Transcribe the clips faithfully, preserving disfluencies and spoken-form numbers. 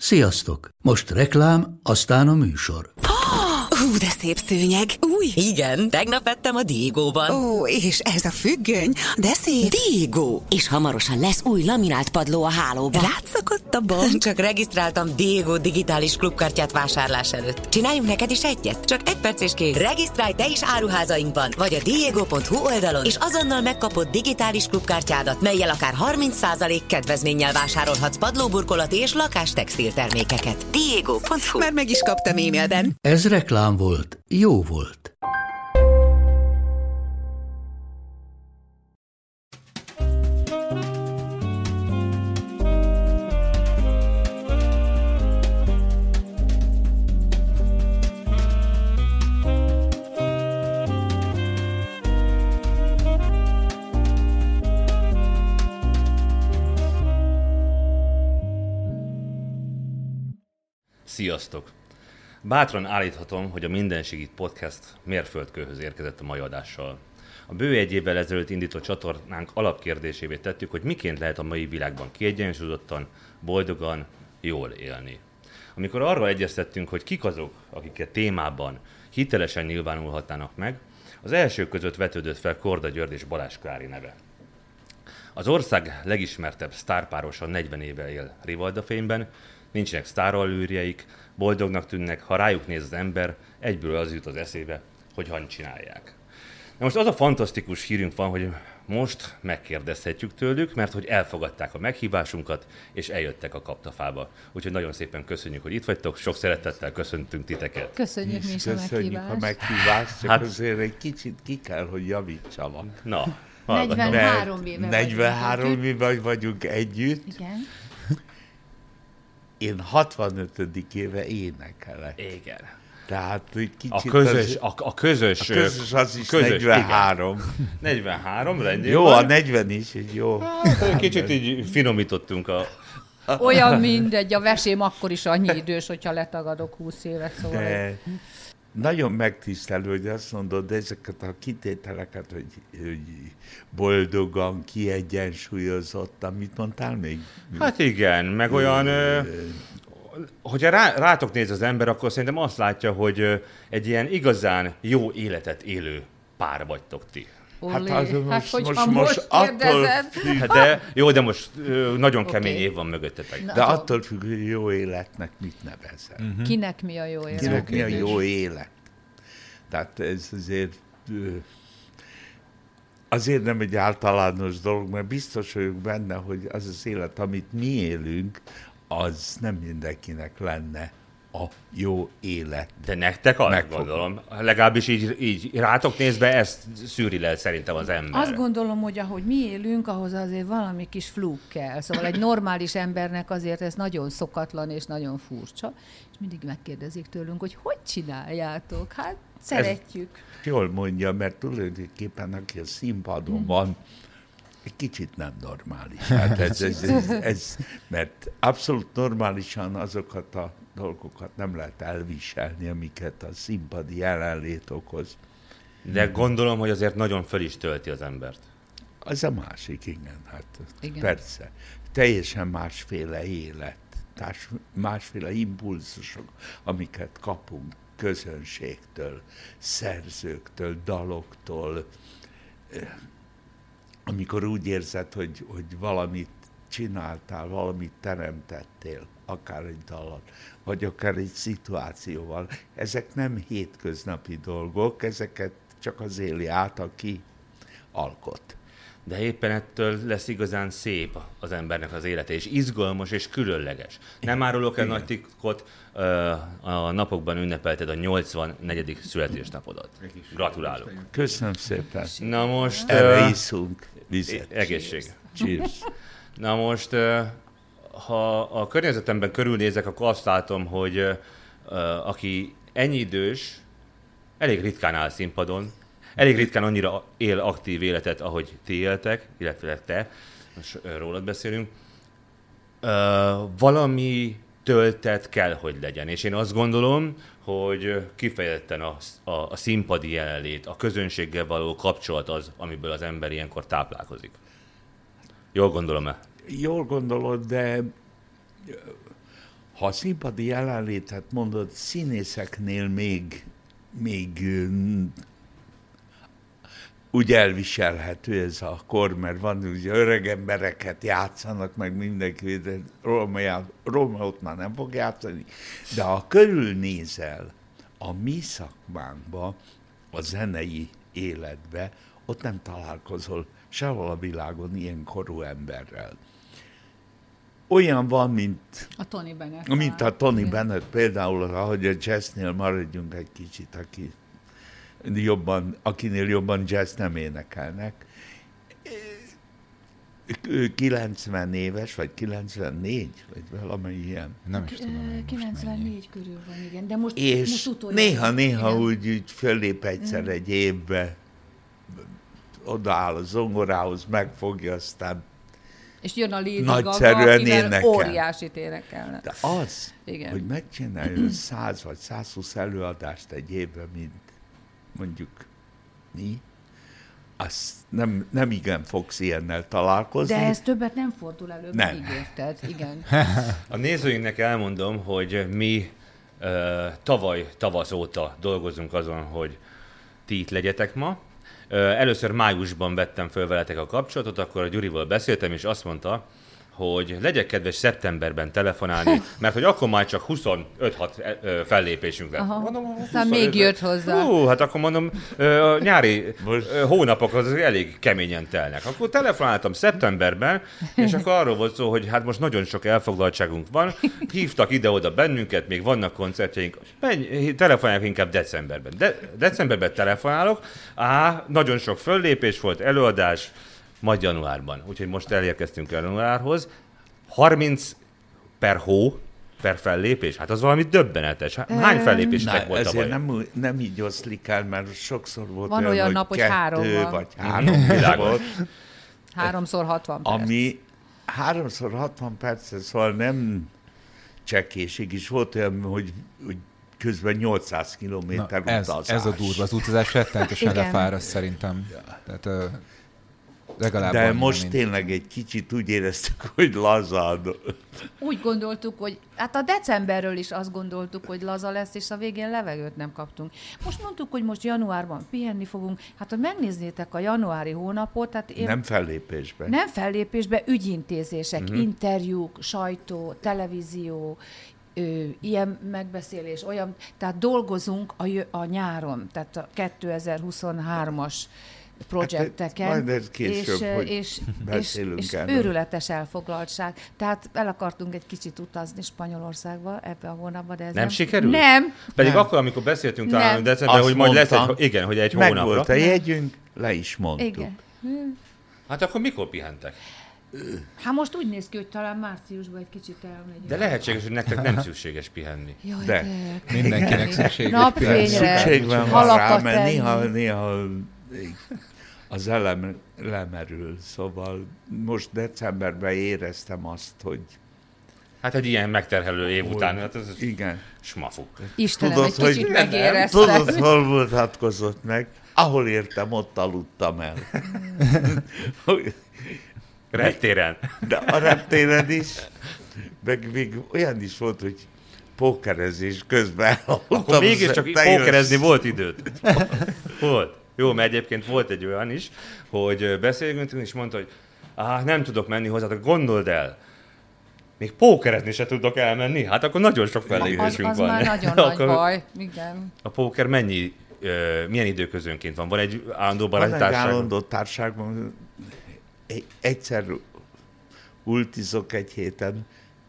Sziasztok! Most reklám, aztán a műsor. Hú, de szép szőnyeg. Új? Igen, tegnap vettem a Diegóban. Ó, és ez a függöny, de szép. Diegó! És hamarosan lesz új laminált padló a hálóban. Rátszakadt a bank. Csak regisztráltam Diegó digitális klubkártyát vásárlás előtt. Csináljunk neked is egyet? Csak egy perc és kész. Regisztrálj te is áruházainkban, vagy a diego pont hu oldalon, és azonnal megkapod digitális klubkártyádat, mellyel akár harminc százalék kedvezménnyel vásárolhatsz padlóburkolati és lakástextil termékeket. diego pont hu. Már meg is kaptam e-mailben. Ez reklám volt, jó volt. Sziasztok! Bátran állíthatom, hogy a Mindenségit Podcast mérföldkőhöz érkezett a mai adással. A bő egy évvel ezelőtt indított csatornánk alapkérdésévé tettük, hogy miként lehet a mai világban kiegyensúlyozottan, boldogan, jól élni. Amikor arra egyeztettünk, hogy kik azok, akiket témában hitelesen nyilvánulhatnának meg, az elsők között vetődött fel Korda György és Balázs Klári neve. Az ország legismertebb sztárpárosa negyven éve él Rivaldafényben, nincsenek sztárallűrjeik, boldognak tűnnek, ha rájuk néz az ember, egyből az jut az eszébe, hogy han csinálják. Na most az a fantasztikus hírünk van, hogy most megkérdezhetjük tőlük, mert hogy elfogadták a meghívásunkat, és eljöttek a Kaptafába. Úgyhogy nagyon szépen köszönjük, hogy itt vagytok, sok szeretettel köszöntünk titeket. Köszönjük mi is a meghívást. a meghívást, csak hát, azért egy kicsit ki kell, hogy javítsalak. Na, negyvenhárom éve negyvenhárom éve vagyunk együtt. Igen. Én hatvanötödik éve énekelek. Igen. Tehát kicsit a közös, az, a, a közös, a közös az is közös, negyvenhárom. Igen. negyvenhárom, rendjén jó, van. A negyven is, jó. Hát, kicsit így finomítottunk a... Olyan mindegy, a vesém akkor is annyi idős, hogyha letagadok húsz évet, szóval... De nagyon megtisztelő, hogy azt mondod, de ezeket a kitételeket, hogy, hogy boldogan, kiegyensúlyozott, amit mondtál még? Hát igen, meg olyan... Ö, hogyha rá, rátok néz az ember, akkor szerintem azt látja, hogy egy ilyen igazán jó életet élő pár vagytok ti. Hát, hát, most, hát hogyha most, most, most kérdezed... függ, hát de, jó, de most ö, nagyon kemény okay. év van mögöttetek. De attól függ, hogy jó életnek mit nevezel. Uh-huh. Kinek mi a jó élet? Kinek mi a jó élet. Tehát ez azért... Azért nem egy általános dolog, mert biztos vagyok benne, hogy az az élet, amit mi élünk, az nem mindenkinek lenne a jó élet. De nektek azt Megfogom. gondolom, legalábbis így, így rátok nézve ezt szűri le szerintem az ember. Azt gondolom, hogy ahogy mi élünk, ahhoz azért valami kis flúk kell. Szóval egy normális embernek azért ez nagyon szokatlan és nagyon furcsa, és mindig megkérdezik tőlünk, hogy hogy csináljátok? Hát szeretjük. Ez jól mondja, mert tulajdonképpen aki a színpadon van, egy kicsit nem normális. Hát ez, ez, ez, ez, mert abszolút normálisan azokat a dolgokat nem lehet elviselni, amiket a színpadi jelenlét okoz. De gondolom, hogy azért nagyon föl is tölti az embert. Az a másik, igen, hát igen. Persze. Teljesen másféle élet, társ, másféle impulzusok, amiket kapunk közönségtől, szerzőktől, daloktól, amikor úgy érzed, hogy, hogy valamit csináltál, valamit teremtettél, akár egy dallat, vagy akár egy szituációval. Ezek nem hétköznapi dolgok, ezeket csak az éli át, aki alkot. De éppen ettől lesz igazán szép az embernek az élete, és izgalmas és különleges. Nem árulok el nagy titkot, a napokban ünnepelted a nyolcvannegyedik születésnapodat. Gratulálok. Köszönöm szépen. Na most... Erre iszunk vizet. Egészség. Cheers. Na most, ha a környezetemben körülnézek, akkor azt látom, hogy aki ennyi idős, elég ritkán áll színpadon, elég ritkán annyira él aktív életet, ahogy ti éltek, illetve te, most rólad beszélünk, valami töltet kell, hogy legyen. És én azt gondolom, hogy kifejezetten a, a, a színpadi jelenlét, a közönséggel való kapcsolat az, amiből az ember ilyenkor táplálkozik. Jól gondolom-e? Jól gondolod, de Ha a színpadi jelenlétet mondod, színészeknél még, még úgy elviselhető ez a kor, mert van ugye öreg embereket játszanak, meg mindenki, de Rómeót már nem fog játszani, de ha körülnézel a mi szakmánkba, a zenei életbe, ott nem találkozol sehol a világon ilyen korú emberrel. Olyan van, mint a Tony Bennett. Mint a Tony Bennett például, ahogy a jazznél maradjunk egy kicsit, aki jobban, akinél jobban jazz nem énekelnek. Ő kilencven éves, vagy kilencvennégy, vagy valami ilyen. Nem is tudom. kilencvennégy körül van, igen. De most, és most utoljára. néha-néha úgy, úgy föllép egyszer mm. egy évbe, odaáll a zongorához, megfogja, aztán és jön a Lady nagyszerűen Gaga, énekel. Óriásit énekelne. De az, igen. hogy megcsinálja száz vagy százhúsz előadást egy évben, mint mondjuk mi, azt nem, nem igen fogsz ilyennel találkozni. De ez többet nem fordul elő, nem. Ígérted, igen. A nézőinknek elmondom, hogy mi uh, tavaly tavasz óta dolgozunk azon, hogy ti itt legyetek ma. Uh, először májusban vettem föl veletek a kapcsolatot, akkor a Gyurival beszéltem, és azt mondta, hogy legyek kedves szeptemberben telefonálni, mert hogy akkor már csak huszonöt-hat fellépésünk lett. Mondom, aztán még jött hozzá. Hú, hát akkor mondom, a nyári Most... hónapok az elég keményen telnek. Akkor telefonáltam szeptemberben, és akkor arról volt szó, hogy hát most nagyon sok elfoglaltságunk van, hívtak ide-oda bennünket, még vannak koncertjeink, menj, telefonálják inkább decemberben. De, decemberben telefonálok, á, nagyon sok föllépés volt, előadás, majd januárban. Úgyhogy most elérkeztünk januárhoz. harminc per hó, per fellépés? Hát az valami döbbenetes. Hány fellépésnek volt tavaly? Ezért nem, nem így oszlik el, mert sokszor volt van olyan, olyan nap, hogy három van. Vagy három volt. Háromszor hatvan perc. Ami háromszor hatvan perc, szóval nem csekkésig is volt olyan, hogy, hogy közben nyolcszáz kilométer ez, utazás. Ez a durva, az utazás rettenetesen lefáraszt szerintem. Ja. Tehát, uh, legalább de most mint... tényleg egy kicsit úgy éreztük, hogy lazad. Úgy gondoltuk, hogy hát a decemberről is azt gondoltuk, hogy laza lesz, és a végén levegőt nem kaptunk. Most mondtuk, hogy most januárban pihenni fogunk. Hát, hogy megnézzétek a januári hónapot. Tehát én... Nem fellépésben. Nem fellépésben, ügyintézések, uh-huh. interjúk, sajtó, televízió, Ö, ilyen megbeszélés, olyan, tehát dolgozunk a, a nyáron, tehát a kétezer-huszonhármas projekteken, hát, később, és, és, és, és őrületes elfoglaltság. Tehát el akartunk egy kicsit utazni Spanyolországba ebbe a hónapban, de ez nem, nem sikerült? Nem. Pedig nem. akkor, amikor beszéltünk talán decemberben, hogy majd mondtam, lesz egy, igen, hogy egy meg hónapra. Meg volt a jegyünk, le is mondtuk. Igen. Hát akkor mikor pihentek? Hát most úgy néz ki, hogy talán márciusban egy kicsit elmegyünk. De lehetséges, hogy nektek nem szükséges pihenni. Jaj, de. de. Mindenkinek szükséges Napfényre, szükség van rá, mert néha, néha az elem, lemerül. Szóval most decemberben éreztem azt, hogy... Hát egy ilyen megterhelő év hogy, után, hát ez igen. Smafu. Istenem, tudod, egy kicsit hogy megéreztem. Tudod, hol mutatkozott meg? Ahol értem, ott aludtam el. Reptéren. De a reptéren is, meg még olyan is volt, hogy pókerezés közben aludtam. Akkor mégiscsak pókerezni volt időt. Volt. Jó, mert egyébként volt egy olyan is, hogy beszélgünk, és mondta, hogy ah, nem tudok menni hozzá, gondold el, még pókerezni se tudok elmenni? Hát akkor nagyon sok fellépésünk az, az van. Az már nagyon nagy baj, igen. A póker mennyi, uh, milyen időközönként van? Van egy állandó baráti társaság? Van egy állandó társaságban. Egyszer ultizok egy héten,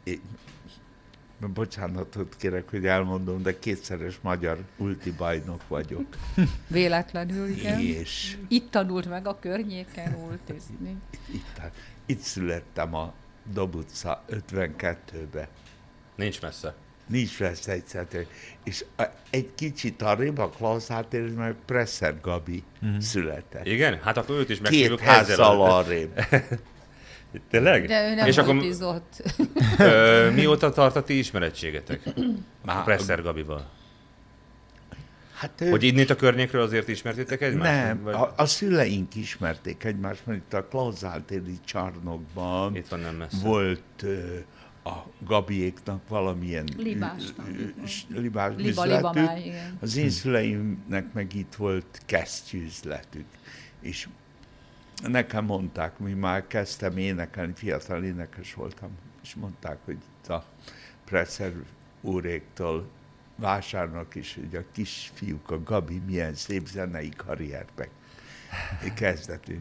bocsánatot kérek, hogy elmondom, de kétszeres magyar ulti bajnok vagyok. Véletlenül, igen. És itt tanult meg a környéken ultizni. Itt, itt születtem a Dob utca ötvenkettőbe. Nincs messze. Nincs messze egyszer. És egy kicsit arrébb a Klaus Hátér, meg Presser Gabi mm. született. Igen? Hát akkor őt is meghívjuk. Két házzal arrébb. Tényleg? De ő nem és ultizott. Akkor, ö, mióta tart a ti ismerettségetek? A Presser Gabival. Hát ő... Hogy innét a környékről azért ismertétek egymást? Nem, vagy... a, a szüleink ismerték egymást, mert itt a Klaus Hátéri csarnokban itt van nem messze. volt uh, a Gabiéknak valamilyen Libás, libás liba, üzletük. liba már, igen. Az én szüleimnek meg itt volt kesztyűzletük. És nekem mondták, mi már kezdtem énekelni, fiatal énekes voltam, és mondták, hogy itt a Presser úréktól vásárnak is, hogy a kisfiúk, a Gabi milyen szép zenei karrierbe kezdetünk.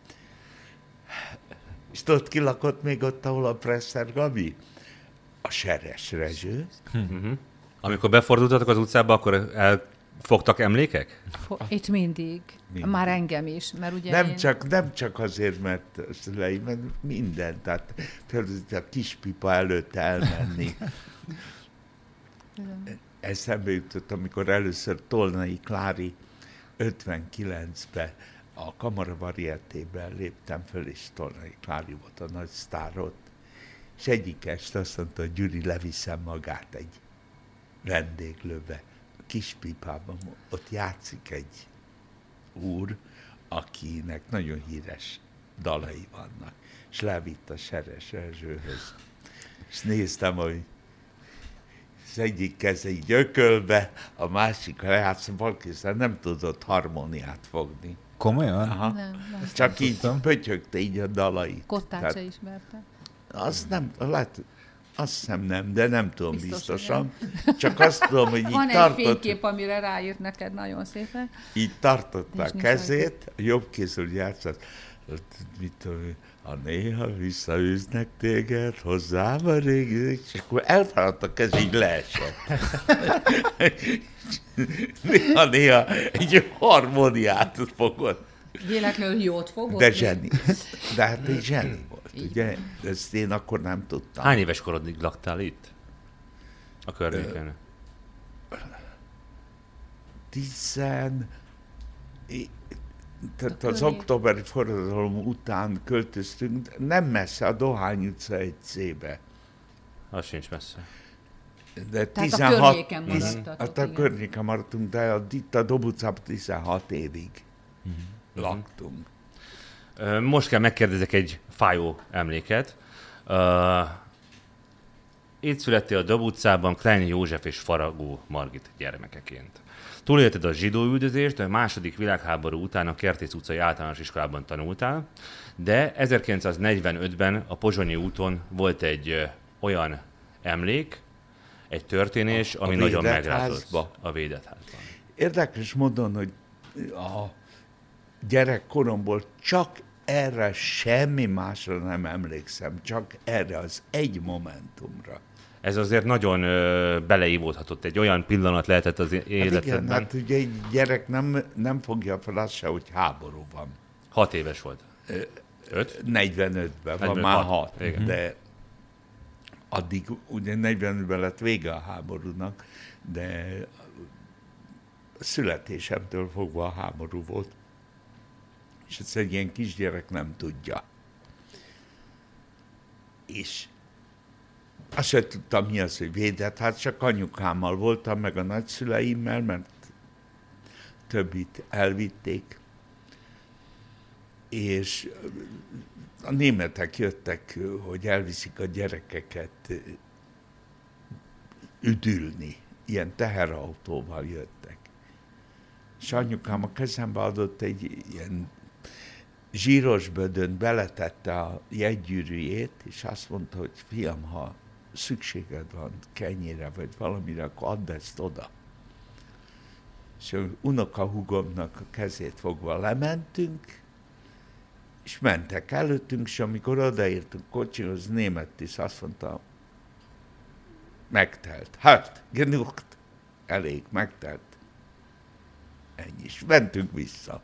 És tudod, ki lakott még ott, ahol a Presser Gabi? A Seres Rezső. Uh-huh. Amikor befordultatok az utcába, akkor elfogtak emlékek? Itt mindig. mindig. Már engem is, mert ugye nem, én... csak, nem csak azért, mert szüleim, mert minden. Tehát például a Kispipa előtt elmenni. Eszembe jutott, amikor először Tolnai Klári ötvenkilencben a Kamara Varietében léptem föl, és Tolnai Klári volt a nagy sztár ott. És egyik este azt mondta, hogy Gyuri, leviszem magát egy vendéglőbe. A Kispipában ott játszik egy úr, akinek nagyon híres dalai vannak. És levitt a Seres Erzsőhöz. És néztem, hogy az egyik keze így ökölbe, a másik lejátszom, valkészen nem tudott harmóniát fogni. Komolyan? Aha. Nem, nem Csak így pötyögte így a dalait. Kottát se ismerte. Azt nem, lehet, azt hiszem nem, de nem tudom Biztos, biztosan. Csak azt tudom, hogy így Van egy tartott, fénykép, amire ráírt neked nagyon szépen. így tartotta És a nincs kezét, a jobb kézről játszott. Mit tudom, ha néha visszaűznek téged hozzám a régi, és akkor elfáradt a kez, így leesett. Néha-néha egy harmóniát fogott. Véletlenül jót fogod? De zseni. De hát egy zseni volt, így ugye? Van. Ezt én akkor nem tudtam. Hány éves korodig laktál itt? A környéken? Tizen... Tehát az októberi forradalom után költöztünk, nem messze, a Dohány utca egy cébe. Az sincs messze. De Tehát tizenhat, a környéken maradtatok. Hát a környéken maradtunk, de a, itt a Dob utcában tizenhat évig uh-huh. laktunk. Most kell megkérdezek egy fájó emléket. Uh, itt születtél a Dob utcában Klein József és Faragó Margit gyermekeként. Túlélted a zsidó üldözést, a második világháború után a Kertész utcai általános iskolában tanultál, de ezerkilencszáznegyvenötben a Pozsonyi úton volt egy ö, olyan emlék, egy történés, a, ami a nagyon megrázott. A védett házban. Érdekes módon, hogy a gyerekkoromból csak erre semmi másra nem emlékszem, csak erre az egy momentumra. Ez azért nagyon ö, beleívódhatott, egy olyan pillanat lehetett az életedben. Hát igen, hát ugye egy gyerek nem, nem fogja fel azt se, hogy háború van. Hat éves volt. Öt? negyvenötben van, már hat. hat. De addig ugye negyvenötben lett vége a háborúnak, de a születésemtől fogva a háború volt. És ezt egy ilyen kisgyerek nem tudja. És azt sem tudtam, mi az, hogy védett. Hát csak anyukámmal voltam, meg a nagyszüleimmel, mert többit elvitték. És a németek jöttek, hogy elviszik a gyerekeket üdülni. Ilyen teherautóval jöttek. És anyukám a kezembe adott egy ilyen zsíros bödön, beletette a jegygyűrűjét, és azt mondta, hogy fiam, ha szükséged van kenyére, vagy valamire, akkor add ezt oda. És unokahúgomnak a kezét fogva lementünk, és mentek előttünk, és amikor odaértünk kocsihoz, német tiszt azt mondta, megtelt. Hát, genugt. Elég, megtelt. Ennyi. És mentünk vissza.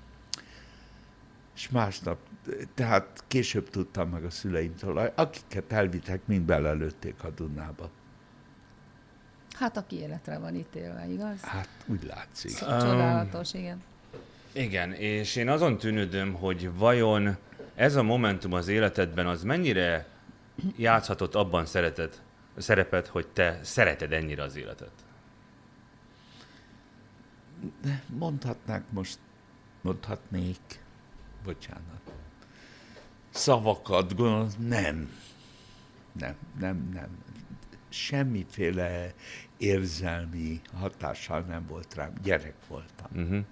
És másnap, tehát később tudtam meg a szüleimtől, akiket elvittek, mind belelőtték a Dunába. Hát aki életre van ítélve, igaz? Hát úgy látszik. Csodálatos, igen. Igen, és én azon tűnődöm, hogy vajon ez a momentum az életedben az mennyire játszhatott abban szeretet, szerepet, hogy te szereted ennyire az életet? Mondhatnák most, mondhatnék, bocsánat, szavakat gondolom, nem. nem, nem, nem. Semmiféle érzelmi hatással nem volt rám. Gyerek voltam. Uh-huh.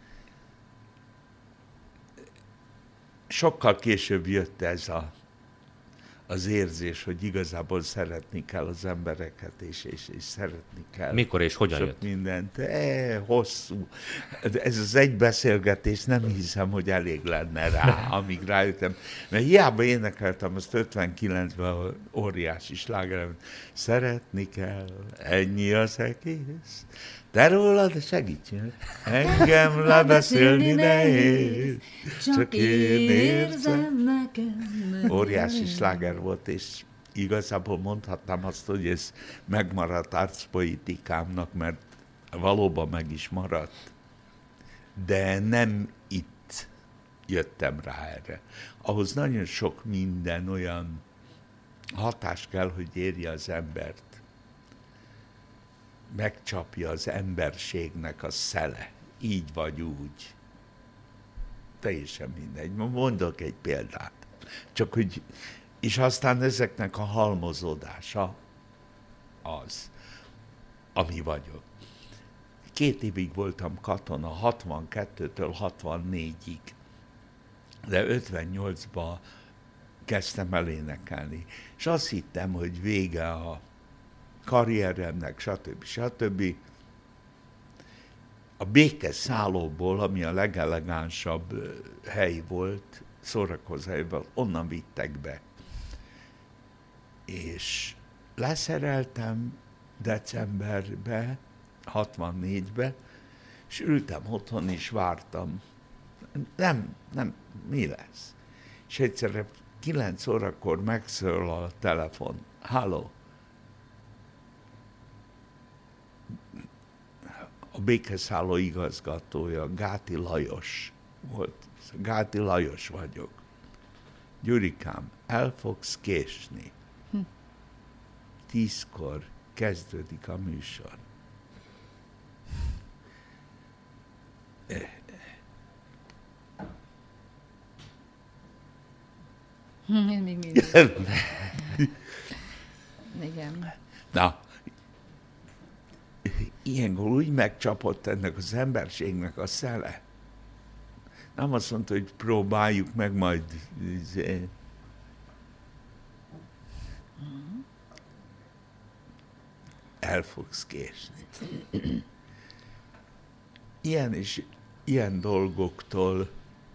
Sokkal később jött ez a, az érzés, hogy igazából szeretni kell az embereket, és, és, és szeretni kell. Mikor és hogyan sok jött? Mindent. E, hosszú. Ez az egy beszélgetés, nem hiszem, hogy elég lenne rá, amíg rájöttem. Mert hiába énekeltem azt ötvenkilencben óriási slágerem. Szeretni kell, ennyi az egész. De rólad segítsen, engem lebeszélni nehéz, csak én érzem nekem. Óriási sláger volt, és igazából mondhatnám azt, hogy ez megmaradt arcpolitikámnak, mert valóban meg is maradt. De nem itt jöttem rá erre. Ahhoz nagyon sok minden olyan hatás kell, hogy érje az embert. Megcsapja az emberségnek a szele. Így vagy úgy. Teljesen mindegy. Mondok egy példát. Csak hogy, és aztán ezeknek a halmozódása az, ami vagyok. Két évig voltam katona, hatvankettőtől hatvannégyig. De ötvennyolcban kezdtem el énekelni. És azt hittem, hogy vége a karrieremnek, stb. stb. A békeszállóból, ami a legelegánsabb hely volt, szórakozóhelyben, onnan vittek be. És leszereltem decemberbe, hatvannégybe, és ültem otthon, és vártam. Nem, nem, mi lesz? És egyszerre kilenc órakor megszól a telefon. Halló! A békeszálló igazgatója, Gáti Lajos volt. Gáti Lajos vagyok. Gyurikám, el fogsz késni. Hm. Tízkor kezdődik a műsor. Hm, én még mindig. Igen. Na, ilyenkor úgy megcsapott ennek az emberségnek a szele. Nem azt mondta, hogy próbáljuk meg majd. El fogsz késni. Ilyen és ilyen dolgoktól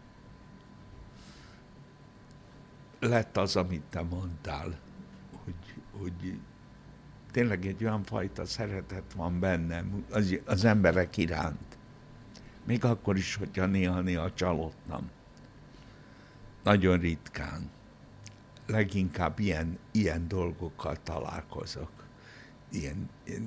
lett az, amit te mondtál, hogy, hogy tényleg egy olyan fajta szeretet van bennem az, az emberek iránt. Még akkor is, hogyha néha-néha csalódtam. Nagyon ritkán. Leginkább ilyen, ilyen dolgokkal találkozok. Ilyen, ilyen,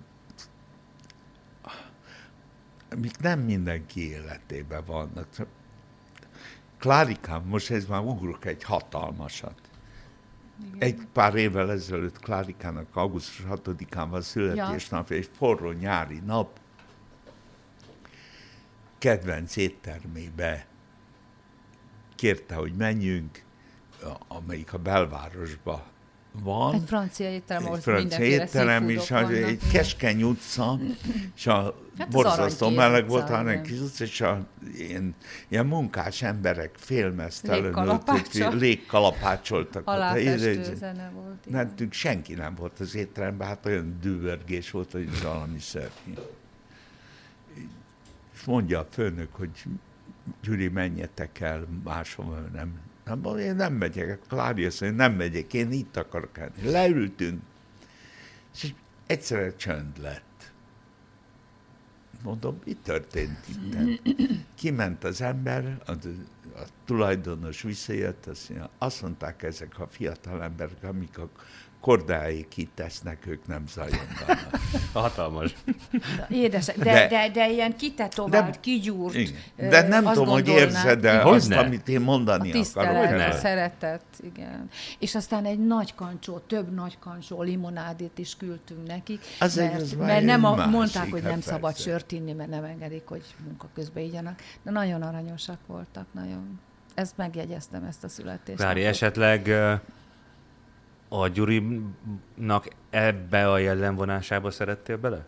amik nem mindenki életében vannak. Klárikám, most ez már ugrok egy hatalmasat. Igen. Egy pár évvel ezelőtt Klárikának augusztus hatodikán van születésnapja, ja. Egy forró nyári nap, kedvenc éttermébe kérte, hogy menjünk, amelyik a belvárosban van. Egy francia étterem, ahol mindenféle étterem, és vannak, egy igen. Keskeny utca, és a hát borzasztó meleg volt, hanem kis utca, és a ilyen, ilyen munkás emberek félmeztelenül légkalapácsoltak. Halálfestő zene volt. Mentünk, senki nem volt az étteremben, hát olyan dübörgés volt, hogy valami szörnyű. És mondja a főnök, hogy Gyuri, menjetek el, máshova nem. Nem, én nem megyek, Klári azt mondja, nem megyek, én itt akarok enni. Leültünk, és egyszerre csönd lett. Mondom, mi történt itt? Kiment az ember, a, a tulajdonos visszajött, azt, mondja, azt mondták ezek a fiatal emberek, amik a kordáig kitesznek, ők nem zajonganak. Hatalmas. Édes, de, de, de, de ilyen kitetovált, kigyúrt. Igen. De nem tudom, hogy érzed, de azt, ne? Amit én mondani a akarok. A szeretet, igen. És aztán egy nagy kancsó, több nagy kancsó limonádét is küldtünk nekik, az mert, mert nem a, mondták, hogy nem persze. Szabad sört inni, mert nem engedik, hogy munka közben igyanak. De nagyon aranyosak voltak, nagyon. Ezt megjegyeztem, ezt a születést. Klári, esetleg A Gyurinak ebbe a jellemvonásába szerettél bele?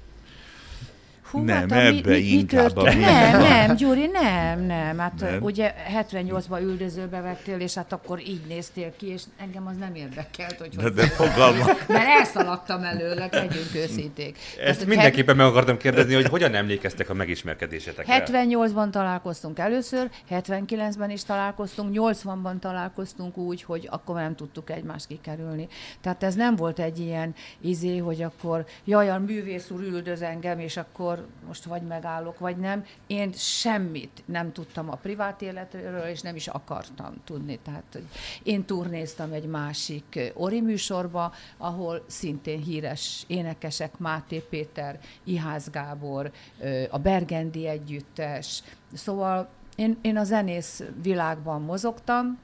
Hú, nem, hát a, ebbe mi, mi, inkább mi a Nem, nem, Gyuri, nem, nem. Hát nem. ugye hetvennyolcban üldözőbe vettél, és hát akkor így néztél ki, és engem az nem érdekelt, hogy De, hogy de fogalma. Mert elszaladtam előleg, legyünk őszinték. Ezt Tehát, mindenképpen meg akartam kérdezni, hogy hogyan emlékeztek a megismerkedésetekre? hetvennyolcban találkoztunk először, hetvenkilencben is találkoztunk, nyolcvanban találkoztunk úgy, hogy akkor nem tudtuk egymást kikerülni. Tehát ez nem volt egy ilyen izé, hogy akkor jaj, a művész úr üldöz engem, és akkor most vagy megállok, vagy nem. Én semmit nem tudtam a privát életről, és nem is akartam tudni. Tehát hogy én turnéztam egy másik Ori műsorba, ahol szintén híres énekesek, Máté Péter, Ihász Gábor, a Bergendi Együttes. Szóval én, én a zenész világban mozogtam,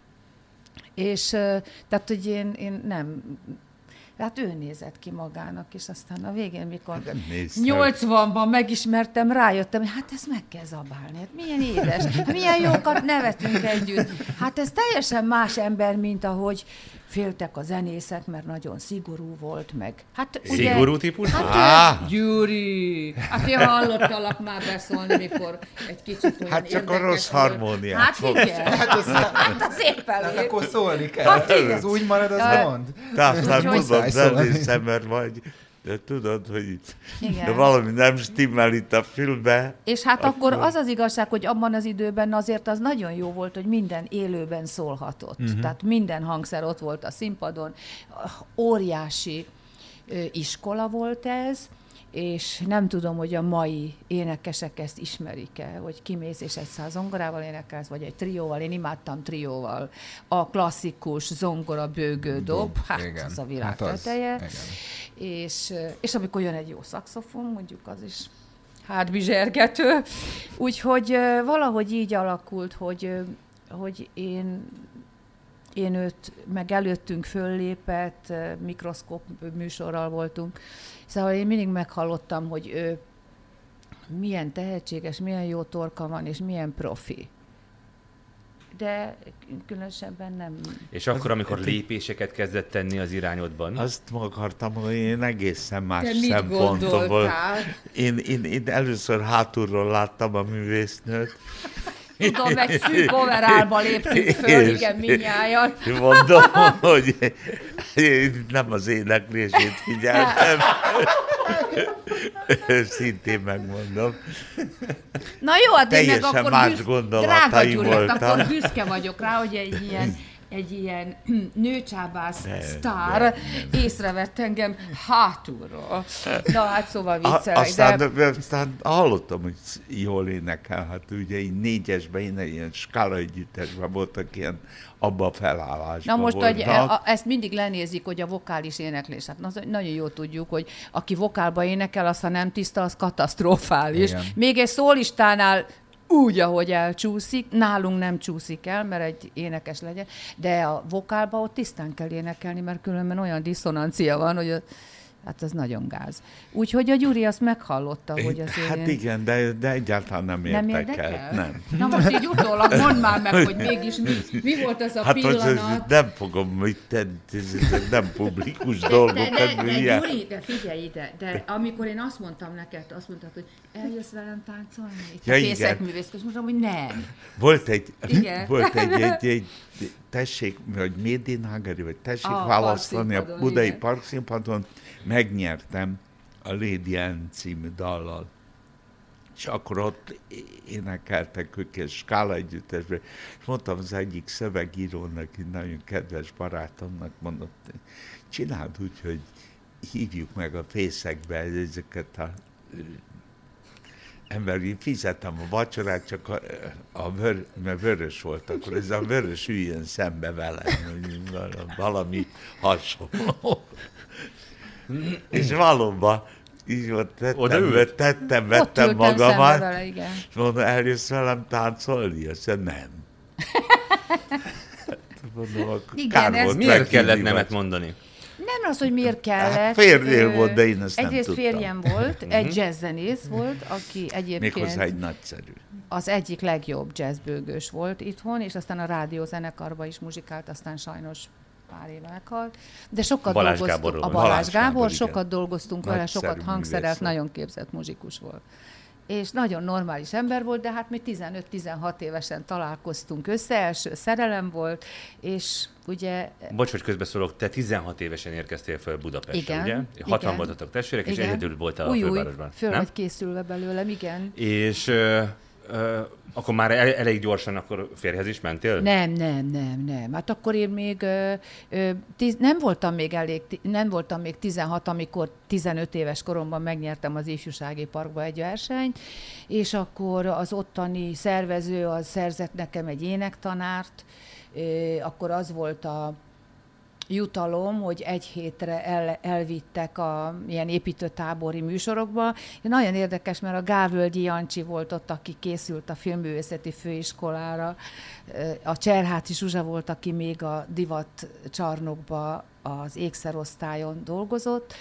és tehát, hogy én, én nem... Hát ő nézett ki magának, és aztán a végén, mikor nyolcvanban megismertem, rájöttem, hogy hát ezt meg kell zabálni. Hát milyen édes, hát milyen jókat nevetünk együtt. Hát ez teljesen más ember, mint ahogy féltek a zenészek, mert nagyon szigorú volt, meg... Hát, ugye, szigorú típus? Hát, Gyuri! Hát én hallottalak már beszólni, mikor egy kicsit olyan Hát csak a rossz volt. harmóniát Hát fogsz. igen. Hát az, hát az éppen Hát lép. akkor szólni kell. Hát igen. Ez úgy marad, az Ja. gond. Te aztán Úgyhogy- tudom, zenészem, mert vagy, de tudod, hogy Igen. de valami nem stimmel itt a filmbe. És hát akkor az az igazság, hogy abban az időben azért az nagyon jó volt, hogy minden élőben szólhatott. Uh-huh. Tehát minden hangszer ott volt a színpadon. Óriási ö, iskola volt ez, és nem tudom, hogy a mai énekesek ezt ismerik-e, hogy kimész és egy száz zongorával énekelsz, vagy egy trióval. Én imádtam trióval. A klasszikus zongora, bőgő, dob, hát igen. az a világ Hát az, teteje. igen. És, és amikor jön egy jó szaxofon, mondjuk az is hátbizsergető. Úgyhogy ö, valahogy így alakult, hogy, ö, hogy én, én őt, meg előttünk föllépett, ö, mikroszkóp műsorral voltunk. Szóval én mindig meghallottam, hogy ő milyen tehetséges, milyen jó torka van, és milyen profi. De különösebben nem... És akkor, amikor lépéseket kezdett tenni az irányodban? Azt akartam mondani, én egészen más Te mit szempontból. gondoltál? Én, én, én először hátulról láttam a művésznőt. Tudom, egy szűk overálba léptünk föl, És- igen, mindnyájan. Mondom, hogy én nem az éneklését figyeltem. Szintén megmondom. Na jó, hát én meg Teljesen akkor más büsz... gondolataim drága Gyuri, hát voltak. akkor büszke vagyok rá, hogy egy ilyen, egy ilyen nőcsábász sztár észrevett engem hátulról. Na hát szóval A, viccelek, aztán, de... de... aztán hallottam, hogy jól énekel. Hát ugye így négyesben, én ilyen skála együttesben voltak ilyen abba a felállásban Na most, hogy voltak. a, ezt mindig lenézik, hogy a vokális éneklés. Hát az, nagyon jól tudjuk, hogy aki vokálba énekel, az, ha nem tiszta, az katasztrofális. Igen. Még egy szólistánál úgy, ahogy elcsúszik, nálunk nem csúszik el, mert egy énekes legyen, de a vokálba ott tisztán kell énekelni, mert különben olyan diszonancia van, hogy a, hát ez nagyon gáz. Úgyhogy a Gyuri azt meghallotta, hogy azért Hát én... igen, de, de egyáltalán nem Nem érdekel. érdekel? Nem. Na most így utólag mondd már meg, hogy mégis mi, mi volt az a Hát most pillanat. ez, nem fogom, itt tenni, ez nem publikus De, dolgok. de, ez de, de ilyen. Gyuri, de figyelj ide, de amikor én azt mondtam neked, azt mondtad, hogy eljössz velem táncolni? Ja, Ja, igen. fészekművész, és mondtam, hogy nem. Volt egy, Igen. volt egy, egy, egy tessék, vagy Médinhágeri, vagy tessék A választani a Parkszínpadon, Budai igen. Parkszínpadon, megnyertem a Lady Anne című dallal. És akkor ott énekeltek ők egy skála együttesben, és mondtam az egyik szövegírónak, egy nagyon kedves barátomnak, mondott, csináld úgy, hogy hívjuk meg a fészekbe ezeket a ember, én fizettem a vacsorát, csak a, a vör, mert vörös volt, akkor ez a vörös üljön szembe velem, valami hasonló. És valóban így volt, tettem, tettem, Ott vettem ültem szembe magamat, vele, igen. és mondom, eljössz velem táncolni? Azt mondja, nem. Mondom, akkor Igen, kár ez- volt Miért meghívni kellett nemet vagy. mondani? Nem az, hogy miért kellett. Hát férjél Ö, volt, de én ezt nem Egyrészt tudtam. férjem volt, egy jazzzenész volt, aki egyébként Méghozzá egy nagyszerű. az egyik legjobb jazzbőgős volt itthon, és aztán a rádiózenekarban is muzsikált, aztán sajnos pár éve meghalt, de sokat Balázs dolgoztunk, Gáborról. a Balázs, Balázs Gábor, Gábor, sokat igen. dolgoztunk vele, Nagyszerű sokat hangszerelt, művész. nagyon képzett muzsikus volt. És nagyon normális ember volt, de hát mi tizenöt-tizenhat évesen találkoztunk össze, első szerelem volt, és ugye... Bocs, hogy közbeszólok, te tizenhat évesen érkeztél fel Budapestre, Igen, ugye? Hatan igen. voltatok testvérek, és Igen. egyedül voltál a új, fővárosban. Új, föl nem? vagy készülve belőlem, igen. És ö, ö, akkor már el, elég gyorsan akkor férjhez is mentél? Nem, nem, nem, nem. Hát akkor én még ö, ö, tiz, nem voltam még elég, nem voltam még tizenhat, amikor tizenöt éves koromban megnyertem az Ifjúsági Parkba egy versenyt, és akkor az ottani szervező az szerzett nekem egy énektanárt, ö, akkor az volt a jutalom, hogy egy hétre el, elvittek a ilyen építőtábori műsorokba. Nagyon érdekes, mert a Gávölgyi Jancsi volt ott, aki készült a filmművészeti főiskolára. A Cserháti Zsuzsa volt, aki még a divat csarnokba az ékszerosztályon dolgozott.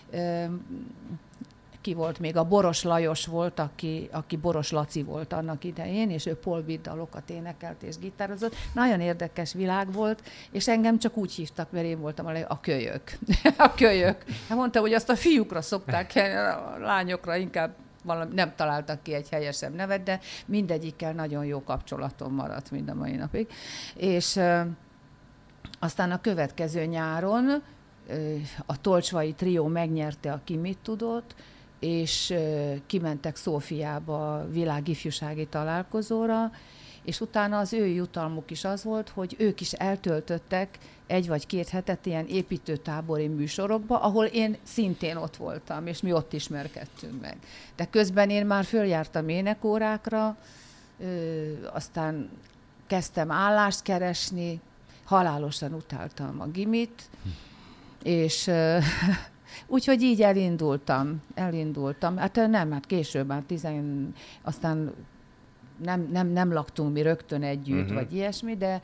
Ki volt még? A Boros Lajos volt, aki, aki Boros Laci volt annak idején, és ő polbeat dalokat énekelt és gitározott. Nagyon érdekes világ volt, és engem csak úgy hívtak, mert én voltam a, a kölyök. a kölyök. Hát mondtam, hogy azt a fiúkra szokták, a lányokra inkább valami, nem találtak ki egy helyesebb nevet, de mindegyikkel nagyon jó kapcsolatom maradt mind a mai napig. És e, aztán a következő nyáron e, a Tolcsvai trió megnyerte a Ki mit tudott, és kimentek Szófiába a világ ifjúsági találkozóra, és utána az ő jutalmuk is az volt, hogy ők is eltöltöttek egy vagy két hetet ilyen építőtábori műsorokba, ahol én szintén ott voltam, és mi ott ismerkedtünk meg. De közben én már följártam énekórákra, aztán kezdtem állást keresni, halálosan utáltam a gimit, és... Úgyhogy így elindultam, elindultam. Hát nem, hát később, már tizen, aztán nem, nem, nem laktunk mi rögtön együtt, uh-huh. vagy ilyesmi, de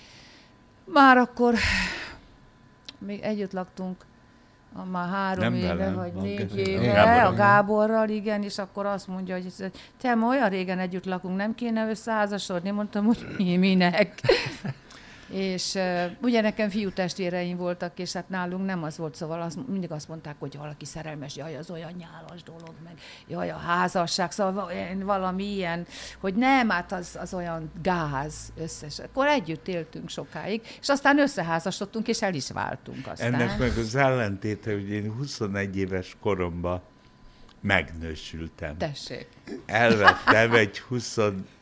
már akkor még együtt laktunk már három nem éve, velem, vagy a négy Gáborral. éve, Gáborral. a Gáborral, igen, és akkor azt mondja, hogy te ma olyan régen együtt lakunk, nem kéne összeházasodni? Mondtam, hogy mi, minek? És uh, ugye nekem fiútestvéreim voltak, és hát nálunk nem az volt, szóval az, mindig azt mondták, hogy valaki szerelmes, jaj, az olyan nyálas dolog, meg jaj, a házasság, szóval valami ilyen, hogy nem, hát az, az olyan gáz összes. Akkor együtt éltünk sokáig, és aztán összeházasodtunk, és el is váltunk aztán. Ennek meg az ellentéte, hogy én huszonegy éves koromban megnősültem. Tessék. Elvettem egy húsz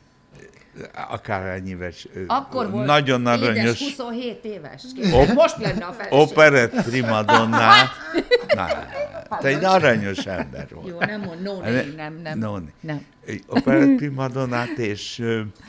akárhány éves, Akkor volt nagyon aranyos, édes, huszonhét éves. Op- most lenne a feleség. operett primadonnát. Na, te egy aranyos ember volt. Jó, nem mond, no name, nem, nem. No, nem. Egy operett primadonnát, és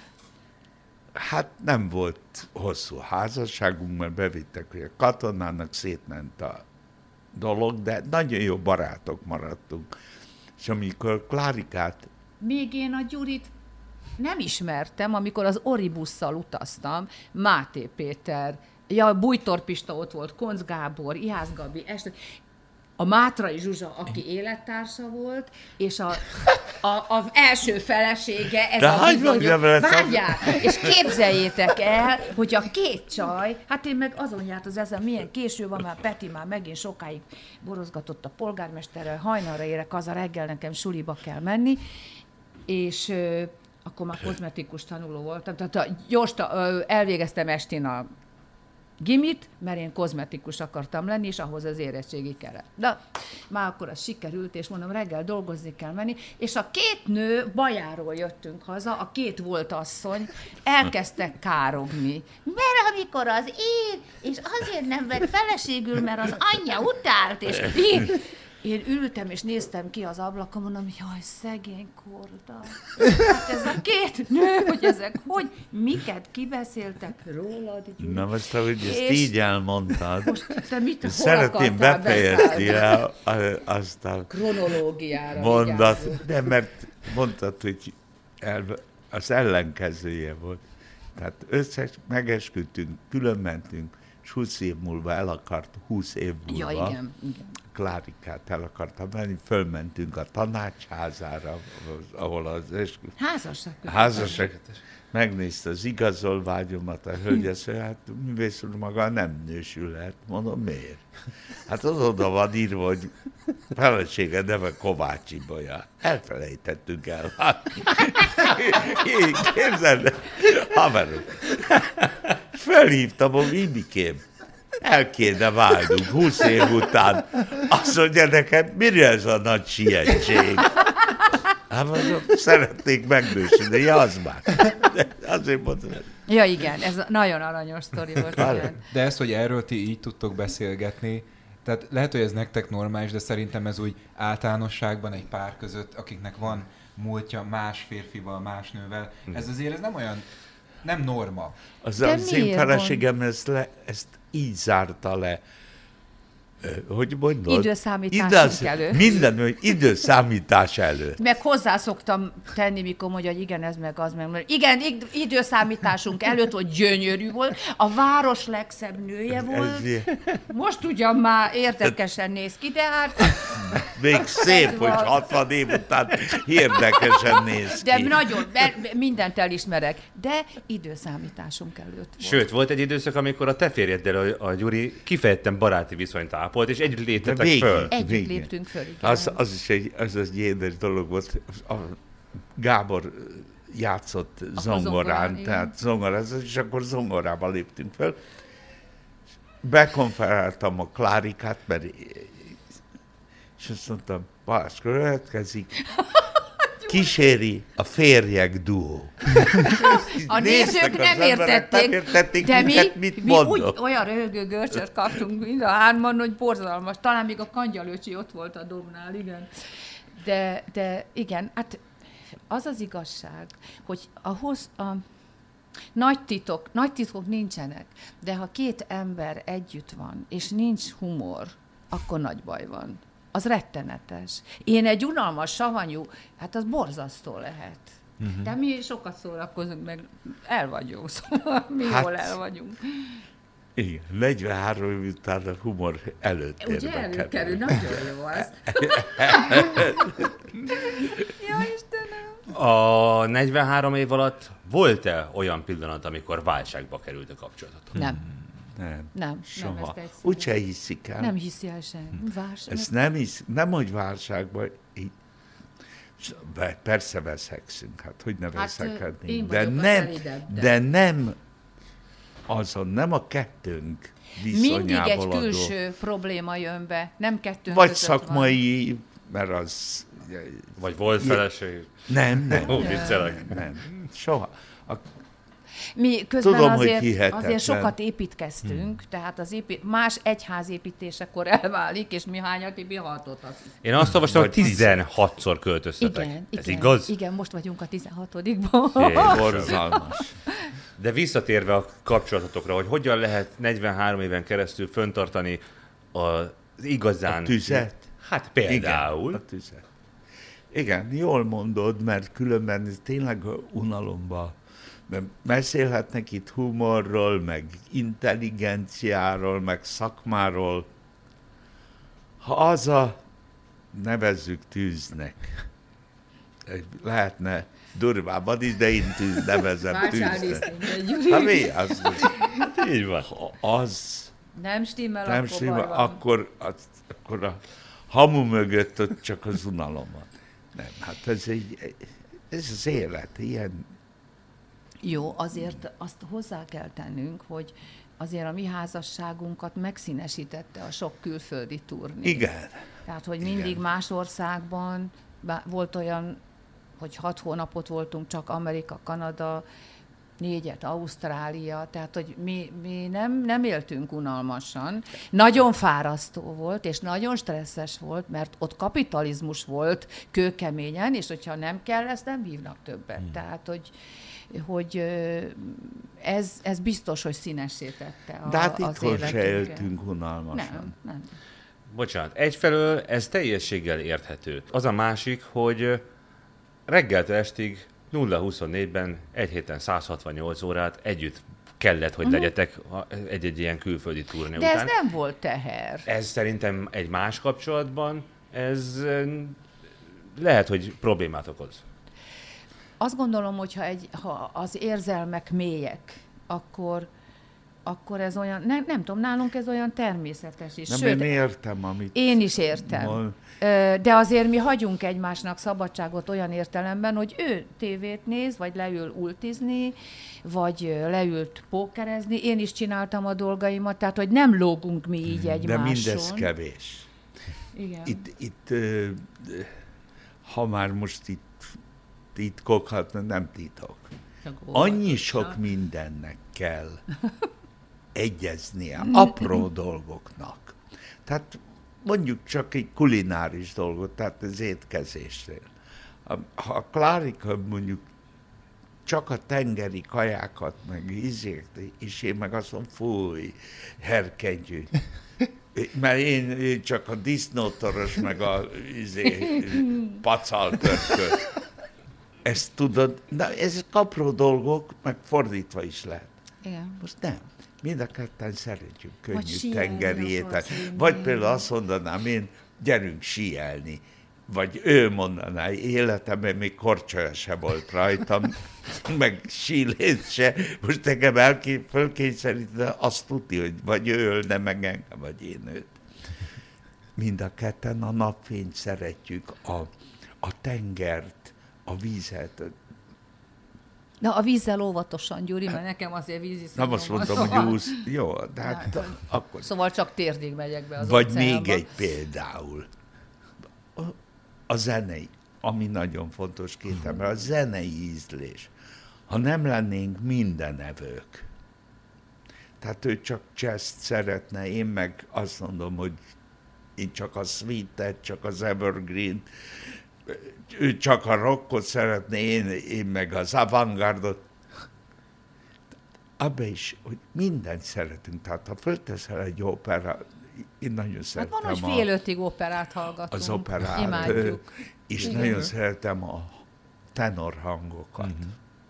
hát nem volt hosszú házasságunk, mert bevittek, hogy a katonának szétment a dolog, de nagyon jó barátok maradtunk. És amikor Klárikát... Még én a Gyurit nem ismertem, amikor az Oribusszal utaztam, Máté Péter, ja, Bújtor Pista ott volt, Koncz Gábor, Ihász Gabi, este, a Mátrai Zsuzsa, aki élettársa volt, és a, a, az első felesége, ez De a bizonyos... Várjál! És képzeljétek el, hogy a két csaj, hát én meg azon járt az ezen, milyen késő van, már Peti már megint sokáig borozgatott a polgármesterrel, hajnalra érek, az a reggel nekem suliba kell menni, és... akkor már kozmetikus tanuló voltam, tehát gyors, elvégeztem estén a gimit, mert én kozmetikus akartam lenni, és ahhoz az érettségi kellett. De már akkor az sikerült, és mondom, reggel dolgozni kell menni, és a két nő bajáról jöttünk haza, a két volt asszony, elkezdtek károgni. Mert amikor az én, és azért nem vett feleségül, mert az anyja utált, és én... Én ültem és néztem ki az ablakon, mondom, jaj, szegény Korda. Hát ez a két nő, hogy ezek hogy, miket kibeszéltek rólad. Gyuri. Na most, ahogy ezt És így elmondtad, most te mit, hol szeretném akartál befejezni beszállni? el azt a Kronológiára. mondat, vigyázzunk. de mert mondtad, hogy el, az ellenkezője volt. Tehát összes megesküdtünk, külön mentünk, és húsz év múlva el akart, húsz év múlva. Ja, igen, igen. Klárikát el akartam menni, fölmentünk a tanácsházára, ahol az eskü... Házasság. Házasság. Megnézte az igazolványomat, a hölgy azt mondja, hát művész úr maga nem nősülhet. Mondom, miért? Hát az oda van írva, hogy felesége neve Kovács Ibolya. Elfelejtettünk el. Képzeld, haverok. Felhívtam a Mimikém. El kéne válnunk húsz év után. Azt mondja nekem, mire ez a nagy sietség? Hát mondom, szeretnék megnősülni, ja, az már. De azért mondom. Ja, igen, ez nagyon aranyos sztori volt. Igen. De ez, hogy erről ti így tudtok beszélgetni, tehát lehet, hogy ez nektek normális, de szerintem ez úgy általánosságban egy pár között, akiknek van múltja más férfival, más nővel, ez azért ez nem olyan, nem norma. Az, az én feleségem ezt, le, ezt így zárta le. Hogy mondod? Időszámítás előtt. Minden, hogy időszámítás előtt. Meg hozzá szoktam tenni, mikor mondja, hogy igen, ez meg az meg. Igen, időszámításunk előtt, hogy gyönyörű volt. A város legszebb nője volt. Most ugyan már érdekesen néz ki, de hát... Még szép, hogy hatvan év után érdekesen néz ki. De nagyon, mindent elismerek. De időszámításunk előtt volt. Sőt, volt egy időszak, amikor a te férjeddel a, a Gyuri kifejezetten baráti viszonyt ápolt, és együtt léptetek föl. Együtt léptünk föl, igen. Az, az is egy, az egy édes dolog volt. A Gábor játszott a zongorán, zongorán tehát zongorán, és akkor zongorában léptünk föl. Bekonferáltam a Klárikát, mert és azt mondtam, Balázs, következik, kíséri a férjek duó. A nézők nem értették, nem értették de minket, mi, mit mi mondok. úgy, olyan röhögő görcsöt kaptunk mind a hárman, hogy borzalmas. Talán még a Kangyalöcsi ott volt a dobnál, igen. De, de igen, hát az az igazság, hogy ahhoz a nagy titok, nagy titkok nincsenek, de ha két ember együtt van, és nincs humor, akkor nagy baj van. Az rettenetes. Én egy unalmas, savanyú, hát az borzasztó lehet. Uh-huh. De mi sokat szórakozunk, meg el vagyunk, szóval mi hát, jól el vagyunk. Igen, negyvenhárom év után a humor előtérbe ugye kerül. Ugye előkerül, nagyon jó az. Ja, Istenem! A negyvenhárom év alatt volt-e olyan pillanat, amikor válságba került a kapcsolatot? Nem. Nem, nem, soha. Nem úgyse hiszik el. Nem hiszi el sem. Válság. Ezt nem hisz, nem, hogy válságban, így, persze veszekszünk, hát hogy ne hát veszekednénk, de nem, de nem azon, nem a kettőnk viszonyából mindig egy adó. külső probléma jön be, nem kettőnk vagy között szakmai, van. Mert az... Vagy volt feleség. Nem, nem. Ó, viccelek. Nem, soha. A, Mi közben Tudom, azért, azért sokat építkeztünk, hmm. tehát az épít, más egyház építésekor elválik, és mi hányat, mi hatot. Én azt olvastam, hogy tizenhatszor költöztetek. Igen, Ez igen, igaz? Igen, most vagyunk a tizenhatodikban. Borzalmas. De visszatérve a kapcsolatotokra, hogy hogyan lehet negyvenhárom éven keresztül föntartani az igazán... A tüzet? Hát például. Igen, a tüzet. Igen, jól mondod, mert különben ez tényleg unalomba. Mert beszélhetnek itt humorról, meg intelligenciáról, meg szakmáról. Ha az a, nevezzük tűznek, lehetne durvábban is, de én tűz, nevezem tűznek. Hát mi az? Így van. Ha az nem stimmel, nem akkor stimmel, akkor, az, akkor a hamu mögött ott csak az unalom van. Nem, hát ez, egy, ez az élet, ilyen. Jó, azért azt hozzá kell tennünk, hogy azért a mi házasságunkat megszínesítette a sok külföldi turné. Igen. Tehát, hogy mindig Igen. más országban volt olyan, hogy hat hónapot voltunk csak Amerika, Kanada, négyet Ausztrália, tehát, hogy mi, mi nem, nem éltünk unalmasan. Nagyon fárasztó volt, és nagyon stresszes volt, mert ott kapitalizmus volt kőkeményen, és hogyha nem kell, ezt nem hívnak többet. Hmm. Tehát, hogy hogy ez, ez biztos, hogy színessé tette a, De hát az itthon se éltünk unalmasan. Nem, nem. Bocsánat, egyfelől ez teljességgel érthető. Az a másik, hogy reggeltől estig nulla huszonnégyben egy héten száz hatvannyolc órát együtt kellett, hogy legyetek ha- egy-egy ilyen külföldi turné De után. ez nem volt teher. Ez szerintem egy más kapcsolatban, ez eh, lehet, hogy problémát okoz. Azt gondolom, hogyha egy, ha az érzelmek mélyek, akkor, akkor ez olyan, nem, nem tudom, nálunk ez olyan természetes is. Nem, Sőt, én értem, amit... én is értem. mond. Ö, De azért mi hagyunk egymásnak szabadságot olyan értelemben, hogy ő tévét néz, vagy leül ultizni, vagy ö, leült pókerezni. Én is csináltam a dolgaimat, tehát hogy nem lógunk mi így De egymáson. mindez kevés. Igen. Itt, itt ö, ha már most itt titkokat, nem titok. Annyi sok mindennek kell egyeznie, apró dolgoknak. Tehát mondjuk csak egy kulináris dolgot, tehát az étkezésnél. Ha a Klárika mondjuk csak a tengeri kajákat, meg ízét, és én meg azt mondom, fúj, herkegyű. Mert én, én csak a disznótoros, meg a izé, pacalpörköt. Ezt tudod, na ezek apró dolgok, meg fordítva is lehet. Igen. Most nem. Mind a ketten szeretjük Vagy könnyű síelni tengeri ételt. akarsz vinni. Vagy például azt mondanám én, gyerünk síelni. Vagy ő mondaná, életemben még korcsolya se volt rajtam, meg sílész se. Most engem elké, fölkényszerítve, azt tudja, hogy vagy ő ölne meg engem, vagy én őt. Mind a ketten a napfényt szeretjük, a, a tengert, a vízet. Na, a vízzel óvatosan, Gyuri, mert nekem azért víziszonyom Na most van, mondtam, szóval- hogy úsz. Jó, de hát Hát, akkor... Szóval csak térdig megyek be az Vagy óceánba. még egy például. A, a zenei, ami nagyon fontos két ember, a zenei ízlés. Ha nem lennénk mindenevők, tehát ő csak jazz szeretne, én meg azt mondom, hogy én csak a sweetet, csak az evergreen, ő csak a rockot szeretné, én, én meg az avantgardot. Abba is, hogy mindent szeretünk. Tehát ha fölteszel egy opera, én nagyon Hát szeretem van, hogy a, fél ötig operát hallgatunk. az operát, Imádjuk. és Igen. nagyon szeretem a tenor hangokat. Mhm.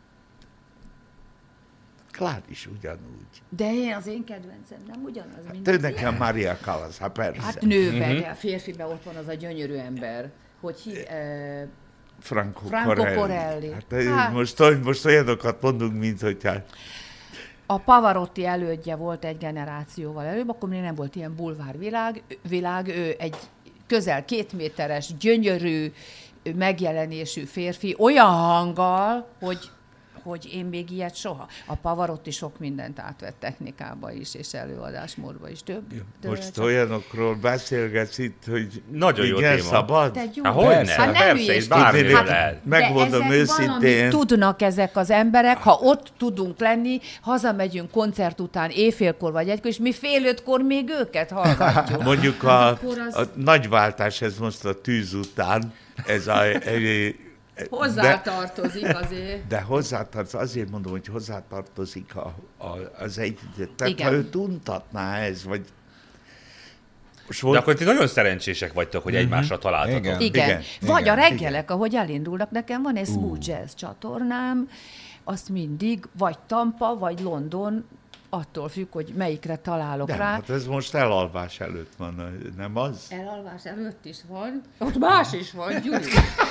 Klár is ugyanúgy. De én, az én kedvencem nem ugyanaz, mint Ő az nekem ilyen. Maria Callas, hát persze. Hát nőben, de a férfiben ott van az a gyönyörű ember, hogy hív, eh, Franco, Franco Corelli. Corelli. Hát, Hát. Most, olyan- most olyanokat mondunk, mint hogy hát a Pavarotti elődje volt egy generációval előbb, akkor még nem volt ilyen bulvárvilág, világ, ő egy közel két méteres, gyönyörű megjelenésű férfi, olyan hanggal, hogy hogy én még ilyet soha. A Pavarotti sok mindent átvett technikába is, és előadásmódba is. Több, de most csak- olyanokról beszélgetsz itt, hogy Nagyon jó igen, téma. szabad. Te Gyuri, Hát hogyne? hát nem Persze, hülyeskedj. és bármiről Hát- lehet. Megmondom de ezek őszintén. valamit tudnak ezek az emberek, ha ott tudunk lenni, hazamegyünk koncert után éjfélkor vagy egykor, és mi fél ötkor még őket hallgatjuk. Mondjuk a, akkor az- a nagy váltás, ez most a tűz után, ez a... De, Hozzátartozik azért. de hozzátartozik, azért mondom, hogy hozzátartozik a, a, az egy... Tehát Igen. ha ő untatná ez, vagy... Most De volt, akkor ti nagyon szerencsések vagytok, hogy egymásra találtatok. Igen. Igen. Igen, Vagy igen, a reggelek, ahogy elindulnak, nekem van egy Uh. smooth jazz csatornám, azt mindig vagy Tampa, vagy London, attól függ, hogy melyikre találok nem, rá. hát ez most elalvás előtt van, nem az? Elalvás előtt is van. Ott más is van, Gyuri.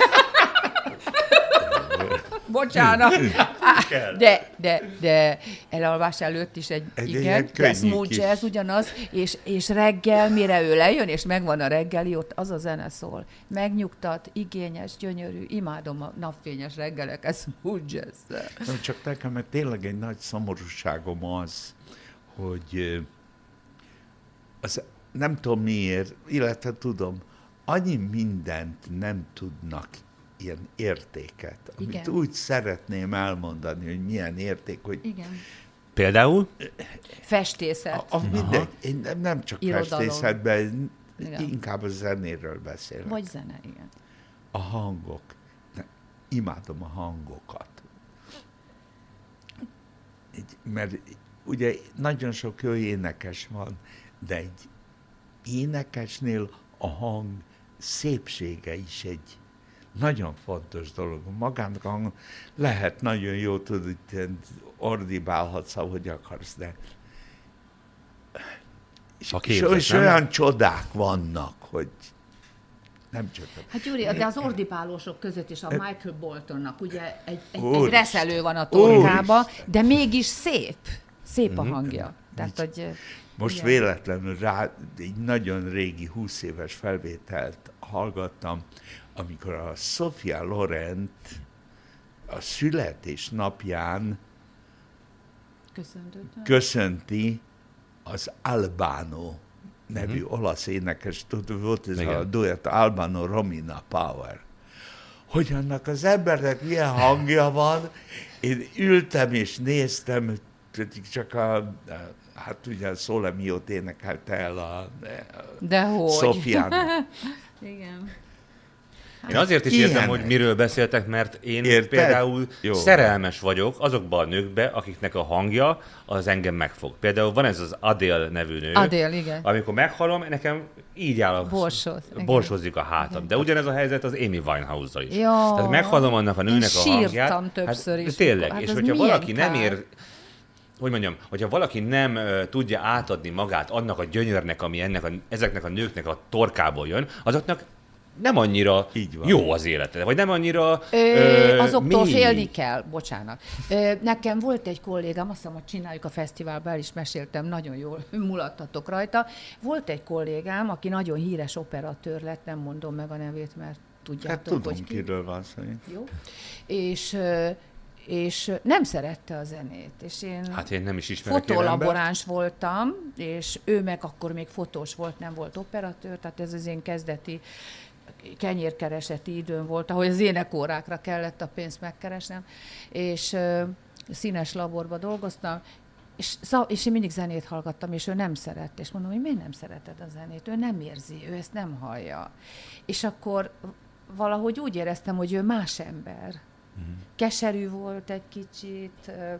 Bocsánat. Á, De, de, de elalvás előtt is egy, Egy igen, ilyen de könnyű smooth kis- jazz ugyanaz, és, és reggel, mire ő lejön, és megvan a reggeli, ott az a zene szól. Megnyugtat, igényes, gyönyörű, imádom a napfényes reggeleket smooth jazz. Nem, csak nekem mert tényleg egy nagy szomorúságom az, hogy ö, az, nem tudom miért, illetve tudom, annyi mindent nem tudnak ilyen értéket, amit Igen. úgy szeretném elmondani, hogy milyen érték, hogy Igen. Például? Festészet. a, a minden, én nem, nem csak Irodalom. festészetben, Igen. inkább a zenéről beszélek. Vagy zene, igen. A hangok. Ne, imádom a hangokat. Egy, mert ugye nagyon sok jó énekes van, de egy énekesnél a hang szépsége is egy nagyon fontos dolog. Magának a hang lehet nagyon jó, tudod, ordibálhatsz, ahogy akarsz, de és, és, és olyan csodák vannak, hogy nem csak... Hát Gyuri, de az ordibálósok között is a Michael Boltonnak ugye egy, egy, Úr egy reszelő van a torkába, de mégis szép. Szép a Mhm. hangja. Tehát, hogy... Most igen. véletlenül rá egy nagyon régi, húsz éves felvételt hallgattam, amikor a Sophia Loren a születésnapján Köszöntött. köszönti az Albano nevű uh-huh. olasz énekes, tudod, volt ez Igen. a duett Albano Romina Power. Hogy annak az embernek milyen hangja van, én ültem és néztem, csak a, hát ugye a Sole Miót énekelte el a, Dehogy. a Szofiának. Igen. Én azért is Ilyenek. értem, hogy miről beszéltek, mert én Érted? például Jó. szerelmes vagyok azokban a nőkbe, akiknek a hangja az engem megfog. Például van ez az Adele nevű nő. Adele, igen. Amikor meghallom, nekem így áll a... Borsóz, igen. Borsózik a hátam. De ugyanez a helyzet az Amy Winehouse-zal is. Ja. Tehát meghallom annak a nőnek Én a hangját. sírtam többször hát, is. Tényleg. Hát és ez hogyha milyen valaki nem kár. ér... Hogy mondjam, hogyha valaki nem uh, tudja átadni magát annak a gyönyörnek, ami ennek a, ezeknek a nőknek a torkából jön, azoknak nem annyira Így van. jó az élete, vagy nem annyira Ö, ö, azoktól mély. félni kell, bocsánat. Ö, nekem volt egy kollégám, azt hiszem, hogy csináljuk a fesztiválban, el is meséltem, nagyon jól mulattatok rajta. Volt egy kollégám, aki nagyon híres operatőr lett, nem mondom meg a nevét, mert Hát tudjátok, tudom, hogy ki. kiről van szó. Jó. És, ö, és nem szerette a zenét. És én Hát én nem is ismerek ilyen fotolaboráns voltam, és ő meg akkor még fotós volt, nem volt operatőr, tehát ez az én kezdeti kenyérkereseti időm volt, ahogy az énekórákra kellett a pénzt megkeresnem, és ö, színes laborba dolgoztam, és, szá- és én mindig zenét hallgattam, és ő nem szerette, és mondom, hogy miért nem szereted a zenét? Ő nem érzi, ő ezt nem hallja. És akkor valahogy úgy éreztem, hogy ő más ember. Keserű volt egy kicsit, ö,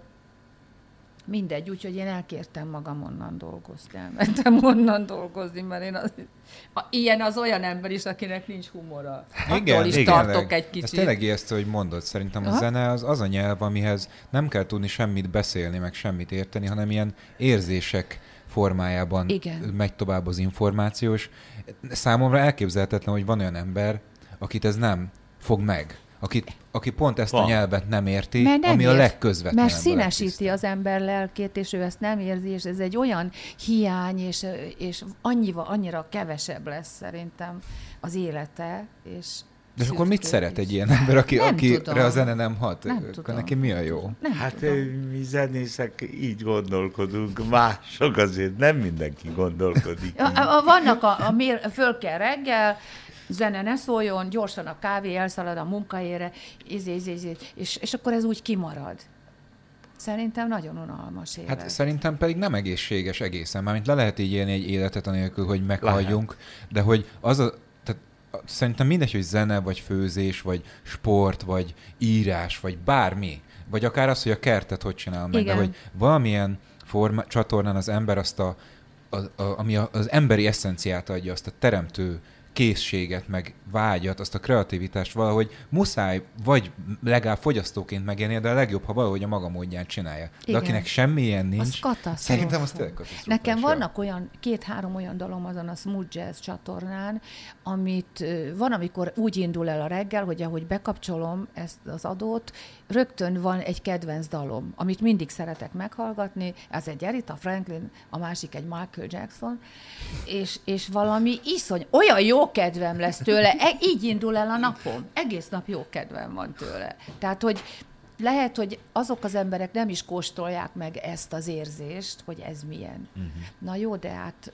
mindegy, úgyhogy én elkértem magam onnan dolgozni, elmentem onnan dolgozni, mert én az, a, ilyen az olyan ember is, akinek nincs humora. Attól is tartok egy kicsit. Ez tényleg ijesztő, hogy mondod. Szerintem a Aha. zene az az a nyelv, amihez nem kell tudni semmit beszélni, meg semmit érteni, hanem ilyen érzések formájában Igen. megy tovább az információs. Számomra elképzelhetetlen, hogy van olyan ember, akit ez nem fog meg. Akit, aki pont ezt Van. a nyelvet nem érti, Mert nem ami a ért, legközvetlenebb. Mert a színesíti legtisztább. az ember lelkét, és ő ezt nem érzi, és ez egy olyan hiány, és, és annyiva, annyira kevesebb lesz szerintem az élete. És De akkor mit szürkül szeret is. egy ilyen ember, aki, Nem akire tudom. a zene nem hat? Nem Akkor tudom. neki mi a jó? Nem Hát tudom. mi zenészek így gondolkodunk, mások azért nem mindenki gondolkodik. A- így. a- Vannak a, a mér, föl kell reggel, zene ne szóljon, gyorsan a kávé elszalad a munkahelyére, izé, izé, izé, és, és akkor ez úgy kimarad. Szerintem nagyon unalmas élet. Hát szerintem pedig nem egészséges egészen, mármint le lehet így élni egy életet anélkül, hogy meghalljunk, de hogy az a, tehát a- szerintem mindegy, hogy zene, vagy főzés, vagy sport, vagy írás, vagy bármi, vagy akár az, hogy a kertet hogy csinál meg, Igen. de hogy valamilyen forma, csatornán az ember azt a, a, a ami a, az emberi eszenciát adja, azt a teremtő készséget, meg vágyat, azt a kreativitást valahogy muszáj, vagy legalább fogyasztóként megélni, de a legjobb, ha valahogy a maga módján csinálja. De Igen. akinek semmi ilyen nincs, Az katasztrófa. szerintem az tényleg katasztrófás. Nekem ja. vannak olyan, két-három olyan dalom azon a Smooth Jazz csatornán, amit ö, van, amikor úgy indul el a reggel, hogy ahogy bekapcsolom ezt az adót, rögtön van egy kedvenc dalom, amit mindig szeretek meghallgatni, ez egy Aretha Franklin, a másik egy Michael Jackson, és, és valami iszony, olyan jó kedvem lesz tőle, e, így indul el a napom, egész nap jó kedvem van tőle. Tehát, hogy lehet, hogy azok az emberek nem is kóstolják meg ezt az érzést, hogy ez milyen. Uh-huh. Na jó, de hát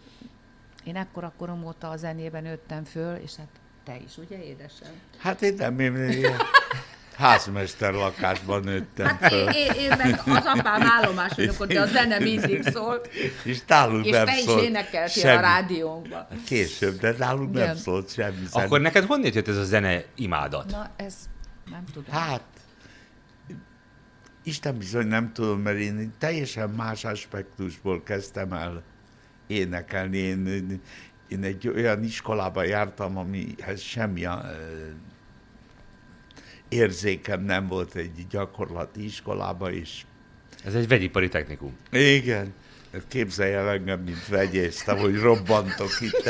én ekkora korom óta a zenében nőttem föl, és hát te is, ugye, édesem? Hát én nem, én ilyen házmester lakásban nőttem Hát én, föl, én, én meg az apám állomásonyokon, de a zene mindig szólt, és nálunk és nem te is szólt énekeltél semmi. a rádiónkban. Később, de nálunk nem Igen. szólt semmi. zene. Akkor neked honnét jött ez a zene imádat? Na, ez nem tudom. Hát, Isten bizony nem tudom, mert én teljesen más aspektusból kezdtem el énekelni. Én, én egy olyan iskolába jártam, amihez semmi a, érzékem nem volt egy gyakorlati iskolában is. Ez egy vegyipari technikum. Igen. Képzelj el engem, mint vegyészt, hogy robbantok itt.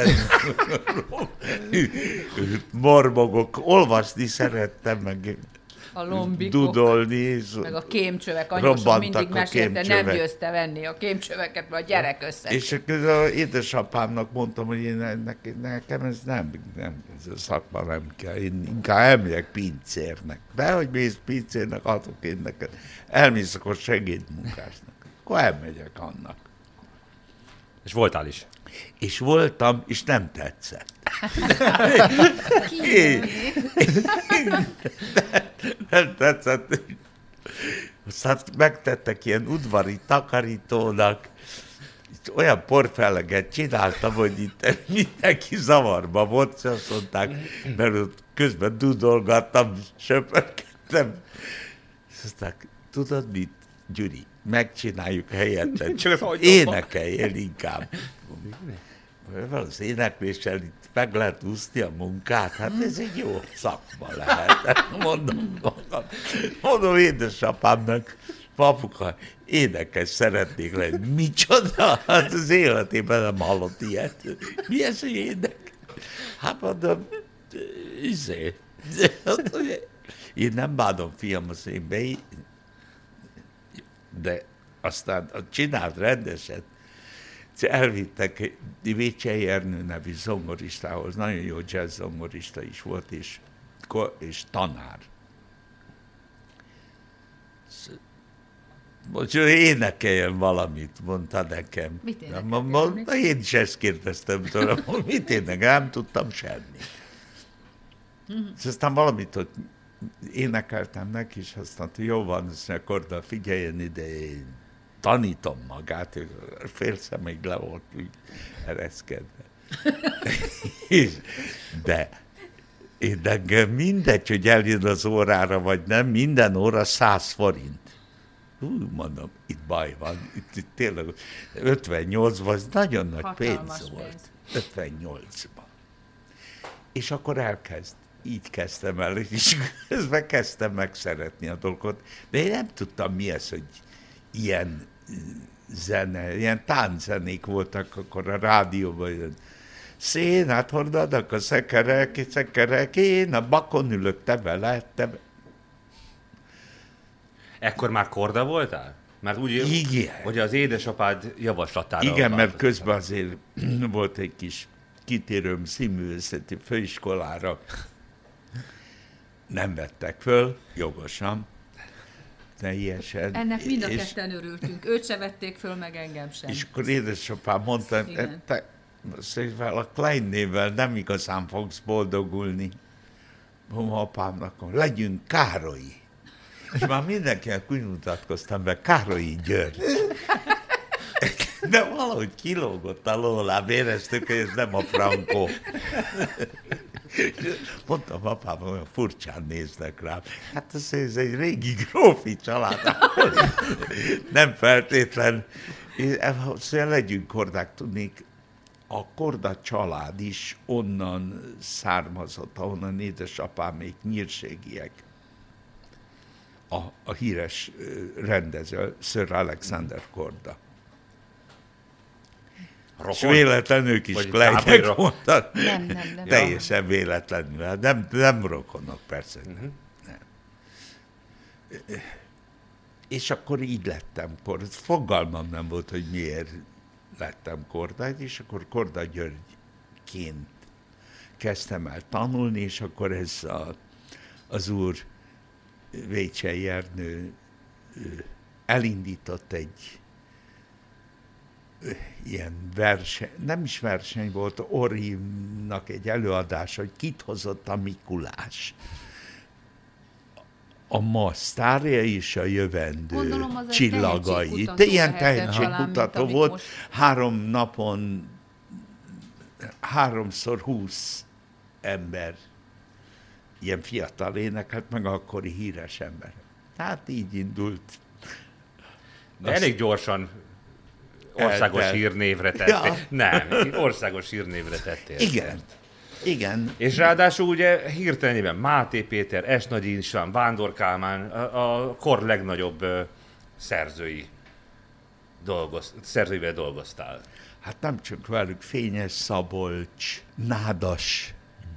Mormogok, olvasni szerettem, meg A lombikok, dudolni. meg a kémcsövek. Anyósom mindig mesélte, nem kémcsövek. győzte venni a kémcsöveket, mert a gyerek össze. És akkor az édesapámnak mondtam, hogy én nekem, nekem ez nem, nem, ez a szakma nem kell, én inkább elmegyek pincérnek. De hogy mész pincérnek, adok én neked. Elmész akkor segédmunkásnak. Akkor elmegyek annak. És voltál is. És voltam, és nem tetszett. Nem tetszett. Aztán megtettek ilyen udvari takarítónak, olyan porfelleget csináltam, hogy itt mindenki zavarba volt, és azt mondták, mert ott közben dudolgattam, söpörkedtem. És aztán, tudod mit, Gyuri, megcsináljuk helyetted, csak énekeljél inkább. Az énekléssel itt meg lehet úszni a munkát, hát ez egy jó szakma lehet. Mondom, mondom, mondom édesapámnak, papuka, énekes szeretnék lenni. Micsoda? Hát az életében nem hallott ilyet. Mi ez, hogy ének? Hát mondom, izé. Én nem bánom, fiam, az én be, de aztán csinált rendeset. Elvittek Vécsei Ernő nevű zongoristához, nagyon jó jazz zongorista is volt, és, és tanár. Most énekeljen valamit, mondta nekem. Mit énekeljen? Én is ezt kérdeztem tőle, mit énekel, nem tudtam semmit. Mm-hmm. És aztán valamit ott énekeltem neki, és azt mondta, jó van, akkor figyeljen ide, én tanítom magát, fél szemig le volt úgy ereszkedve. De én engem mindegy, hogy eljön az órára, vagy nem, minden óra száz forint. Hú, mondom, itt baj van, itt, itt tényleg ötvennyolcban, az nagyon nagy hatalmas pénz volt. pénz. ötvennyolcban. És akkor elkezd. Így kezdtem el, és közben kezdtem megszeretni a dolgot. De én nem tudtam, mi ez, hogy ilyen zene, ilyen tánczenék voltak akkor a rádióban. Szénát hordanak a szekerek, szekerek, én a bakon ülök, te vele, te be. Ekkor már korda voltál? Mert úgy, Igen. hogy az édesapád javaslatára... Igen, mert közben azért volt egy kis kitérőm színművészeti főiskolára. Nem vettek föl, jogosan. Teljesen. Ennek mind a és, ketten örültünk. Őt se vették föl, meg engem sem. És akkor édesapám mondta, te szóval a Kleinnével nem igazán fogsz boldogulni. Mondom apámnak, legyünk Károlyi. És már mindenkinek úgy mutatkoztam be, Károlyi György. De valahogy kilógott alólám, éreztük, hogy ez nem a Frankó. Mondtam apám, olyan furcsán néznek rám. Hát ez, ez egy régi grófi család. Nem feltétlen. Szóval legyünk kordák, tudnék, a Korda család is onnan származott, ahonnan édesapámék nyírségiek. A, a híres rendező, Sir Alexander Korda. Rokon? És véletlenül ők is Kleinnek voltak. Nem, nem, nem. Teljesen véletlenül. Nem, nem rokonok, persze. Uh-huh. Nem. És akkor így lettem Korda. Fogalmam nem volt, hogy miért lettem Korda, és akkor Korda Györgyként kezdtem el tanulni, és akkor ez a, az úr Vécsei Ernő elindított egy ilyen verseny, nem is verseny volt, Orhimnak egy előadás, hogy kit hozott a Mikulás. A ma sztárja és a jövendő Gondolom, az csillagai. De ilyen tehetségkutató volt. Most... Három napon háromszor húsz ember ilyen fiatal énekelt, meg akkori híres ember. Tehát így indult. De Azt... elég gyorsan országos el, el. hírnévre tettél. Ja. Nem, országos hírnévre tettél. Igen. Igen. És ráadásul ugye hirtelenében Máté Péter, S. Nagy István, Vándor Kálmán, a, a kor legnagyobb ö, szerzői dolgoz, szerzőivel dolgoztál. Hát nem csak velük, Fényes Szabolcs, Nádas,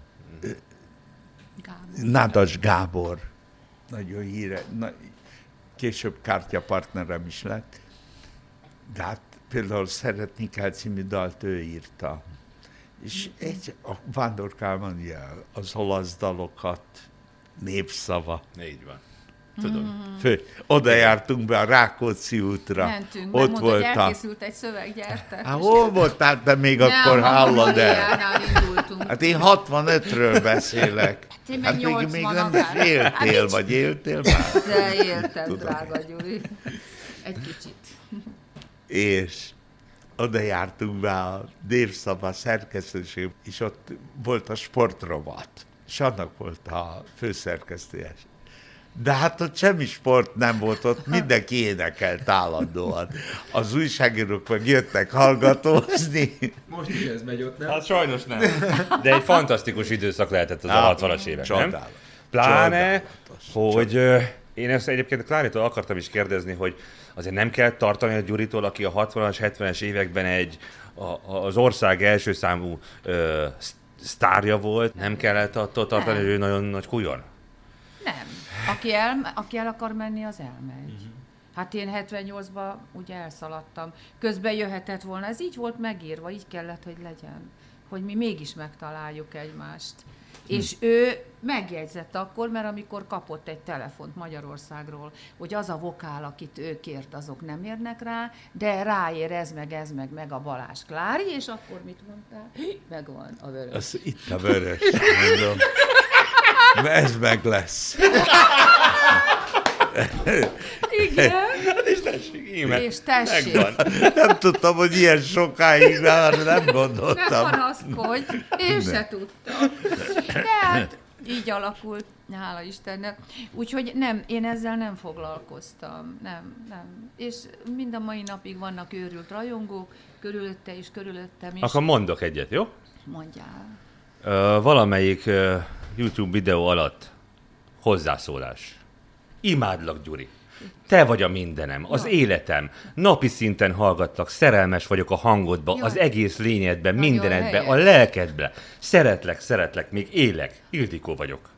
Gábor. Nádas Gábor, nagyon híre, na, később kártyapartnerem is lett, de hát például Szeretni kell című dalt ő írta. És egy, a Vándor Kálmán, az olasz dalokat, népszava. Így van. Tudom. Fő, oda jártunk be a Rákóczi útra. Mentünk, ott megmondta, hogy volt a... elkészült egy szöveggyártás. Hát hol voltál te még akkor, hallod el? Hát én hatvanötről beszélek. Hát én meg Hát még, még nyolcvan nem akár. Hát éltél, nincs- vagy éltél már? De éltem, drága Gyuri. Egy kicsit. És oda jártunk be a Népszava szerkesztőség, és ott volt a sportrovat, és annak volt a főszerkesztője. De hát ott semmi sport nem volt, ott mindenki énekelt állandóan. Az újságírók meg jöttek hallgatózni. Most is ez megy ott, nem? Hát sajnos nem. De egy fantasztikus időszak lehetett az a hatvanas évek, nem? Csodálatos. Pláne, Csodálatos. hogy ö, én ezt egyébként Kláritól akartam is kérdezni, hogy azért nem kell tartani a Gyuritól, aki a hatvanas, hetvenes években egy a, az ország első számú ö, sztárja volt, nem kellett attól tartani, Nem. hogy ő nagyon nagy kujon? Nem. Aki el, aki el akar menni, az elmegy. Uh-huh. Hát én hetvennyolcban ugye elszaladtam. Közben jöhetett volna. Ez így volt megírva, így kellett, hogy legyen. Hogy mi mégis megtaláljuk egymást. Hm. És ő megjegyzett akkor, mert amikor kapott egy telefont Magyarországról, hogy az a vokál, akit ő kért, azok nem érnek rá, de ráér ez meg, ez meg, meg a Balázs Klári, és akkor mit mondtál? Megvan a vörös. Az itt a vörös, mondom. Ez meg lesz. Igen. És tessék, íme. És tessék. Megvan. Nem tudtam, hogy ilyen sokáig, már nem Ne gondoltam. panaszkodj, én se tudtam. De hát így alakult, hála Istennek. Úgyhogy nem, én ezzel nem foglalkoztam. Nem, nem. És mind a mai napig vannak őrült rajongók, körülötte és körülöttem is. Akkor mondok egyet, jó? Mondjál. Ö, valamelyik ö, YouTube videó alatt hozzászólás. Imádlak, Gyuri. Te vagy a mindenem, az Jó. életem. Napi szinten hallgatlak, szerelmes vagyok a hangodba, Jó. az egész lényedben, Nagyon mindenedben, a helyes. lelkedben. Szeretlek, szeretlek, még élek. Ildikó vagyok.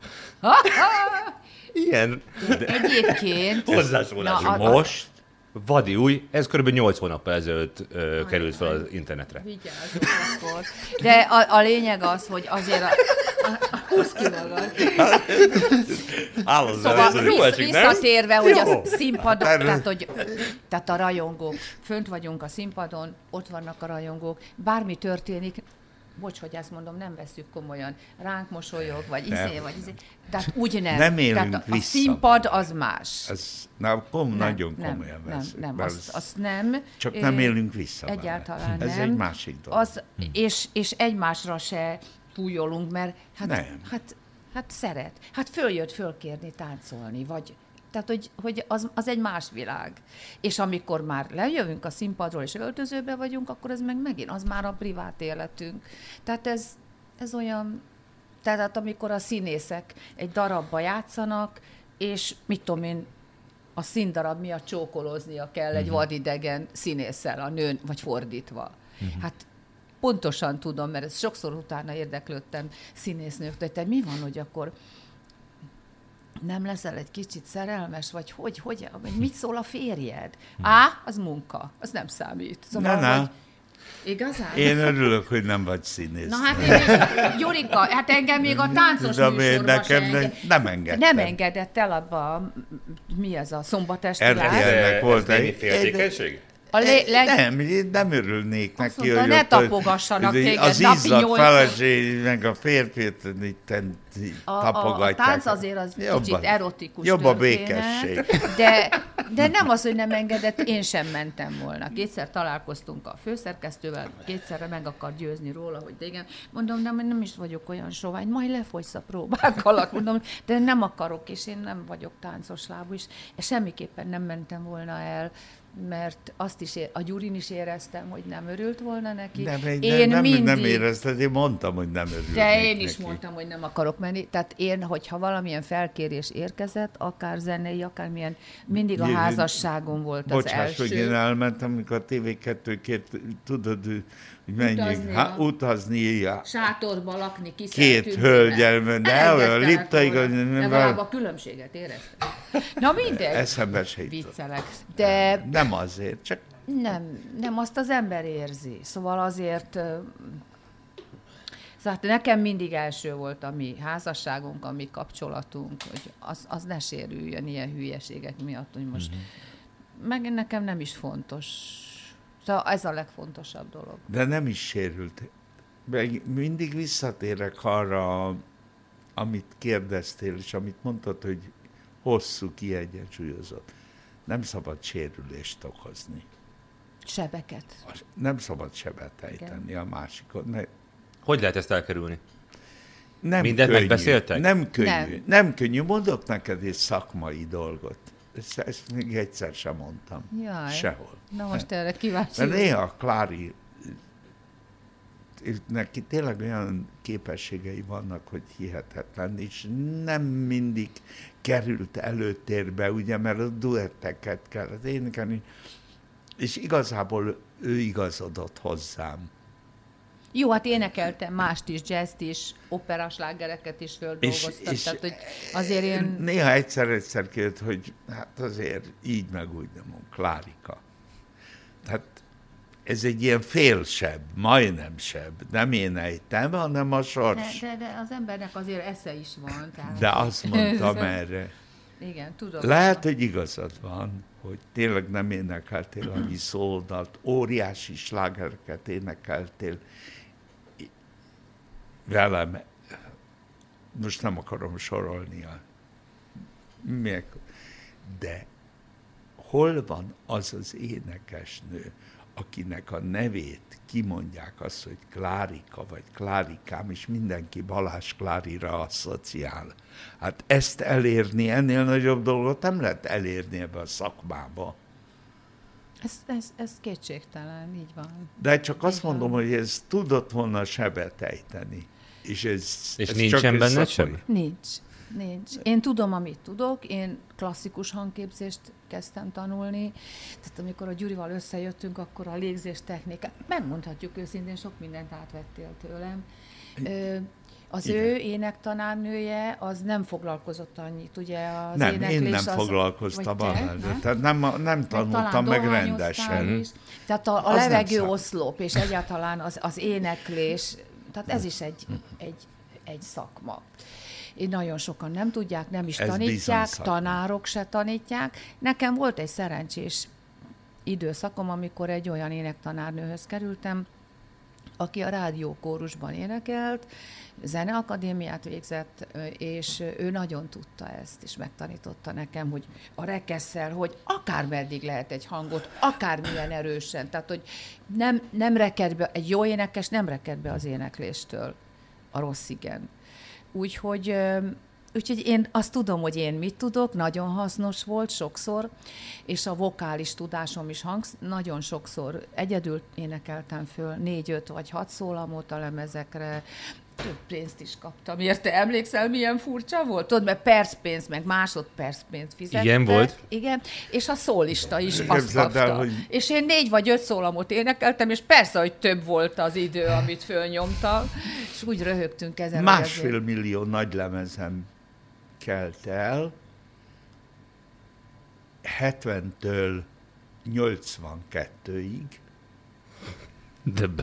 Ilyen Egyébként... hozzászólás. Na, a- Most Vadi új, ez kb. nyolc hónappal ezelőtt ö, került fel az internetre. Vigyázzunk akkor. De a, a lényeg az, hogy azért a... a húzd ki magad. állod Szóval el, jó vissz, esik, nem? visszatérve, hogy Jó. a színpadon, Hát erről- tehát, hogy, tehát a rajongók, fönt vagyunk a színpadon, ott vannak a rajongók, bármi történik, bocs, hogy ezt mondom, nem vesszük komolyan, ránk mosolyog, vagy izé, Nem. vagy izé, tehát úgy nem. Nem élünk tehát a, a vissza. színpad az más. ez nem, kom, Nem, nagyon nem, komolyan nem, veszük. nem, mert azt, azt nem. Csak nem Ö, élünk vissza vele. Egyáltalán Ez nem. egy másik dolog. Az, és, és egymásra se fújolunk, mert hát, Nem. hát, hát szeret. Hát följött fölkérni táncolni, vagy tehát, hogy, hogy az, az egy más világ. És amikor már lejövünk a színpadról, és öltözőbe vagyunk, akkor ez meg megint, az már a privát életünk. Tehát ez, ez olyan, tehát amikor a színészek egy darabba játszanak, és mit tudom én, a színdarab miatt csókolóznia kell egy vadidegen színésszel, a nőn, vagy fordítva. Hát pontosan tudom, mert ezt sokszor utána érdeklődtem színésznőktől, hogy te mi van, hogy akkor nem leszel egy kicsit szerelmes, vagy hogy, hogy, vagy mit szól a férjed? Á, az munka, az nem számít. Szóval, Ne, ne. hogy igazán? Én örülök, hogy nem vagy színész. Na hát én, Gyurika, hát engem még a táncos De én műsorba nekem se ne, enged... nem engedtem. Nem engedett el abba, a- mi ez a szombatesti Erre láz? ilyen- Ennek volt ez némi egy- féltékenység? A le, leg... Nem, én nem örülnék Azt neki, mondta, hogy ne ott, tapogassanak hogy téged az napi izzadt nyolc- feleség, meg a férfit itt A, a, a tapogatják. tánc azért az Jobb kicsit a- erotikus Jobb a történet, békesség. De, de nem az, hogy nem engedett, én sem mentem volna. Kétszer találkoztunk a főszerkesztővel, kétszerre meg akar győzni róla, hogy de igen. Mondom, de nem is vagyok olyan sovány, majd lefogysz a próbák alatt. Mondom, de nem akarok, és én nem vagyok táncos lábú, és semmiképpen nem mentem volna el. mert azt is, ér, a Gyurin is éreztem, hogy nem örült volna neki. Nem, én én nem, mindig, nem érezted, én mondtam, hogy nem örülnék de én is neki. mondtam, hogy nem akarok menni. Tehát én, hogyha valamilyen felkérés érkezett, akár zenei, akármilyen, mindig a Jé, házasságon volt Bocsáss, az első. hogy én elmentem, amikor a té vé kettő kért, tudod, hogy menjünk Utazni, há, utazni, ja. Sátorba lakni, kiszertünk. Két hölgyel, de olyan liptaig, legalább a különbséget éreztem. Na mindegy. eszembe se jutott. Viccelek. De Nem azért, csak nem, nem, azt az ember érzi. Szóval azért, ö, szóval nekem mindig első volt a mi házasságunk, a mi kapcsolatunk, hogy az, az ne sérüljön ilyen hülyeségek miatt, hogy most, mm-hmm. meg nekem nem is fontos. Szóval ez a legfontosabb dolog. de nem is sérült. Meg mindig visszatérek arra, amit kérdeztél, és amit mondtad, hogy hosszú, kiegyensúlyozott. Nem szabad sérülést okozni. Sebeket. Nem szabad sebet ejteni a másikon. Ne, Hogy lehet ezt elkerülni? nem Mindent könnyű, megbeszéltek? Nem könnyű. Nem. Nem. nem könnyű. Mondok neked egy szakmai dolgot. Ezt, ezt még egyszer sem mondtam. Jaj. Sehol. Na most erre kíváncsi. De vagyok. néha Klári, neki tényleg olyan képességei vannak, hogy hihetetlen, és nem mindig került előtérbe, ugye, mert a duetteket kellett énekelni, és igazából ő igazodott hozzám. Jó, hát énekeltem mást is, jazzt is, operaslágereket is földolgoztam, tehát hogy azért én... Néha egyszer-egyszer kérd, hogy hát azért így meg úgy nem mond, Klárika. Tehát ez egy ilyen félsebb, majdnem sebb. Nem én ejtem, hanem a De, sors. de, de az embernek azért esze is van. Tehát... De azt mondtam erre. Igen, tudom. Lehet, hogy igazad van, hogy tényleg nem énekeltél annyi szódalt, óriási slágereket énekeltél velem. Most nem akarom sorolni a miek, de hol van az az énekesnő, akinek a nevét kimondják azt, hogy Klárika vagy Klárikám, és mindenki Balázs Klárira asszociál. Hát ezt elérni, ennél nagyobb dolgot nem lehet elérni ebbe a szakmába. Ez, ez, ez kétségtelen, így van. De csak azt Így van. mondom, hogy ez tudott volna sebet ejteni. És, ez, És ez nincsen csak egy benned szakmai- seb? Nincs. Nincs. Én tudom, amit tudok, én klasszikus hangképzést kezdtem tanulni, tehát amikor a Gyurival összejöttünk, akkor a légzés technikát, megmondhatjuk őszintén, sok mindent átvettél tőlem. Ö, az Igen. ő énektanárnője, az nem foglalkozott annyit, ugye az Nem, éneklés én nem az, foglalkoztam vagy te, vele, nem? tehát nem, nem Meg tanultam talán meg dohányoztál rendesen. is. Tehát a, a Az nem levegő szak. oszlop, és egyáltalán az, az éneklés, tehát ez is egy, egy, egy szakma. Én nagyon sokan nem tudják, nem is Ez bizony tanítják, szakma. tanárok se tanítják. Nekem volt egy szerencsés időszakom, amikor egy olyan énektanárnőhöz kerültem, aki a rádiókórusban énekelt, zeneakadémiát végzett, és ő nagyon tudta ezt, és megtanította nekem, hogy a rekesszel, hogy akármeddig lehet egy hangot, akármilyen erősen, tehát, hogy nem, nem reked be, egy jó énekes nem reked be az énekléstől, a rossz igen. Úgyhogy, úgyhogy én azt tudom, hogy én mit tudok, nagyon hasznos volt sokszor, és a vokális tudásom is hangsz, nagyon sokszor egyedül énekeltem föl négy-öt vagy hat szólamot a lemezekre, több pénzt is kaptam, érte? Emlékszel, milyen furcsa volt? Tudod, mert percpénz, meg másodpercpénzt fizettek. Igen, volt? Igen, és a szólista is azt Képzeld el, kapta. hogy- És én négy vagy öt szólamot énekeltem, és persze, hogy több volt az idő, amit fölnyomtam, és úgy röhögtünk ezen. hogy Másfél azért- millió nagy lemezem kelt el, hetventől nyolcvankettőig, Döbben.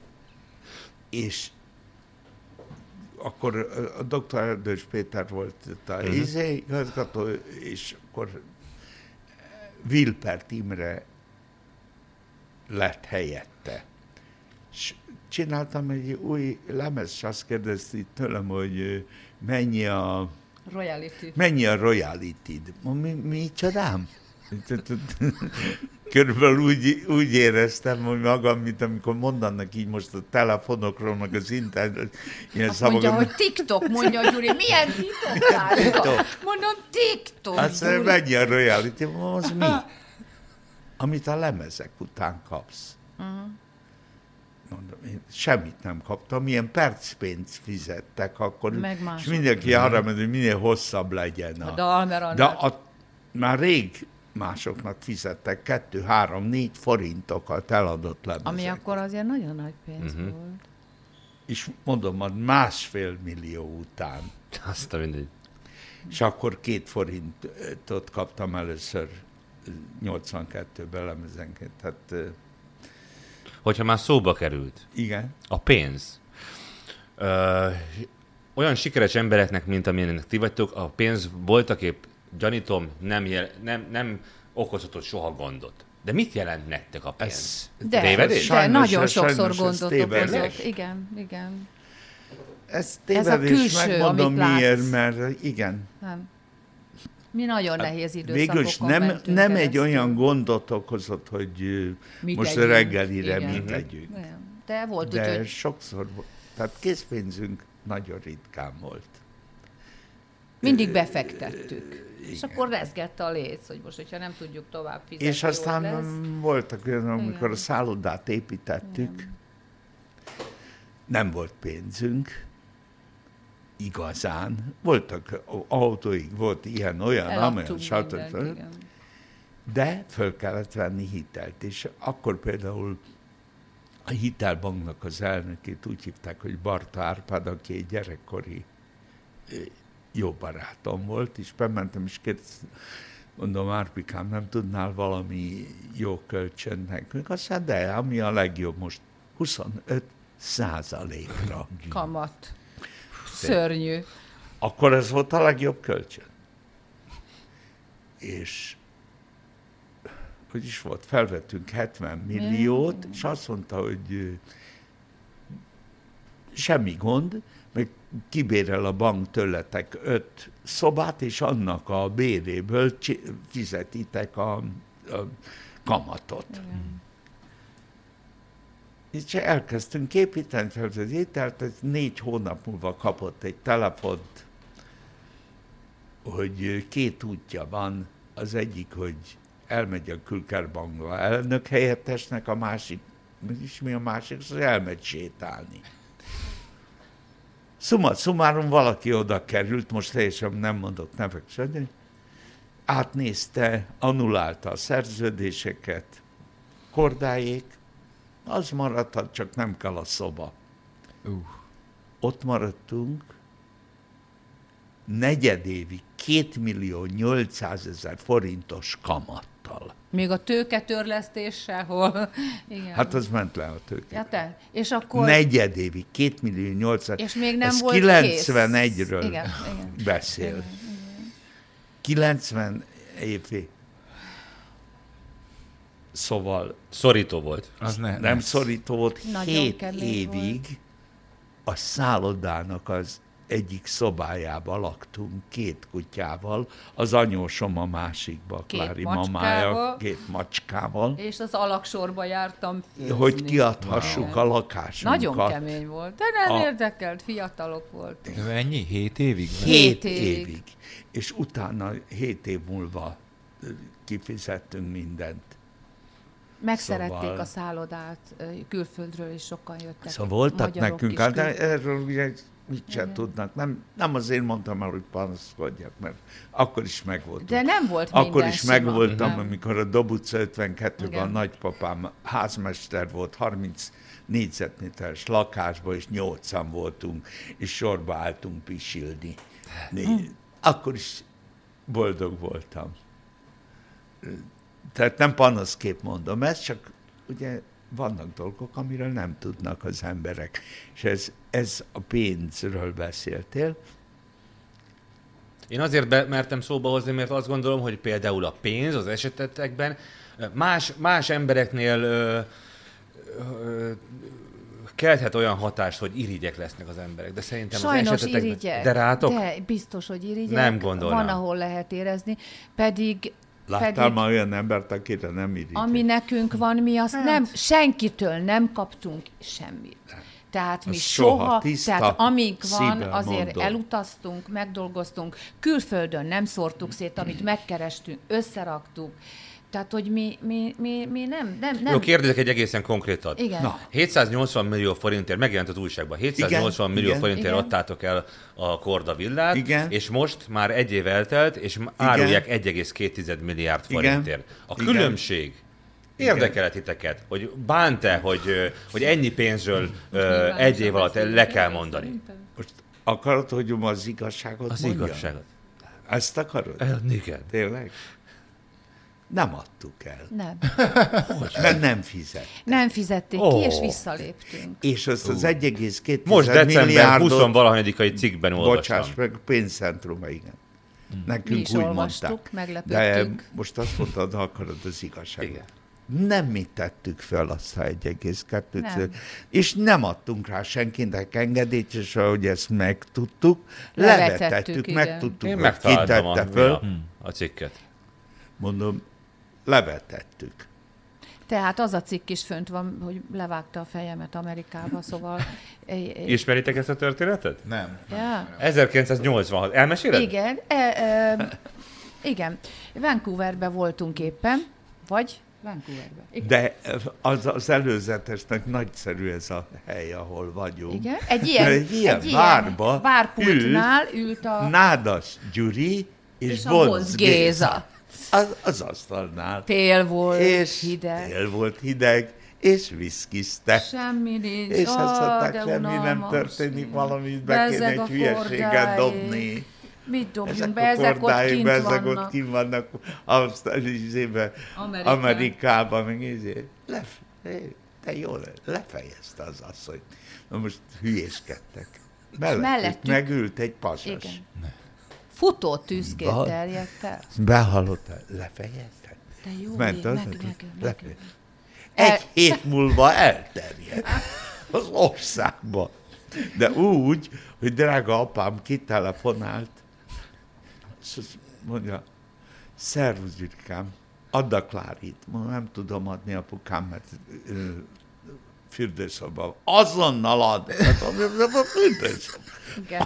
és akkor a doktor Erdős Péter volt a uh-huh. izé, igazgató, és akkor Vilpert Imre lett helyette. És csináltam egy új lemez, és azt kérdezték tőlem, hogy mennyi a, Royalty. mennyi a royalty-d. Mi, mi csodám? Körülbelül úgy, úgy éreztem, hogy magam, mint amikor mondanak így most a telefonokról, meg az internet, ilyen Azt mondja, szavakat. hogy TikTok, mondja a Gyuri. Milyen TikTok? TikTok. Mondom, TikTok, Azt mondja, Gyuri. mennyi a royalty? Mondom, az mi? amit a lemezek után kapsz. Uh-huh. Mondom, én semmit nem kaptam, milyen percpénzt fizettek akkor, és mindenki arra ment, hogy minél hosszabb legyen. A, a de a, már rég másoknak fizettek kettő, három, négy forintokat eladott lemezek. Ami akkor azért nagyon nagy pénz uh-huh. volt. És mondom, másfél millió után. Azt a mindegy. És akkor két forintot kaptam először nyolcvankettőben lemezenként. Tehát, hogyha már szóba került. Igen. A pénz. Ö, olyan sikeres embereknek, mint amilyenek ti vagytok, a pénz voltaképp, gyanítom, nem, jel, nem, nem okozhatott soha gondot. De mit jelent nektek a pénz? Ez, de, tévedés? de Sajnos, nagyon sokszor sajnos gondot okozott. Igen, igen. Ez tévedés, ez a külső, megmondom miért, látsz. Mert igen. Nem. Mi nagyon nehéz időszakokon Végülis nem, mentünk nem keresztül. egy olyan gondot okozott, hogy mit most tegyünk? reggelire igen. mit tegyünk. Nem. De volt De úgy, hogy... sokszor, tehát készpénzünk nagyon ritkán volt. Mindig befektettük. Igen. És akkor rezgett a léc, hogy most, hogyha nem tudjuk tovább fizetni, és aztán lesz. voltak olyan, amikor igen. a szállodát építettük, igen. nem volt pénzünk, igazán. Voltak autóik, volt ilyen, olyan, amilyen, stb. De föl kellett venni hitelt. És akkor például a hitelbanknak az elnökét úgy hívták, hogy Barta Árpád, aki egy gyerekkori jó barátom volt, és bementem, és kérdeztem, mondom, Árpikám, nem tudnál valami jó kölcsönt nekünk? Azt mondja, de ami a legjobb most, huszonöt százalékra. Kamat. Szörnyű. Akkor ez volt a legjobb kölcsön. És hogy is volt, felvettünk hetven milliót, és azt mondta, hogy semmi gond, meg kibérel a bank tőletek öt szobát, és annak a béréből fizetitek a, a kamatot. Igen. És elkezdtünk építeni fel az ételt, ez négy hónap múlva kapott egy telefont, hogy két útja van, az egyik, hogy elmegy a Külkerbankba elnök helyettesnek, a másik, és mi a másik, az elmegy sétálni. Summa summarum, valaki oda került, most teljesen nem mondok nevek, de átnézte, annulálta a szerződéseket, Kordáék, az maradhat, csak nem kell a szoba. Uh. Ott maradtunk, negyedévi kétmillió nyolcszázezer forintos kamattal. Még a tőketörlesztéssel, hol... Igen. Hát az ment le a tőke. Ja, te. És akkor... Negyedévi, kétmillió nyolcszázezer. És még nem ez volt kilencvenegyről kész. Igen, igen. beszél. Igen, igen. kilencven évi. Szóval... Szorító volt. Az ne, nem ne. szorító volt. Nagyon hét évig volt. A szállodának az egyik szobájába laktunk két kutyával, az anyósom a másikba, két Klári macskával, mamája, két macskával. És az alaksorba jártam főzni. Hogy kiadhassuk wow. a lakásunkat. Nagyon kemény volt, de nem a... érdekelt, fiatalok voltunk. De ennyi? Hét évig? Hét, hét évig. évig. És utána hét év múlva kifizettünk mindent. Megszerették szóval... a szállodát, külföldről is sokan jöttek. Szóval voltak nekünk, de erről ugye mit sem tudnak. Nem, nem azért mondtam el, hogy panaszkodjak, mert akkor is megvoltunk. De nem volt akkor minden is sima. megvoltam, Nem. amikor a Dob utca ötvenkettőben a nagypapám házmester volt, harminc négyzetméteres lakásban, és nyolcan voltunk, és sorba álltunk pisilni. Hmm. Akkor is boldog voltam. Tehát nem panaszképp mondom ezt, csak ugye vannak dolgok, amiről nem tudnak az emberek. És ez, ez a pénzről beszéltél. Én azért be, mertem szóba hozni, mert azt gondolom, hogy például a pénz az esetetekben más, más embereknél ö, ö, kelthet olyan hatást, hogy irigyek lesznek az emberek, de szerintem sajnos az esetekben... irigyek. De rátok? De biztos, hogy irigyek. Nem gondolnám. Van, ahol lehet érezni, pedig... Láttál pedig, már olyan embert, akire nem irigy? Ami nekünk van, mi azt hát. nem, senkitől nem kaptunk semmit. Tehát mi soha, soha tehát amíg van, azért mondom. Elutaztunk, megdolgoztunk, külföldön nem szórtuk szét, amit megkerestünk, összeraktuk. Tehát, hogy mi, mi, mi, mi nem, nem, nem... Jó, kérdezek egy egészen konkrétat. Igen. Na. hétszáznyolcvan millió forintért, megjelent az újságban, hétszáznyolcvan Igen, millió igen. forintért Igen. adtátok el a Korda villát, Igen. és most már egy év eltelt, és árulják egy egész két milliárd forintért. A Igen. különbség érdekelhet titeket, hogy bánt-e, hogy, ö, hogy ennyi pénzről ö, egy év alatt le kell mondani? Most akarod, hogy az igazságot Az mondjam? igazságot. Ezt akarod? Igen. Tényleg? Nem adtuk el. Nem. Mert nem fizet. Nem fizették Ó. ki, és visszaléptünk. És azt az egy egész két Most december milliárdot, huszonvalahanyadikai cikkben olvastam. bocsáss meg, pénzcentruma, igen. Nekünk Mi is úgy olvastuk, mondták. meglepődtünk. De most azt mondtad, akarod az igazságot. Igen. Nem mi tettük fel azt a egy egész kettőt, Nem. és nem adtunk rá senkinek engedélyt, és ahogy ezt megtudtuk, Levetettük, levetettük, igen. megtudtuk, Én hogy megtaláltam a, kitette föl. a, a cikket. Mondom, levetettük. Tehát az a cikk is fönt van, hogy levágta a fejemet Amerikába, szóval... Ismeritek ezt a történetet? Nem. Ja. ezerkilencszáznyolcvanhat. Elmeséled? Igen, e, e, igen. Vancouverben voltunk éppen, vagy Vancouverben. Igen. De az, az előzetesnek nagyszerű ez a hely, ahol vagyunk. Igen. Egy ilyen, Egy ilyen egy bárba bárpultnál ült a... Nádas Gyuri és, és a Bonc Bonc Géza. Géza. Az, az asztalnál. Tél volt, és hideg. tél volt hideg, és viszkiztek. Semmi nincs. És azt Ah, mondták, de semmi nem unalmas. történik, valamit be kéne Bezzeg egy a hülyeséget kordáig. dobni. Mit dobjunk Ezek be? a Ezek ott kordáim, kint ezek ott vannak. kint vannak Ausztráliában, Amerikán. Amerikában, meg izé. Lef, te jól, lefejezte az asszonyt. Na most hülyéskedtek. Mellettük mellettük- megült egy pasas. Igen. Futó tűzként Val- terjedt el. Behallotta, lefejezted? De jó, Ment az, meg, neki? meg, meg, Lefe- El- Egy hét múlva elterjedt az országba. De úgy, hogy drága apám kitelefonált, és azt mondja, szervusz, Gyurikám, add a Klárit. Mondom, nem tudom adni, apukám, mert ö, fürdőszoba. Azonnal add. Hát, a fürdőszoba. Igen.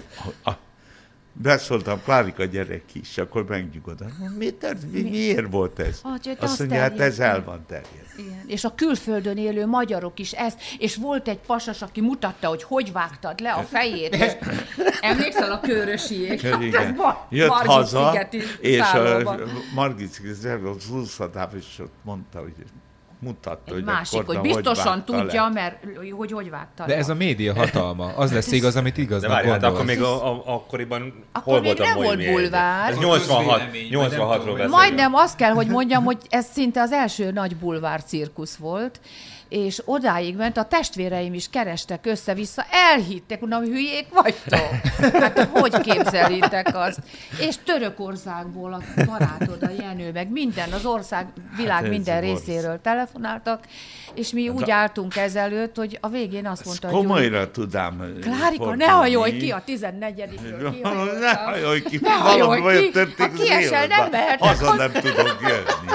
Beszóltam, Klárika, gyere ki, és akkor megnyugodott. Mi, mi, miért volt ez? Ah, hogy Azt azt mondja, hát terjedt. ez el van terjed. Igen. És a külföldön élő magyarok is ezt, és volt egy pasas, aki mutatta, hogy hogy vágtad le a fejét, és emlékszel a Körösiék? Hát ez Igen. Mar- Jött Margit haza, szigeti és a szállóban. Margit sziget az úszatában, és ott mondta, hogy mutatta, Egy hogy másik, akkor hogy biztosan vágta tudja, le. mert hogy hogy vágta De le. ez a média hatalma. Az lesz igaz, amit De igaznak várj, hát gondolsz. akkor még a, a, akkoriban Akkor hol még volt a nem Moi volt Média? bulvár. Ez nyolcvanhat, Közvélemény, vagy nyolcvanhatról nem tudom, beszélünk. Majdnem azt kell, hogy mondjam, hogy ez szinte az első nagy bulvár cirkusz volt, és odáig ment, a testvéreim is kerestek össze-vissza, elhittek, mondom, hülyék vagytok. Hát hogy képzelitek azt? És Törökországból a barátod, a Jenő, meg minden, az ország, világ ez minden borz. részéről telefonáltak, és mi úgy álltunk ezelőtt, hogy a végén azt Ezt mondta, hogy Gyuri, komolyra tudám Klárika, fordulni. ne hajolj ki a tizennegyedikről. Ne hajolj ki, Ne hajolj valami olyan ki, történik ha az kiesel, nem életben. mehetek Haza haza. nem tudok jönni.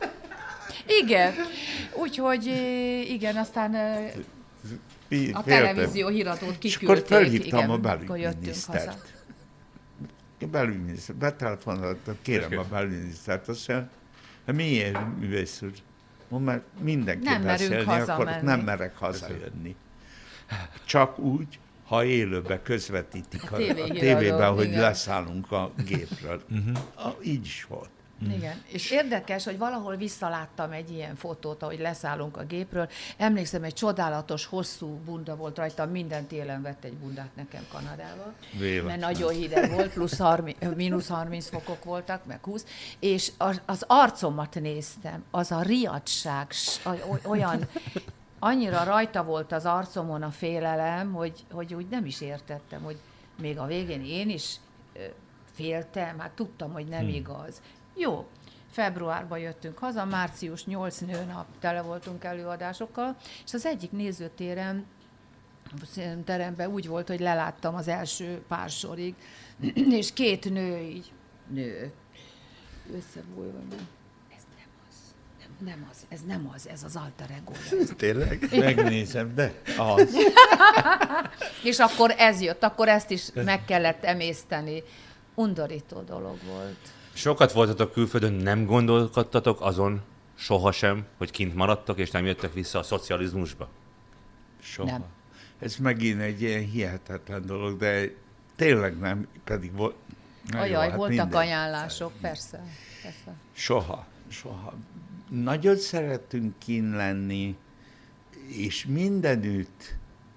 Igen. Úgyhogy eh, igen, aztán eh, Fi- a féltem. televízió híradót És akkor kiküldték. felhívtam igen, a akkor jöttünk haza. belügyminisztert. Belügyminiszter, betelefonáltam, kérem a belügyminisztert, azt mondja, hát miért, művész úr? Mondom, mert mindenki Nem merünk beszélni, akkor hazamenni. nem merek hazajönni. Csak úgy, ha élőben közvetítik A a, a tévéhíradó, tévében, hogy igen. leszállunk a gépről. A, így is volt. Igen. És érdekes, hogy valahol visszaláttam egy ilyen fotót, ahogy leszállunk a gépről. Emlékszem, egy csodálatos, hosszú bunda volt rajtam, minden télen vett egy bundát nekem Kanadában. Véletlen. Mert nagyon hideg volt, plusz harminc, mínusz harminc fokok voltak, meg húsz, és az, az arcomat néztem, az a riadság, s- oly- olyan, annyira rajta volt az arcomon a félelem, hogy, hogy úgy nem is értettem, hogy még a végén én is ö, féltem, hát tudtam, hogy nem igaz. Jó, februárban jöttünk haza, március nyolc nőnap, tele voltunk előadásokkal, és az egyik nézőtéren, teremben úgy volt, hogy leláttam az első pár sorig, és két nő így, nő, összebújva, ez nem az, nem, nem az, ez nem az, ez az alter ego. Tényleg? Megnézem, de az. És akkor ez jött, akkor ezt is meg kellett emészteni. undorító dolog volt. Sokat voltatok külföldön, nem gondolkodtatok azon sohasem, hogy kint maradtok, és nem jöttek vissza a szocializmusba? Soha. Nem. Ez megint egy ilyen hihetetlen dolog, de tényleg nem, pedig volt... Na Ajaj, jó, hát voltak minden. ajánlások, persze. persze. Soha, soha. Nagyon szeretünk kint lenni, és mindenütt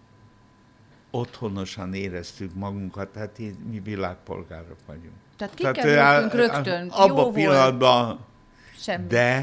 otthonosan éreztük magunkat, tehát én, mi világpolgárok vagyunk. Tehát kikerültünk rögtön, jó abban a volt. pillanatban, Semmi. de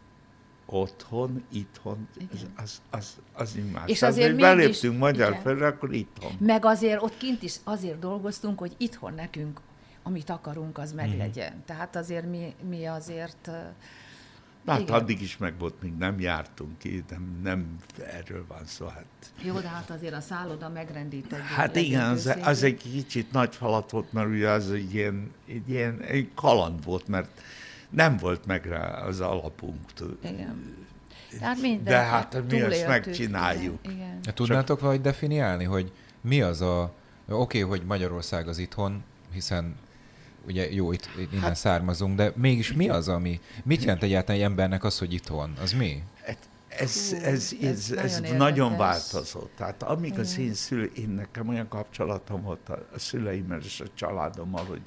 otthon, itthon, az, az, az, az más. És Tehát, azért hogy mégis- beléptünk magyar igen. földre, akkor itthon. Meg azért ott kint is azért dolgoztunk, hogy itthon nekünk, amit akarunk, az meglegyen. Mm. Tehát azért mi, mi azért... uh, Hát igen. addig is meg volt, még nem jártunk ki, nem, nem erről van szó. Hát, Jó, de hát azért a szálloda megrendít egy hát igen, az, legyintőszékét. az egy kicsit nagy falat volt, mert ugye az egy ilyen, egy ilyen egy kaland volt, mert nem volt meg rá az alapunk. Igen. Tehát minden, De hát mi ezt túléltük, megcsináljuk. Igen, igen. Tudnátok valahogy definiálni, hogy mi az a... Oké, okay, hogy Magyarország az itthon, hiszen ugye jó, itt, innen hát, származunk, de mégis mi az, ami... Mit jelent egyáltalán egy embernek az, hogy itthon? Az mi? Ez, Hú, ez, ez ez, ez nagyon nagyon érdekes. változott. Tehát amíg az én szülő, én nekem olyan kapcsolatom volt a, a szüleimmel és a családommal, hogy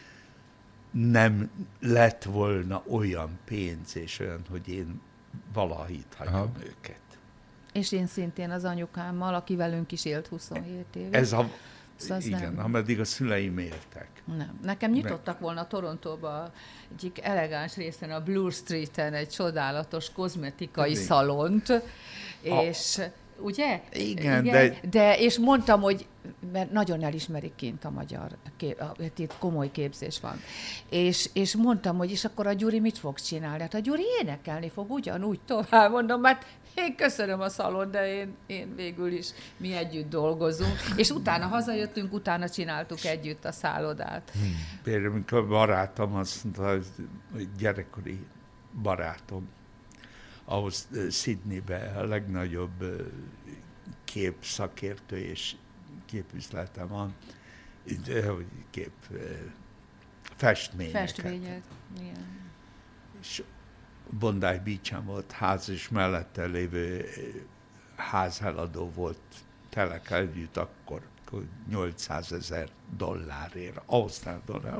nem lett volna olyan pénz és olyan, hogy én valaha itt hagyom Aha. őket. És én szintén az anyukámmal, aki velünk is élt huszonhét évig. Ez a, Szóval az igen, nem. ameddig a szüleim éltek. Nem. Nekem nyitottak volna Torontóba egyik elegáns részen, a Bloor Streeten egy csodálatos kozmetikai Igen. szalont, és ugye? Igen, de- de... És mondtam, hogy mert nagyon elismerik kint a magyar, kép, a, itt komoly képzés van. És, és mondtam, hogy és akkor a Gyuri mit fog csinálni? Hát a Gyuri énekelni fog ugyanúgy tovább. Mondom, hát én köszönöm a szalon, de én, én végül is mi együtt dolgozunk. És utána hazajöttünk, utána csináltuk együtt a szállodát. Például, amikor barátom azt mondta, hogy gyerekkori barátom, ahhoz eh, Sydneybe a legnagyobb eh, képszakértő és képüzletem van, de, hogy kép eh, festményeket. Festmények. Igen. És Bondi Beach-en volt ház, és mellette lévő eh, házeladó volt Teleka együtt akkor nyolcszázezer dollárért, ausztrál dollár.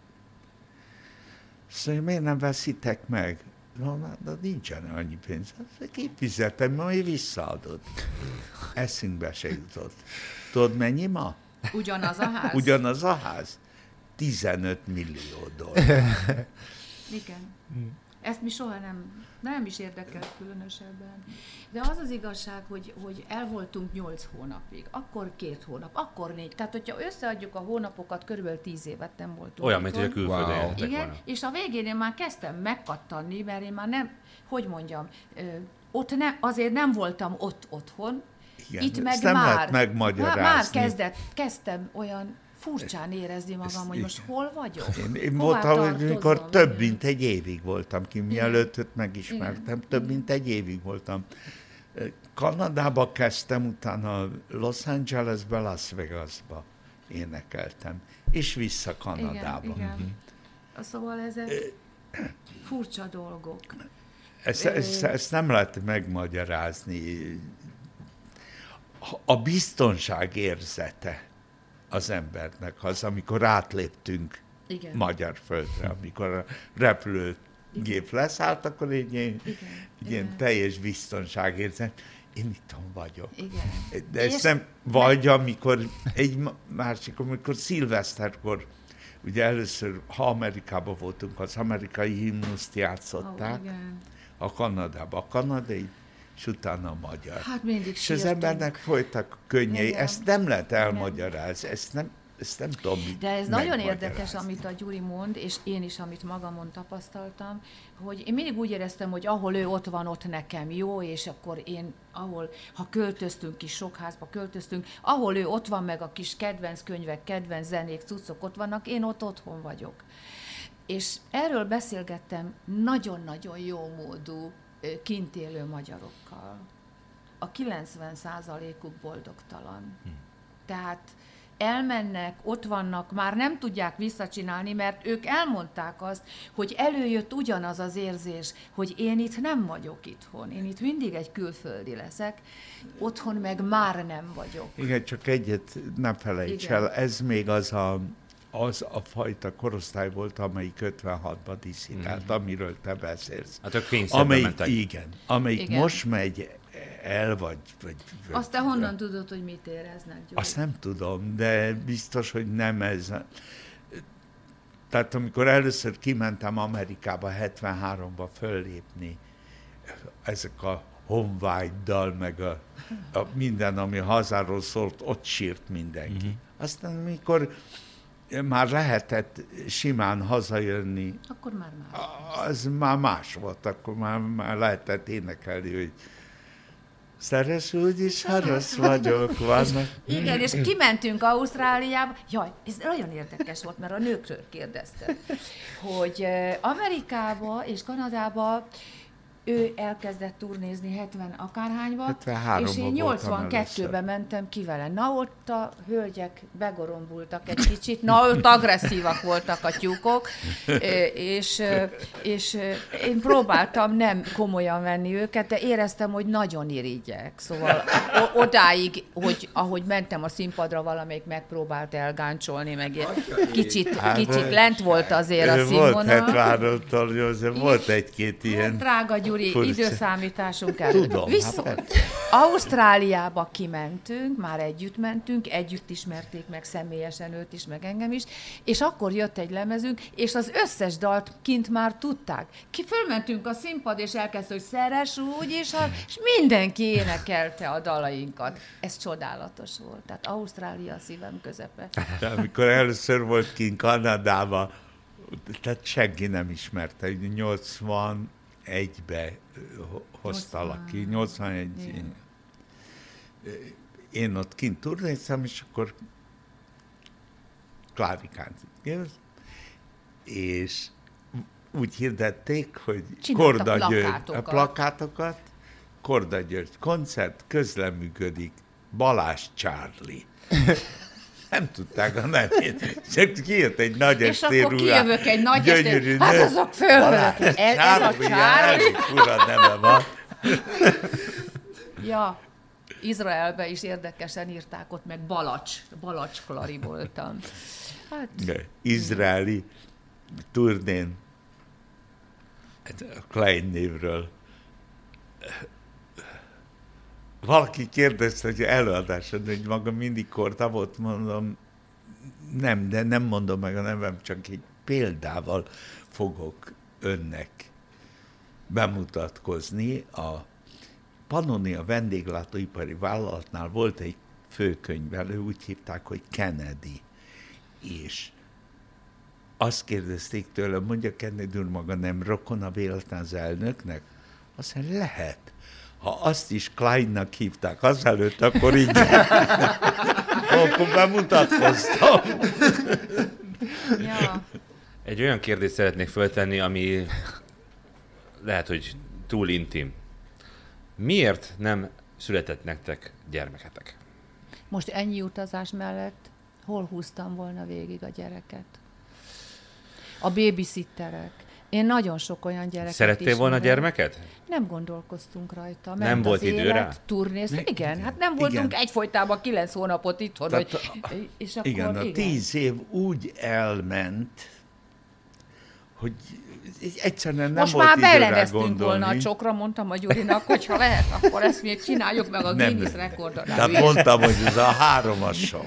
Szóval miért nem veszitek meg? No, de nincsen annyi pénz. Kifizetem, majd visszaadod. Eszünkbe se jutott. Tudod, mennyi ma? Ugyanaz a ház? Ugyanaz a ház. tizenöt millió dollár. Igen. Ezt mi soha nem, nem is érdekelt különösebben. De az az igazság, hogy, hogy el voltunk nyolc hónapig, akkor két hónap, akkor négy. Tehát, hogyha összeadjuk a hónapokat, körülbelül tíz évet nem voltunk. Olyan, mint hogy a otthon. külföldön Wow. éltek Igen, volna. és a végén én már kezdtem megkattanni, mert én már nem, hogy mondjam, ö, ott ne, azért nem voltam ott otthon, Igen, itt meg ezt nem már, lehet megmagyarázni. már, már kezdett, kezdtem olyan furcsán érezni magam, Ezt hogy most igen. hol vagyok? Én, én Hová voltam, tartozom? amikor több mint egy évig voltam ki, mielőtt őt megismertem, több mint egy évig voltam. Kanadába kezdtem, utána Los Angelesbe, Las Vegasba énekeltem, és vissza Kanadába. Igen, igen. Szóval ezek furcsa dolgok. Ezt, ezt, ezt nem lehet megmagyarázni. A biztonság érzete az embernek az, amikor átléptünk Igen. magyar földre, amikor a repülőgép leszállt, akkor egy ilyen, Igen. egy ilyen Igen. teljes biztonságérzet. Én itthon vagyok. Igen. De ez És- nem, vagy amikor egy ma- másik, amikor szilveszterkor, ugye először, ha Amerikában voltunk, az amerikai himnuszt játszották, Ó, igen. a Kanadába, a kanadai, és utána a magyar. Hát mindig És az sírtunk. embernek folytak könnyei, Igen. ezt nem lehet elmagyarázni, ezt nem, ezt nem tudom De ez nagyon megmagyarázni. érdekes, amit a Gyuri mond, és én is, amit magamon tapasztaltam, hogy én mindig úgy éreztem, hogy ahol ő ott van, ott nekem jó, és akkor én, ahol, ha költöztünk, kis sok házba költöztünk, ahol ő ott van, meg a kis kedvenc könyvek, kedvenc zenék, cuccok ott vannak, én ott otthon vagyok. És erről beszélgettem nagyon-nagyon jó módú ö, kint élő magyarokkal. A kilencven százalékuk boldogtalan. Tehát elmennek, ott vannak, már nem tudják visszacsinálni, mert ők elmondták azt, hogy előjött ugyanaz az érzés, hogy én itt nem vagyok itthon, én itt mindig egy külföldi leszek, otthon meg már nem vagyok. Igen, csak egyet ne felejts Igen. el, ez még az a, az a fajta korosztály volt, amelyik ötvenhatban diszidelt, mm. amiről te beszélsz. Hát ők kényszerben amelyik, mentek. Igen, amelyik Igen. most megy el, vagy... vagy Azt te honnan tudod, hogy mit éreznek, Gyuri? Azt nem tudom, de biztos, hogy nem ez. Tehát amikor először kimentem Amerikába hetvenháromba föllépni, ezek a honvágydal, meg a, a minden, ami hazáról szólt, ott sírt mindenki. Uh-huh. Aztán amikor már lehetett simán hazajönni, Akkor már más. az már más volt, akkor már, már lehetett énekelni, hogy szeres úgy is, ha rossz vagyok, vannak. Igen, és kimentünk Ausztráliába. Jaj, ez nagyon érdekes volt, mert a nőkről kérdezte, hogy eh, Amerikába és Kanadába ő elkezdett turnézni hetven akárhányba, hetvenháromban és én voltam nyolcvankettőben mentem ki vele. Na, ott a hölgyek begorombultak egy kicsit, na, ott agresszívak voltak a tyúkok, és, és én próbáltam nem komolyan venni őket, de éreztem, hogy nagyon irigyek. Szóval odáig, hogy ahogy mentem a színpadra, valamelyik megpróbált elgáncsolni, meg kicsit, kicsit lent volt azért a színvonal. Volt hetvenháromtól, volt egy-két ilyen. Drága Gyuri, Furcsa. időszámításunk előtt. Tudom, Viszont hát Ausztráliába kimentünk, már együtt mentünk, együtt ismerték meg személyesen őt is, meg engem is, és akkor jött egy lemezünk, és az összes dalt kint már tudták. Ki fölmentünk a színpad, és elkezdte, hogy szeres úgy, és, a, és mindenki énekelte a dalainkat. Ez csodálatos volt. Tehát Ausztrália a szívem közepe. De amikor először volt kint Kanadában, tehát senki nem ismerte, nyolcvanegybe hoztalak ki, nyolcvanegy. Igen. Én ott kint turnéztem, és akkor Klárikán jössz, és úgy hirdették, hogy Csináltak Korda György, plakátokat. a plakátokat, Korda György koncert, közleműködik, Balázs Charlie. Nem tudták a nevét. Csak kijött egy nagy És estér akkor ruhá. kijövök egy nagy Gyönyörű estér. Hát nő. azok fölvölök. Balázs Ez, ez a Charlie, Charlie. elég fura neve van. Ja, Izraelbe is érdekesen írták ott meg Balacs. Balacs Klari voltam. Hát, De izraeli turnén, a Klein névről. Valaki kérdezte, hogy előadáson, hogy maga mindig Korda volt, mondom, nem, de nem mondom meg a nevem, csak egy példával fogok önnek bemutatkozni. A Pannonia vendéglátóipari vállalatnál volt egy főkönyvelő, úgy hívták, hogy Kennedy, és azt kérdezték tőle, mondja Kennedy úr, maga nem rokona véletlen az elnöknek? Azt mondja, lehet. Ha azt is Kleinnak hívták azelőtt, akkor így akkor bemutatkoztam. ja. Egy olyan kérdést szeretnék föltenni, ami lehet, hogy túl intim. Miért nem született nektek gyermeketek? Most ennyi utazás mellett hol húztam volna végig a gyereket? A babysitterek. Én nagyon sok olyan gyereket Szerettél volna ismerek. gyermeket? Nem gondolkoztunk rajta. Ment Nem az volt idő élet, rá? Turnéztünk. Igen, hát nem voltunk Igen. egyfolytában kilenc hónapot itthon, Tehát hogy, és akkor Igen, a tíz év úgy elment, hogy egyszerűen nem Most volt már idő rá belereztünk gondolni. volna a csokra, mondtam a Gyurinak, hogy ha lehet, akkor ezt még csináljuk meg a Nem, Guinness nem. rekordot. Tehát mondtam, hogy ez a három az sok.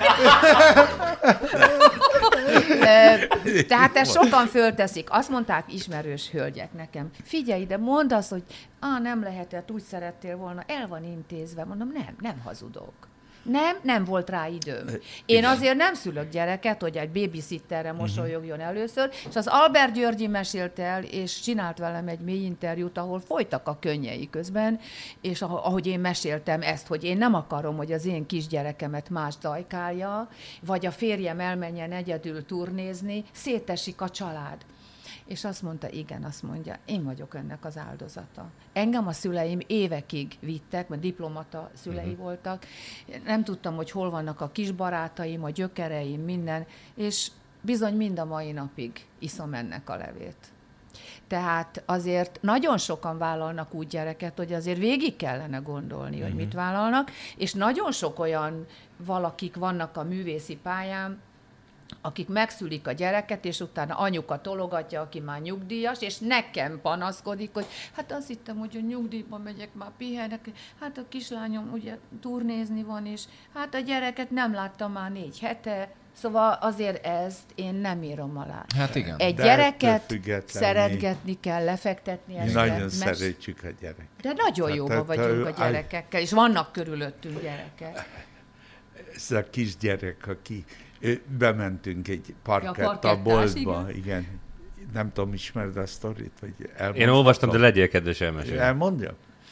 Tehát ezt sokan fölteszik. Azt mondták ismerős hölgyek nekem. Figyelj ide, mondd azt, hogy á, nem lehetett, úgy szerettél volna, el van intézve. Mondom, nem, nem hazudok. Nem, nem volt rá időm. Én azért nem szülök gyereket, hogy egy babysitterre mosolyogjon először, és az Albert Györgyi mesélte el, és csinált velem egy mély interjút, ahol folytak a könnyei közben, és ahogy én meséltem ezt, hogy én nem akarom, hogy az én kisgyerekemet más dajkálja, vagy a férjem elmenjen egyedül turnézni, szétesik a család. És azt mondta, igen, azt mondja, én vagyok ennek az áldozata. Engem a szüleim évekig vittek, mert diplomata szülei uh-huh. voltak. Nem tudtam, hogy hol vannak a kis barátaim, a gyökereim, minden, és bizony mind a mai napig iszom ennek a levét. Tehát azért nagyon sokan vállalnak úgy gyereket, hogy azért végig kellene gondolni, uh-huh. hogy mit vállalnak, és nagyon sok olyan valakik vannak a művészi pályán, akik megszülik a gyereket, és utána anyuka tologatja, aki már nyugdíjas, és nekem panaszkodik, hogy hát azt hittem, hogy a nyugdíjba megyek, már pihenek, hát a kislányom ugye turnézni van, és hát a gyereket nem láttam már négy hete, szóval azért ezt én nem írom alá. Hát igen. Egy de gyereket szeretgetni kell, lefektetni. Mi este, nagyon mes- szeretjük a gyereket. De nagyon hát, jóban hát, vagyunk a hát, gyerekekkel, és vannak körülöttünk gyerekek. Ez a kisgyerek, aki ő, bementünk egy parketta Ja, parkettás, boltba, igen. igen. Nem tudom, ismered a sztorit, vagy elmondhatom? Én olvastam, de legyél kedves elmesélni. Elmondja?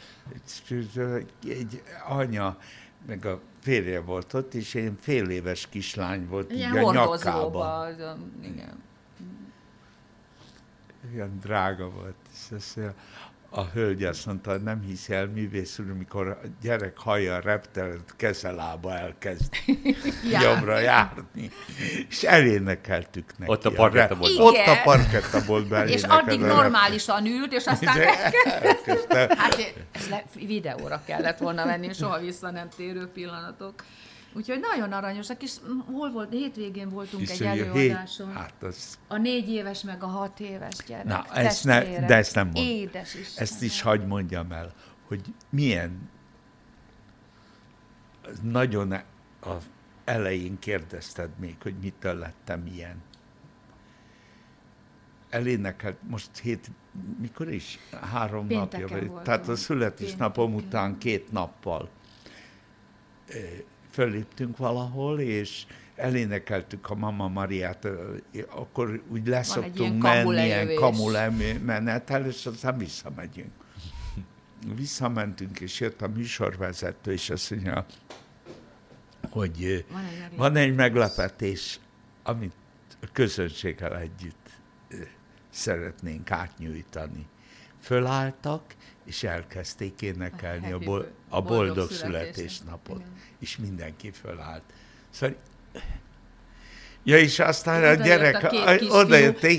Egy anya, meg a férje volt ott, és én fél éves kislány volt így a nyakában. Igen. Ilyen drága volt. És azt a hölgy azt mondta, nem hiszi el, művész úr, amikor a gyerek hallja a repteret, kezelába elkezd jobbra járni. És elénekeltük neki. Ott a parkettaboltban. Ott a parkettaboltban. És addig normálisan ült, és aztán elkezdte. Hát ezt le, videóra kellett volna venni, soha vissza nem térő pillanatok. Úgyhogy nagyon aranyosak, és hol volt? Hétvégén voltunk És egy ugye előadáson. Hét, hát az... A négy éves meg a hat éves gyerek. Na, ezt ne, de ezt nem mond. Édes is. Ezt is hadd mondjam el, hogy milyen nagyon az elején kérdezted még, hogy mitől lettem ilyen. Elénekelt, most hét, mikor is? Három Pénteken napja. Vagy, voltam. tehát a születésnapom Pénteken. után két nappal föléptünk valahol, és elénekeltük a Mama Mariát, akkor úgy leszoktunk menni, ilyen kamulemenettel, és aztán visszamegyünk. Visszamentünk, és jött a műsorvezető, és azt mondja, hogy van egy meglepetés, van egy meglepetés amit a közönséggel együtt szeretnénk átnyújtani. Fölálltak, és elkezdték énekelni a, bol- a boldog, boldog születésnapot. Igen. És mindenki fölállt. Szóval, ja, és aztán oda a gyerek, oda jötték,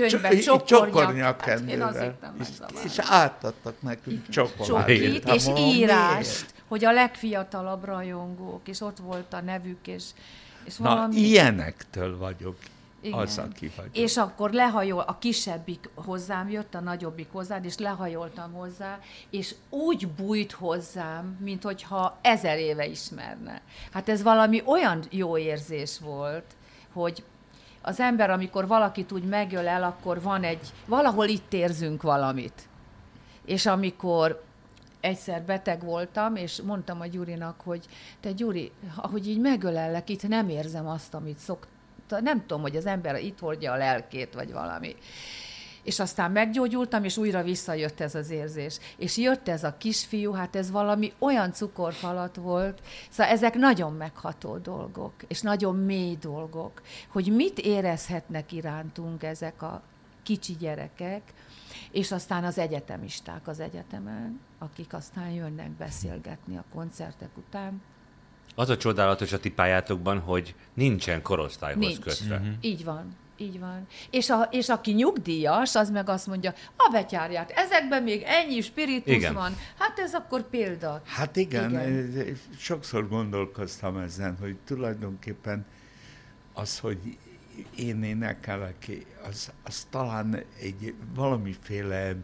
csokornyakendővel, és, és átadtak nekünk csokoládét. És írást, miért? Hogy a legfiatalabb rajongók, és ott volt a nevük, és, és valami... Na, ilyenektől vagyok. Igen. Az, aki vagyok. És akkor lehajol, a kisebbik hozzám jött, a nagyobbik hozzád, és lehajoltam hozzá, és úgy bújt hozzám, mint hogyha ezer éve ismerne. Hát ez valami olyan jó érzés volt, hogy az ember, amikor valakit úgy megölel, akkor van egy, valahol itt érzünk valamit. És amikor egyszer beteg voltam, és mondtam a Gyurinak, hogy te Gyuri, ahogy így megölellek, itt nem érzem azt, amit szoktam. Nem tudom, hogy az ember itt hordja a lelkét, vagy valami. És aztán meggyógyultam, és újra visszajött ez az érzés. És jött ez a kisfiú, hát ez valami olyan cukorfalat volt, szóval ezek nagyon megható dolgok, és nagyon mély dolgok, hogy mit érezhetnek irántunk ezek a kicsi gyerekek, és aztán az egyetemisták az egyetemen, akik aztán jönnek beszélgetni a koncertek után. Az a csodálatos a ti pályátokban, hogy nincsen korosztályhoz Nincs. kötve. Uh-huh. Így van, így van. És, a, és aki nyugdíjas, az meg azt mondja, a betyárját, ezekben még ennyi spiritus igen. van, hát ez akkor példa. Hát igen, igen, sokszor gondolkoztam ezen, hogy tulajdonképpen az, hogy én énekelek, az, az talán egy valamiféle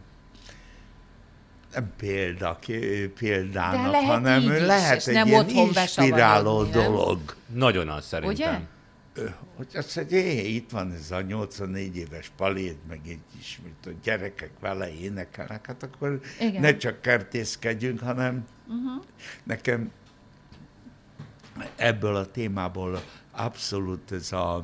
nem példa, példának, lehet hanem is, lehet egy ilyen inspiráló dolog. Nagyon az szerintem. Ugye? Hogy azt mondja, hé, itt van ez a nyolcvannégy éves palét, meg egy ismét a gyerekek vele énekelnek, hát akkor igen. ne csak kertészkedjünk, hanem uh-huh. nekem ebből a témából abszolút ez a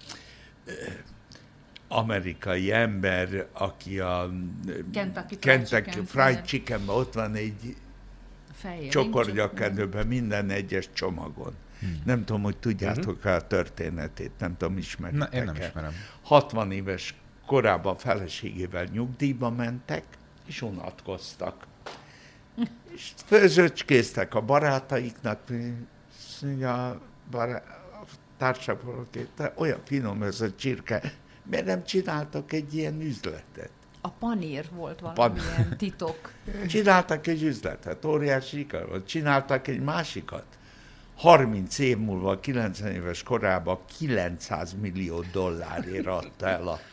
amerikai ember, aki a Kentucky, Kentucky Fried Chickenben ott van egy csokornyakendőben minden egyes csomagon. Hmm. Nem tudom, hogy tudjátok uh-huh. a történetét, nem tudom, ismeritek. Na, én nem ismerem. hatvan éves korábban feleségével nyugdíjba mentek, és unatkoztak. És főzőcskéztek a barátaiknak, azt mondja, a, bará... a társak valaki, olyan finom ez a csirke, miért nem csináltak egy ilyen üzletet? A panír volt valamilyen titok. Csináltak egy üzletet, óriási siker volt. Csináltak egy másikat. harminc év múlva, kilencven éves korában kilencszáz millió dollárért adta el a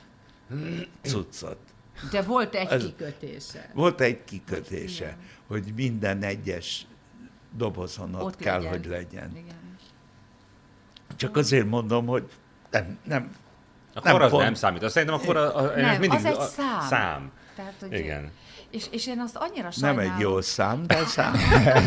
cuccot. De volt egy Ez, kikötése. Volt egy kikötése, igen. Hogy minden egyes dobozon ott, ott kell, legyen. Hogy legyen. Igen. Csak azért mondom, hogy nem, nem Akkor nem az pont. Nem számít. Azt szerintem akkor a, a, nem, mindig az egy szám. szám. Tehát, hogy igen. És, és én azt annyira sajnálom. Nem egy jó szám, de szám.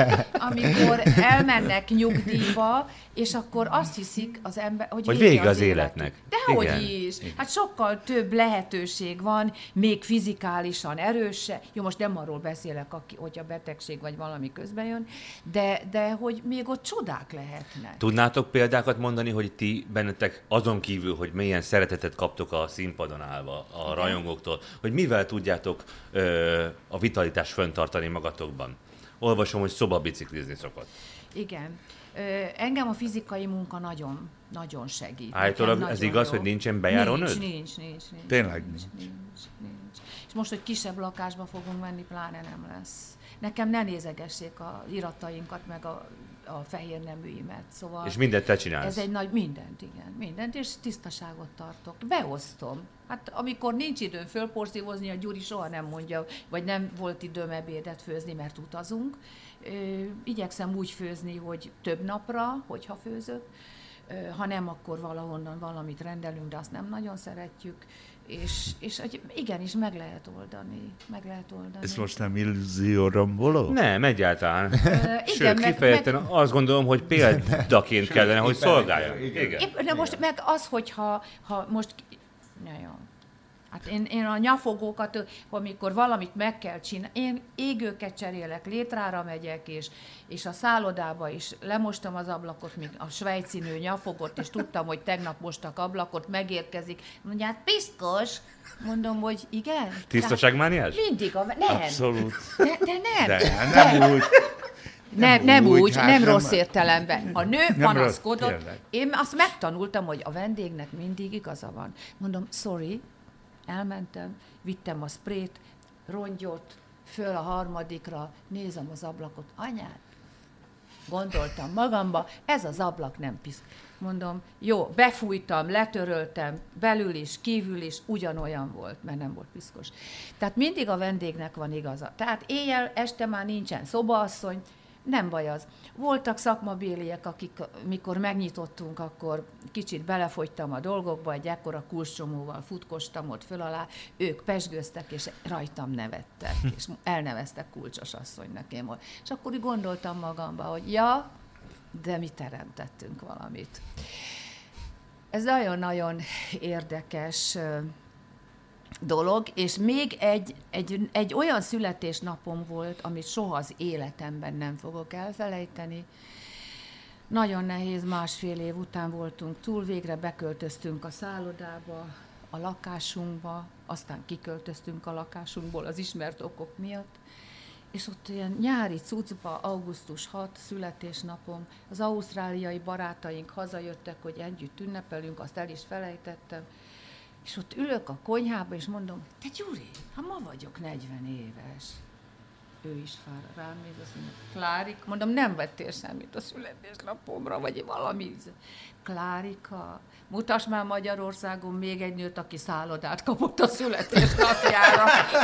Amikor elmennek nyugdíjba, és akkor azt hiszik az ember, hogy, hogy vége az életnek. Dehogy is. Igen. Hát sokkal több lehetőség van, még fizikálisan erőse. Jó, most nem arról beszélek, aki, hogyha betegség vagy valami közben jön, de, de hogy még ott csodák lehetnek. Tudnátok példákat mondani, hogy ti bennetek azon kívül, hogy milyen szeretetet kaptok a színpadon állva a rajongóktól, hogy mivel tudjátok ö, a vitalitást fenntartani magatokban? Olvasom, hogy szobabiciklizni szokott. Igen. Ö, engem a fizikai munka nagyon, nagyon segít. Állítólag ez igaz, jó. Hogy nincsen bejáró nincs, nőd? Nincs, nincs, nincs. Tényleg nincs, nincs, nincs. És most, hogy kisebb lakásba fogunk menni, pláne nem lesz. Nekem ne nézegessék a iratainkat, meg a, a fehér neműimet. Szóval és mindent te csinálsz? Ez egy nagy, mindent, igen. Mindent, és tisztaságot tartok. Beosztom. Hát amikor nincs időm fölporszívozni, a Gyuri soha nem mondja, vagy nem volt időm ebédet főzni, mert utazunk. Ö, igyekszem úgy főzni, hogy több napra, hogyha főzök. Ö, ha nem, akkor valahonnan valamit rendelünk, de azt nem nagyon szeretjük. És, és igenis meg lehet oldani. Meg lehet oldani. Ez most nem illúzióromboló? Nem, egyáltalán. Uh, Sőt, igen, kifejezetten meg, azt gondolom, hogy példaként kellene, hogy szolgáljon. Igen. Igen. Épp, de most meg az, hogyha ha most... Na jó. Hát én, én a nyafogókat, amikor valamit meg kell csinálni, én égőket cserélek, létrára megyek, és, és a szállodába is lemostam az ablakot, míg a svejci nő nyafogott, és tudtam, hogy tegnap mostak ablakot, megérkezik. Mondja, hát piszkos. Mondom, hogy igen. Tisztaságmániás? Mindig a... Nem. Abszolút. De, de nem. De nem de. úgy. Nem, nem úgy, úgy hát nem, nem rossz értelemben. A nő nem panaszkodott, rossz, én azt megtanultam, hogy a vendégnek mindig igaza van. Mondom, sorry, elmentem, vittem a sprayt, rongyot, föl a harmadikra, nézem az ablakot, anyád, gondoltam magamba, ez az ablak nem piszk. Mondom, jó, befújtam, letöröltem, belül is, kívül is, ugyanolyan volt, mert nem volt piszkos. Tehát mindig a vendégnek van igaza. Tehát éjjel, este már nincsen szobaasszony, nem baj az. Voltak szakmabéliek, akik, mikor megnyitottunk, akkor kicsit belefogytam a dolgokba, egy ekkora kulcscsomóval futkostam ott föl alá, ők pezsgőztek, és rajtam nevettek, és elneveztek kulcsos asszonynak én volt. És akkor úgy gondoltam magamba, hogy ja, de mi teremtettünk valamit. Ez nagyon-nagyon érdekes dolog, és még egy, egy, egy olyan születésnapom volt, amit soha az életemben nem fogok elfelejteni. Nagyon nehéz, másfél év után voltunk túl, végre beköltöztünk a szállodába, a lakásunkba, aztán kiköltöztünk a lakásunkból az ismert okok miatt, és ott ilyen nyári cuccba, augusztus hatodika születésnapom, az ausztráliai barátaink hazajöttek, hogy együtt ünnepelünk, azt el is felejtettem, és ott ülök a konyhába, és mondom, te Gyuri, ha ma vagyok negyven éves. Ő is fár, rám néz, azt mondja, Klárika, mondom, nem vettél semmit a születésnapomra, vagy valami. Klárika, mutass már Magyarországon még egy nőt, aki szállodát kapott a születésnapjára.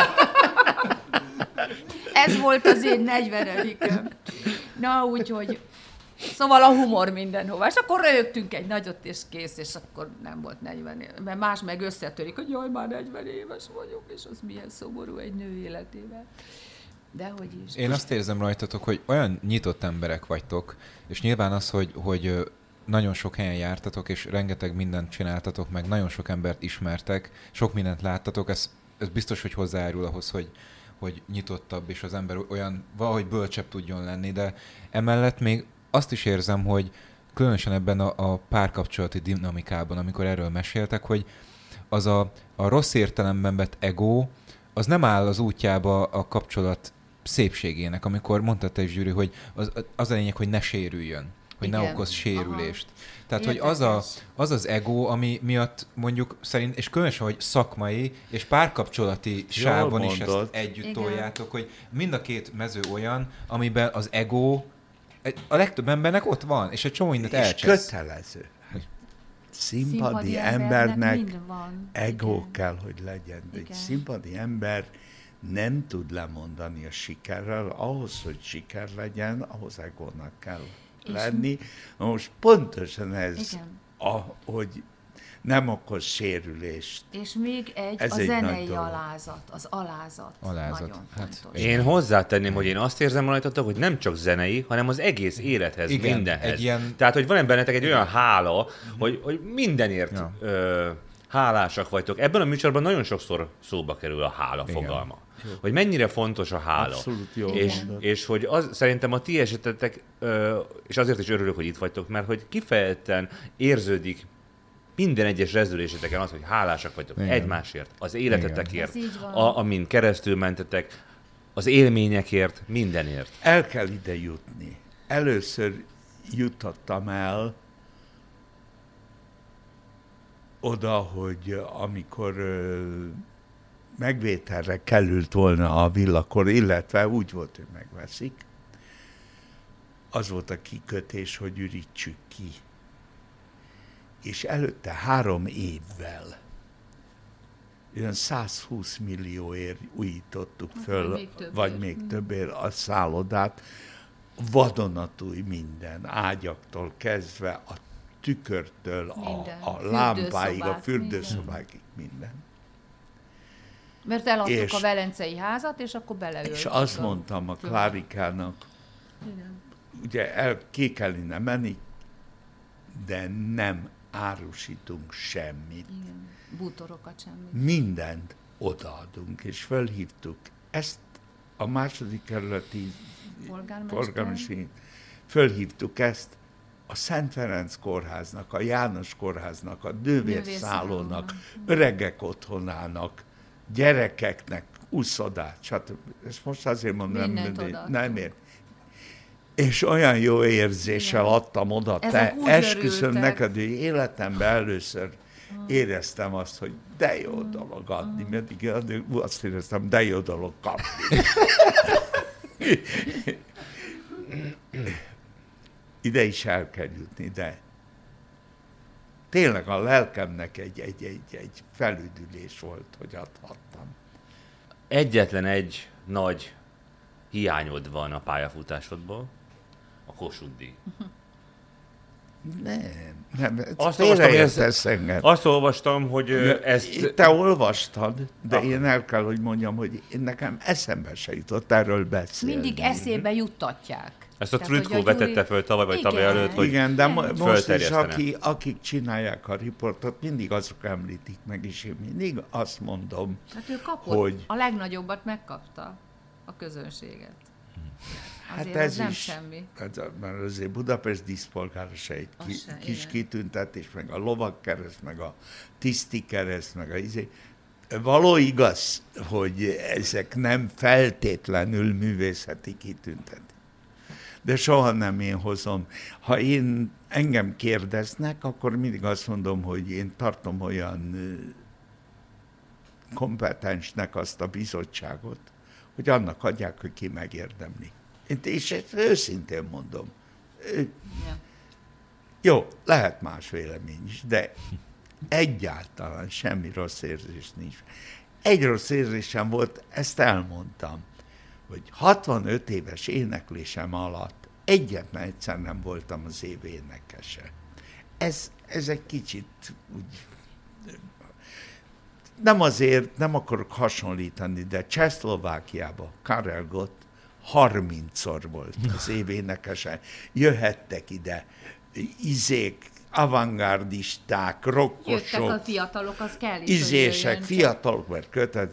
Ez volt az én negyvenedikem. Na, úgyhogy... Szóval a humor mindenhova. És akkor röhögtünk egy nagyot, és kész, és akkor nem volt negyven éves. Mert más meg összetörik, hogy jaj, már negyven éves vagyok, és az milyen szomorú egy nő életében. Dehogy is. Én azt érzem rajtatok, hogy olyan nyitott emberek vagytok, és nyilván az, hogy, hogy nagyon sok helyen jártatok, és rengeteg mindent csináltatok, meg nagyon sok embert ismertek, sok mindent láttatok, ez, ez biztos, hogy hozzájárul ahhoz, hogy, hogy nyitottabb, és az ember olyan valahogy bölcsebb tudjon lenni, de emellett még azt is érzem, hogy különösen ebben a, a párkapcsolati dinamikában, amikor erről meséltek, hogy az a, a rossz értelemben vett ego, az nem áll az útjába a kapcsolat szépségének, amikor mondtad te is, Gyuri, hogy az, az a lényeg, hogy ne sérüljön, hogy Igen. ne okoz sérülést. Aha. Tehát, Érdekes. hogy az, a, az az ego, ami miatt mondjuk szerint, és különösen, hogy szakmai és párkapcsolati sávon is ezt együtt Igen. toljátok, hogy mind a két mező olyan, amiben az ego a legtöbb embernek ott van, és egy csomó mindent És elcsesz. kötelező. Színpadi Színpadi embernek embernek mind van. ego Igen. kell, hogy legyen. De egy Igen. színpadi ember nem tud lemondani a sikerrel, ahhoz, hogy siker legyen, ahhoz egónak kell És lenni. Na most pontosan ez, Igen. a, hogy nem okoz sérülést. És még egy, Ez a egy nagy zenei dolog. alázat, az alázat. Alázat. Nagyon Hát fontos. Én hozzátenném, hogy én azt érzem rajtatok, hogy nem csak zenei, hanem az egész élethez, Igen, mindenhez. egy ilyen- Tehát, hogy van bennetek egy olyan hála, hogy, hogy mindenért Ja. ö, hálásak vagytok. Ebben a műsorban nagyon sokszor szóba kerül a hála Igen. fogalma. Hogy mennyire fontos a hála. Abszolút jó És, mondod. és hogy az, szerintem a ti esetetek, ö, és azért is örülök, hogy itt vagytok, mert hogy kifejezetten érződik minden egyes rezdüléseteken az, hogy hálásak vagytok Igen. egymásért, az életetekért, Ez így van. a, amin keresztül mentetek, az élményekért, mindenért. El kell ide jutni. Először jutottam el oda, hogy amikor ö, megvételre került volna a villakor, illetve úgy volt, hogy megveszik, az volt a kikötés, hogy ürítsük ki. És előtte három évvel olyan százhúsz millióért újítottuk föl, vagy még többért. vagy még többért a szállodát, vadonatúj minden, ágyaktól kezdve, a tükörtől, a, Minden. a lámpáig, a Fürdőszobák, fürdőszobákig, minden. Mert eladtuk És- a velencei házat, és akkor beleöltük. És azt a mondtam a földbe. Klárikának, Igen. ugye el, ki kell innen menni, de nem árusítunk semmit. Igen. Bútorokat semmi. Mindent odaadunk, és fölhívtuk ezt a második kerületi Polgármester. polgármesteri, fölhívtuk ezt a Szent Ferenc kórháznak, a János kórháznak, a nővérszállónak, Nővérszállónak. öregek otthonának, gyerekeknek, úszodát, stb. Ezt most azért mondom, Mindent nem, odaadtunk. nem ér. És olyan jó érzéssel Igen. adtam oda, Ezek te úgy esküszöm örültek. neked, hogy életemben először éreztem azt, hogy de jó dolog adni, meddig adni, azt éreztem, de jó dolog kapni. Ide is el kell jutni, de tényleg a lelkemnek egy, egy, egy, egy felüdülés volt, hogy adhattam. Egyetlen egy nagy hiányod van a pályafutásodból, a Kossuth díj. Nem, nem, Azt olvastam, hogy ez- félreértesz engem. Azt olvastam, hogy ö, ezt... Te olvastad, de Aha. én el kell, hogy mondjam, hogy én nekem eszembe se jutott erről beszélni. Mindig eszébe juttatják. Ezt a Tehát, hogy Trütkó a Gyuri- vetette föl tavaly vagy Igen. tavaly előtt, hogy Igen, de mo- most is, fölterjesztene. aki, akik csinálják a riportot, mindig azok említik meg, és én mindig azt mondom, Hát ő kapott, hogy- a legnagyobbat megkapta a közönséget. hát Azért ez az nem is, semmi. hát, mert azért Budapest díszpolgárosa egy Az ki, se, kis igen. kitüntetés, meg a lovagkereszt, meg a tisztikereszt, meg a izé. Való igaz, hogy ezek nem feltétlenül művészeti kitüntetés. De soha nem én hozom. Ha én engem kérdeznek, akkor mindig azt mondom, hogy én tartom olyan ö, kompetensnek azt a bizottságot, hogy annak adják, hogy ki megérdemli. Én, és ezt őszintén mondom. Ö, Ja. Jó, lehet más vélemény is, de egyáltalán semmi rossz érzés nincs. Egy rossz érzésem volt, ezt elmondtam, hogy hatvanöt éves éneklésem alatt egyetlen egyszer nem voltam az év énekese. Ez, ez egy kicsit úgy... Nem azért, nem akarok hasonlítani, de Csehszlovákiában Karel Gott harmincszor volt az év énekese. Jöhettek ide izék, avantgardisták, Jöttek a rokkosok, fiatalok, az kell is, izések, hogy jöjjön. fiatalok, mert köted.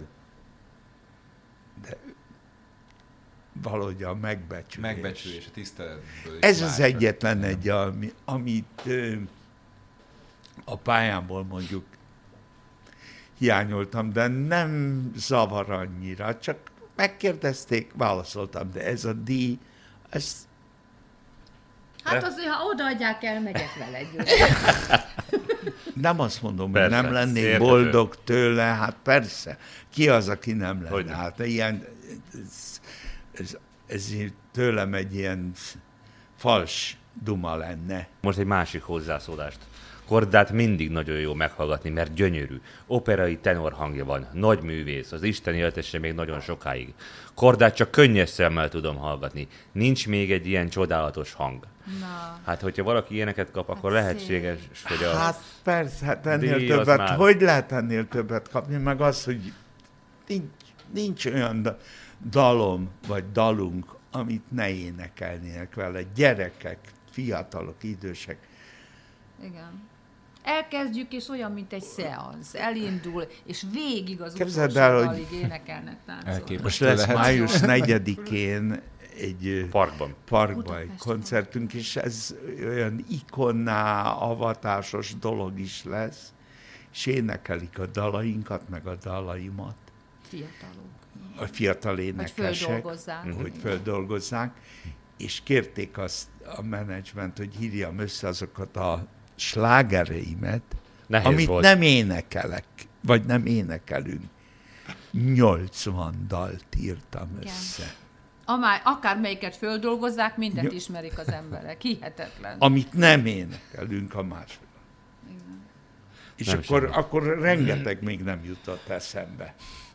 De valahogy a megbecsülés. Megbecsülés, a tiszteletből. is Ez az látja. egyetlen egy, ami, amit ö, a pályámból mondjuk hiányoltam, de nem zavar annyira, csak megkérdezték, válaszoltam, de ez a díj, ez... Hát azért, ha odaadják el, megyek vele Gyuri. Nem azt mondom, Persze, hogy nem lennék értető. boldog tőle, hát persze. Ki az, aki nem lenne? Hogyne. Hát ilyen, ez, ez, ez tőlem egy ilyen fals duma lenne. Most egy másik hozzászólást. Kordát mindig nagyon jó meghallgatni, mert gyönyörű. Operai tenor hangja van, nagy művész, az Isten éltesse még nagyon sokáig. Kordát csak könnyes szemmel tudom hallgatni. Nincs még egy ilyen csodálatos hang. Na. Hát, hogyha valaki ilyeneket kap, akkor Hát lehetséges, hogy a... Hát persze, hát ennél díj az többet, már- hogy lehet ennél többet kapni, meg az, hogy nincs, nincs olyan da- dalom, vagy dalunk, amit ne énekelnének vele. Gyerekek, fiatalok, idősek. Igen. Elkezdjük, és olyan, mint egy szeansz. Elindul, és végig az Képzeld utolsó el, hogy- dalig énekelnek, táncolnak. Elképesztő. Most lesz lehet. május negyedikén egy Parkban. parkban egy Budapesten. koncertünk, és ez olyan ikonná, avatásos dolog is lesz, és énekelik a dalainkat, meg a dalaimat. Fiatalok. A fiatal Hogy énekesek, földolgozzák. hogy földolgozzák, és kérték azt a menedzsment, hogy hívjam össze azokat a slágereimet, Nehéz amit volt. nem énekelek, vagy nem énekelünk. nyolcvan dalt írtam Igen. össze. Amár, akármelyiket földolgozzák, mindent Ja. ismerik az emberek. Hihetetlen. Amit nem énekelünk a másról. És Nem akkor, semmi. akkor rengeteg még nem jutott eszembe.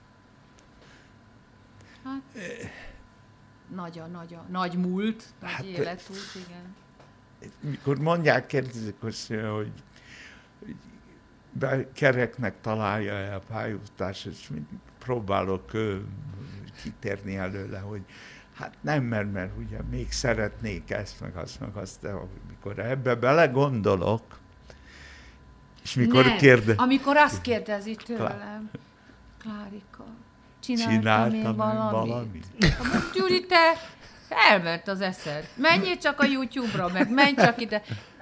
Nagy a, nagy a, nagy múlt, nagy Hát, életút, igen. Mikor mondják, kérdezik azt, hogy, hogy be- kereknek találja-e a pályafutást, és mindig próbálok ö, kitérni előle, hogy hát nem, mert, mert ugye még szeretnék ezt, meg azt, meg azt, de amikor ebbe belegondolok, és mikor Nem, kérde... amikor azt kérdezi tőlem, Klárika, csináltam, Csináltam én én valamit? valamit? valamit? Gyuri, te elment az eszed. Menjél csak a YouTube-ra, meg menj csak ide.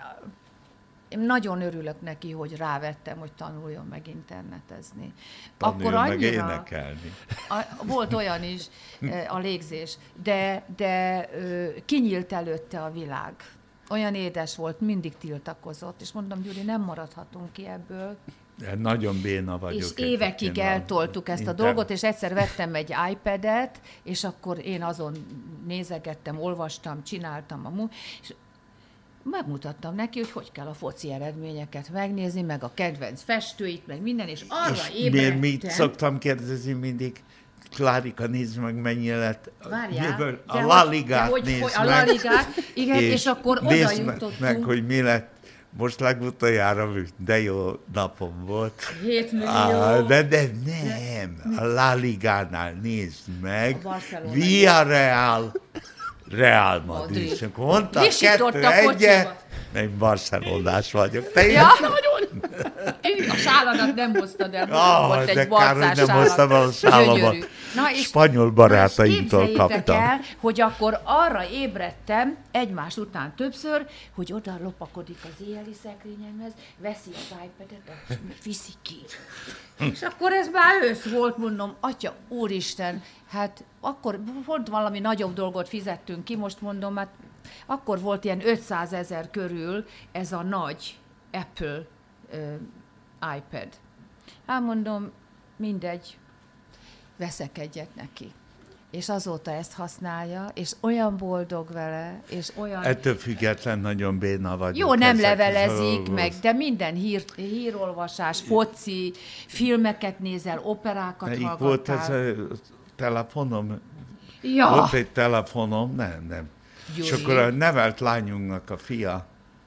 Én nagyon örülök neki, hogy rávettem, hogy tanuljon meg internetezni. Tanuljon meg énekelni. A, volt olyan is, eh, a légzés, de, de ö, kinyílt előtte a világ. Olyan édes volt, mindig tiltakozott, és mondom, Gyuri, nem maradhatunk ki ebből. De nagyon béna vagyok. És évekig egyébként a eltoltuk ezt a internet- dolgot, és egyszer vettem egy iPad-et, és akkor én azon nézegettem, olvastam, csináltam a mu- és megmutattam neki, hogy hogy kell a foci eredményeket megnézni, meg a kedvenc festőit, meg minden, és arra És ébredtem. miért mit szoktam kérdezni mindig? Klárika, nézd meg, mennyi lett. Várjál, Miből- de A hogy- La de Ligát hogy- nézd hogy meg. a La Ligát, igen, és akkor oda nézd me- jutottunk. meg, hogy mi lett. Most legutoljára, de jó napom volt. hét millió. Ah, de, de nem, a La Ligánál nézd meg. A Barcelona. Villarreal, Real Madrid. Madrid. És akkor mondta Visított kettő a egyet. kocsiba. Én barcelonás vagyok. Te Ja, nagyon. A sáladat nem hoztad el, Ah, volt de egy kár, hogy barcás nem sálat. hoztam el a sálamat. Gyönyörű. Na, és, Spanyol na, barátaimtól és képzeljétek kaptam. el, hogy akkor arra ébredtem egymás után többször, hogy oda lopakodik az éjjeli szekrényemhez, veszi az iPad-et, viszi ki. És akkor ez már ősz volt, mondom, atya, úristen, hát akkor pont valami nagyobb dolgot fizettünk ki, most mondom, hát akkor volt ilyen ötszázezer körül ez a nagy Apple ö, iPad. Hát mondom, mindegy, veszek egyet neki. És azóta ezt használja, és olyan boldog vele, és olyan... Ettől független nagyon béna vagyok. Jó, nem ezekhez a levelezik dolgokhoz. meg, de minden hír, hírolvasás, foci, filmeket nézel, operákat Melyik hallgattál. volt ez a telefonom? Ja, Volt egy telefonom, nem, nem. Gyuri. És akkor a nevelt lányunknak a fia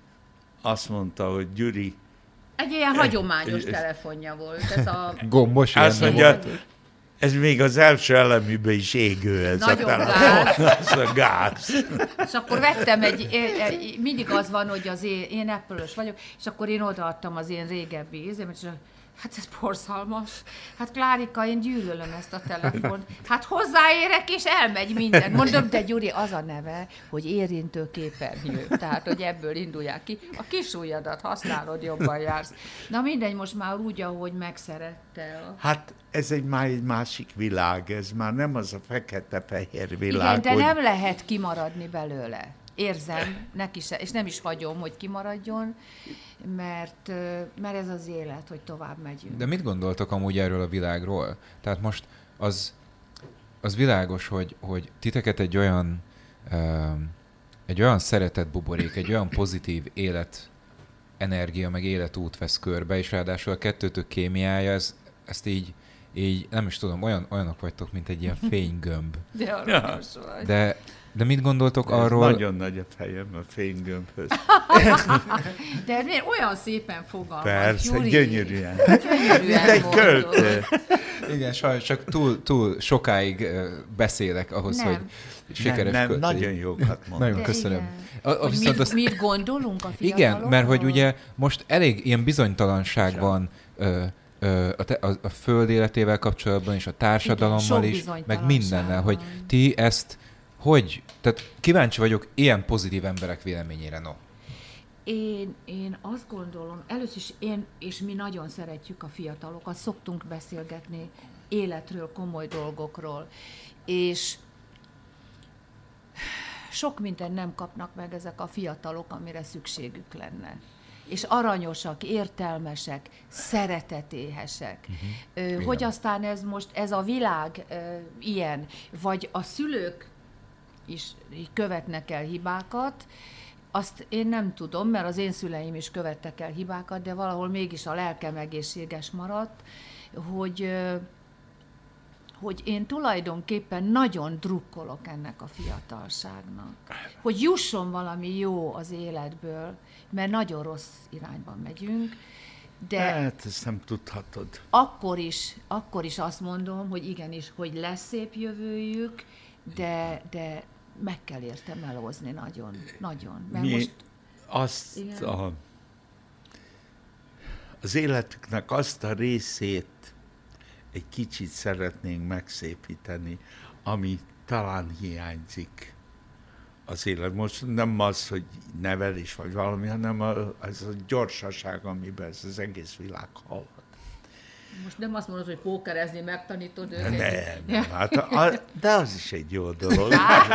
azt mondta, hogy Gyuri, egy ilyen hagyományos ez- telefonja volt, ez a... Gombos azt ilyen mondja, volt. ez még az első eleműben is égő ez Nagyon a telefon. Ez a gáz. És akkor vettem egy, mindig az van, hogy az én, én Apple-ös vagyok, és akkor én odaadtam az én régebbi ízémet, és Hát ez borzalmas. Hát Klárika, én gyűlölöm ezt a telefont. Hát hozzáérek, és elmegy minden. Mondom, de Gyuri, az a neve, hogy érintő képernyő. Tehát, hogy ebből indulják ki. A kis ujjadat használod, jobban jársz. Na mindegy, most már úgy, ahogy megszerette. A... Hát ez egy már egy másik világ, ez már nem az a fekete-fehér világ. Igen, de hogy... nem lehet kimaradni belőle. Érzem, neki se, és nem is hagyom, hogy kimaradjon, mert, mert ez az élet, hogy tovább megyünk. De mit gondoltok amúgy erről a világról? Tehát most az, az világos, hogy, hogy titeket egy olyan, um, egy olyan szeretetbuborék, egy olyan pozitív élet energia, meg életút vesz körbe, és ráadásul a kettőtök kémiája, ez, ezt így, így, nem is tudom, olyan, olyanok vagytok, mint egy ilyen fénygömb. De aranyos vagy. De De mit gondoltok Ez arról... nagyon nagy a fejem a fénygömbhöz. De miért olyan szépen fogalmaz, Persze, Gyuri? gyönyörűen. Gyönyörűen Mint egy mondod. költő. Igen, sajnos csak túl, túl sokáig uh, beszélek ahhoz, Nem. hogy sikeres Nem, nem, költői. nagyon jókat mondom. Nagyon De köszönöm. igen. A, a, Hogy viszont mit, azt, mit gondolunk a fiatalokról? igen, mert hogy ugye most elég ilyen bizonytalanság Sem. van ö, ö, a, te, a, a föld életével kapcsolatban, és a társadalommal Igen, sok is, meg bizonytalanság mindennel, hogy van. ti ezt hogy, tehát kíváncsi vagyok ilyen pozitív emberek véleményére, no. Én, én azt gondolom, először is én és mi nagyon szeretjük a fiatalokat, szoktunk beszélgetni életről, komoly dolgokról, és sok mindent nem kapnak meg ezek a fiatalok, amire szükségük lenne. És aranyosak, értelmesek, szeretetéhesek. Uh-huh. Hogy aztán ez most, ez a világ ö, ilyen, vagy a szülők is követnek el hibákat, azt én nem tudom, mert az én szüleim is követtek el hibákat, de valahol mégis a lelkem egészséges maradt, hogy, hogy én tulajdonképpen nagyon drukkolok ennek a fiatalságnak. Hogy jusson valami jó az életből, mert nagyon rossz irányban megyünk, de Hát, ezt nem tudhatod. akkor is, akkor is azt mondom, hogy igenis, hogy lesz szép jövőjük, de, de meg kell érte melózni nagyon, nagyon. Mert Mi most, azt igen. a, az életüknek azt a részét egy kicsit szeretnénk megszépíteni, ami talán hiányzik az élet. Most nem az, hogy nevelés vagy valami, hanem a, ez a gyorsaság, amiben ez az egész világ halad. most nem azt mondod, hogy pókerezni megtanítod őket. Nem, nem, hát a, de az is egy jó dolog.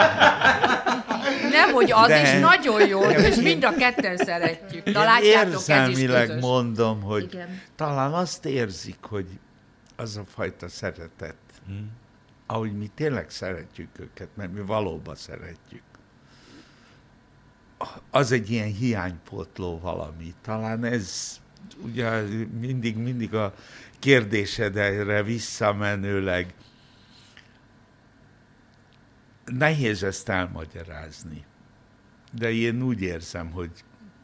Nem, hogy az De- is nagyon jó, és mind a ketten szeretjük. Na látjátok, ez is Érzelmileg közös. mondom, hogy Igen. talán azt érzik, hogy az a fajta szeretet, ahogy mi tényleg szeretjük őket, mert mi valóban szeretjük, az egy ilyen hiánypótló valami. Talán ez ugye mindig, mindig a kérdésedre visszamenőleg nehéz ezt elmagyarázni. De én úgy érzem, hogy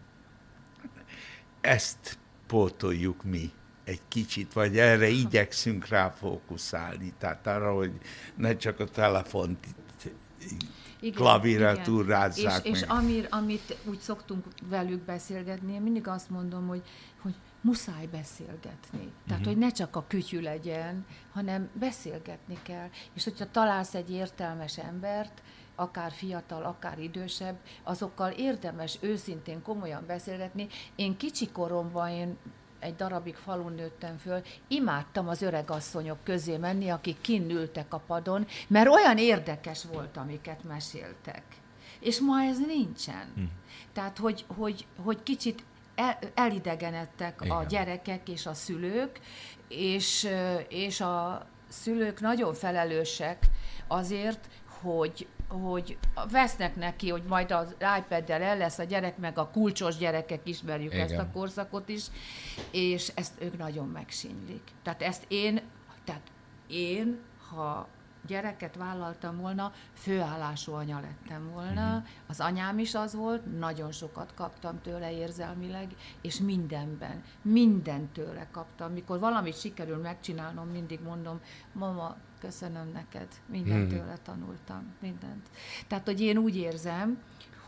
ezt pótoljuk mi egy kicsit, vagy erre igyekszünk rá fókuszálni. Tehát arra, hogy ne csak a telefont Igen, klaviatúrázzák igen. És, és meg. amir, amit úgy szoktunk velük beszélgetni, én mindig azt mondom, hogy, hogy muszáj beszélgetni. Tehát, Mhm. hogy ne csak a kütyű legyen, hanem beszélgetni kell. És hogyha találsz egy értelmes embert, akár fiatal, akár idősebb, azokkal érdemes őszintén, komolyan beszélgetni. Én kicsi koromban, én egy darabig falun nőttem föl, imádtam az öregasszonyok közé menni, akik kinn ültek a padon, mert olyan érdekes volt, amiket meséltek. És ma ez nincsen. Hm. Tehát, hogy, hogy, hogy kicsit el, elidegenedtek Igen. a gyerekek és a szülők, és, és a szülők nagyon felelősek azért, hogy hogy vesznek neki, hogy majd az iPad-del el lesz a gyerek, meg a kulcsos gyerekek, ismerjük Igen. ezt a korszakot is, és ezt ők nagyon megsínlik. Tehát ezt én, tehát én, ha gyereket vállaltam volna, főállású anya lettem volna. Uh-huh. Az anyám is az volt, nagyon sokat kaptam tőle érzelmileg, és mindenben, mindent tőle kaptam. Mikor valamit sikerül megcsinálnom, mindig mondom, mama, köszönöm neked, mindent tőle tanultam, mindent. Tehát, hogy én úgy érzem, hogy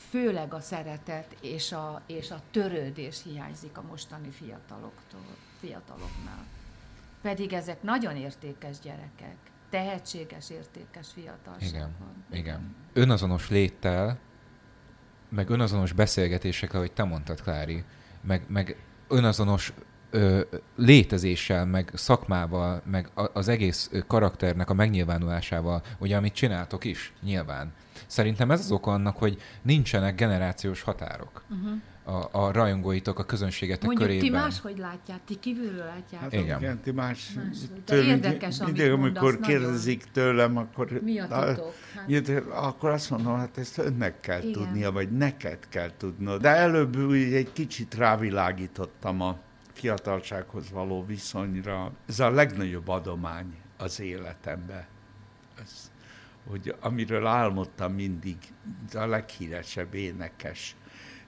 főleg a szeretet és a, és a törődés hiányzik a mostani fiataloktól, fiataloknál. Pedig ezek nagyon értékes gyerekek, tehetséges, értékes fiatalság Igen, van. igen. Önazonos léttel, meg önazonos beszélgetésekkel, ahogy te mondtad, Klári, meg, meg önazonos ö, létezéssel, meg szakmával, meg a, az egész karakternek a megnyilvánulásával, ugye, amit csináltok is, nyilván. Szerintem ez az oka annak, hogy nincsenek generációs határok. Uh-huh. A, a rajongóitok, a közönségetek Mondjuk körében. ti máshogy látják, ti kívülről látják. Hát igen. igen, ti más. Más. De tőlünk, érdekes, amit mindig, mondasz, amikor nagyon. kérdezik tőlem, akkor, Mi a titok? Hát- Jött, akkor azt mondom, hát ezt önnek kell Igen. tudnia, vagy neked kell tudnod. De előbb úgy egy kicsit rávilágítottam a fiatalsághoz való viszonyra. Ez a legnagyobb adomány az életemben. Ez, hogy amiről álmodtam mindig, a leghíresebb énekes,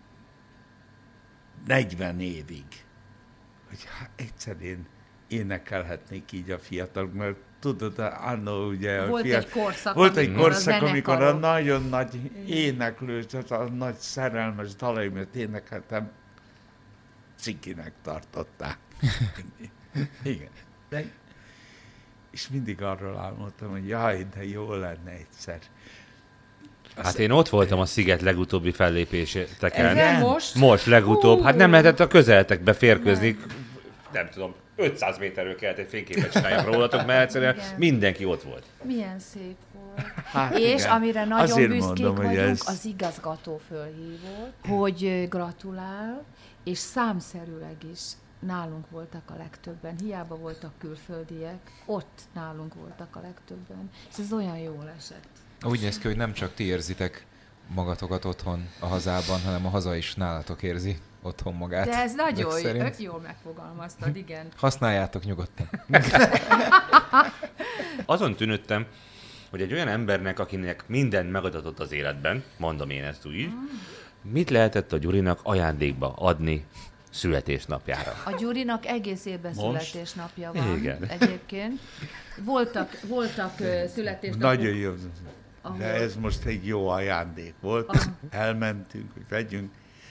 negyven évig, hogy hát egyszer én énekelhetnék így a fiatalok, mert tudod, annó ugye a Volt fiatal, egy korszak, volt egy amikor korszak, a amikor a zenekarok- nagyon nagy éneklő, tehát a nagy szerelmes dalaimat énekeltem, cikinek tartották. Igen. De, és mindig arról álmodtam, hogy jaj, de jó lenne egyszer. Hát én ott voltam a Sziget legutóbbi fellépéseteken. Igen, most? Most legutóbb. Hú. Hát nem lehetett a közeletekbe férkőzni. Nem. nem tudom, ötszáz méterről kellett egy fényképet csináljak rólatok, mert egyszerűen Igen. mindenki ott volt. Milyen szép volt. Hát És igen. amire nagyon Azért büszkék mondom, hogy vagyunk, ez- az igazgató fölhívott, hogy ö, gratulál, és számszerűleg is nálunk voltak a legtöbben. Hiába voltak külföldiek, ott nálunk voltak a legtöbben. És ez olyan jól esett. Úgy néz ki, hogy nem csak ti érzitek magatokat otthon a hazában, hanem a haza is nálatok érzi otthon magát. De ez nagyon Ezek jó, szerint. jól megfogalmaztad, igen. Használjátok nyugodtan. Azon tűnődtem, hogy egy olyan embernek, akinek mindent megadatott az életben, mondom én ezt úgy, mit lehetett a Gyurinak ajándékba adni születésnapjára? A Gyurinak egész évben Most? születésnapja van. Igen. Egyébként. Voltak, voltak ö, születésnapok. Nagyon jó. ahol- De ez most egy jó ajándék volt. Aha. Elmentünk, hogy vegyünk.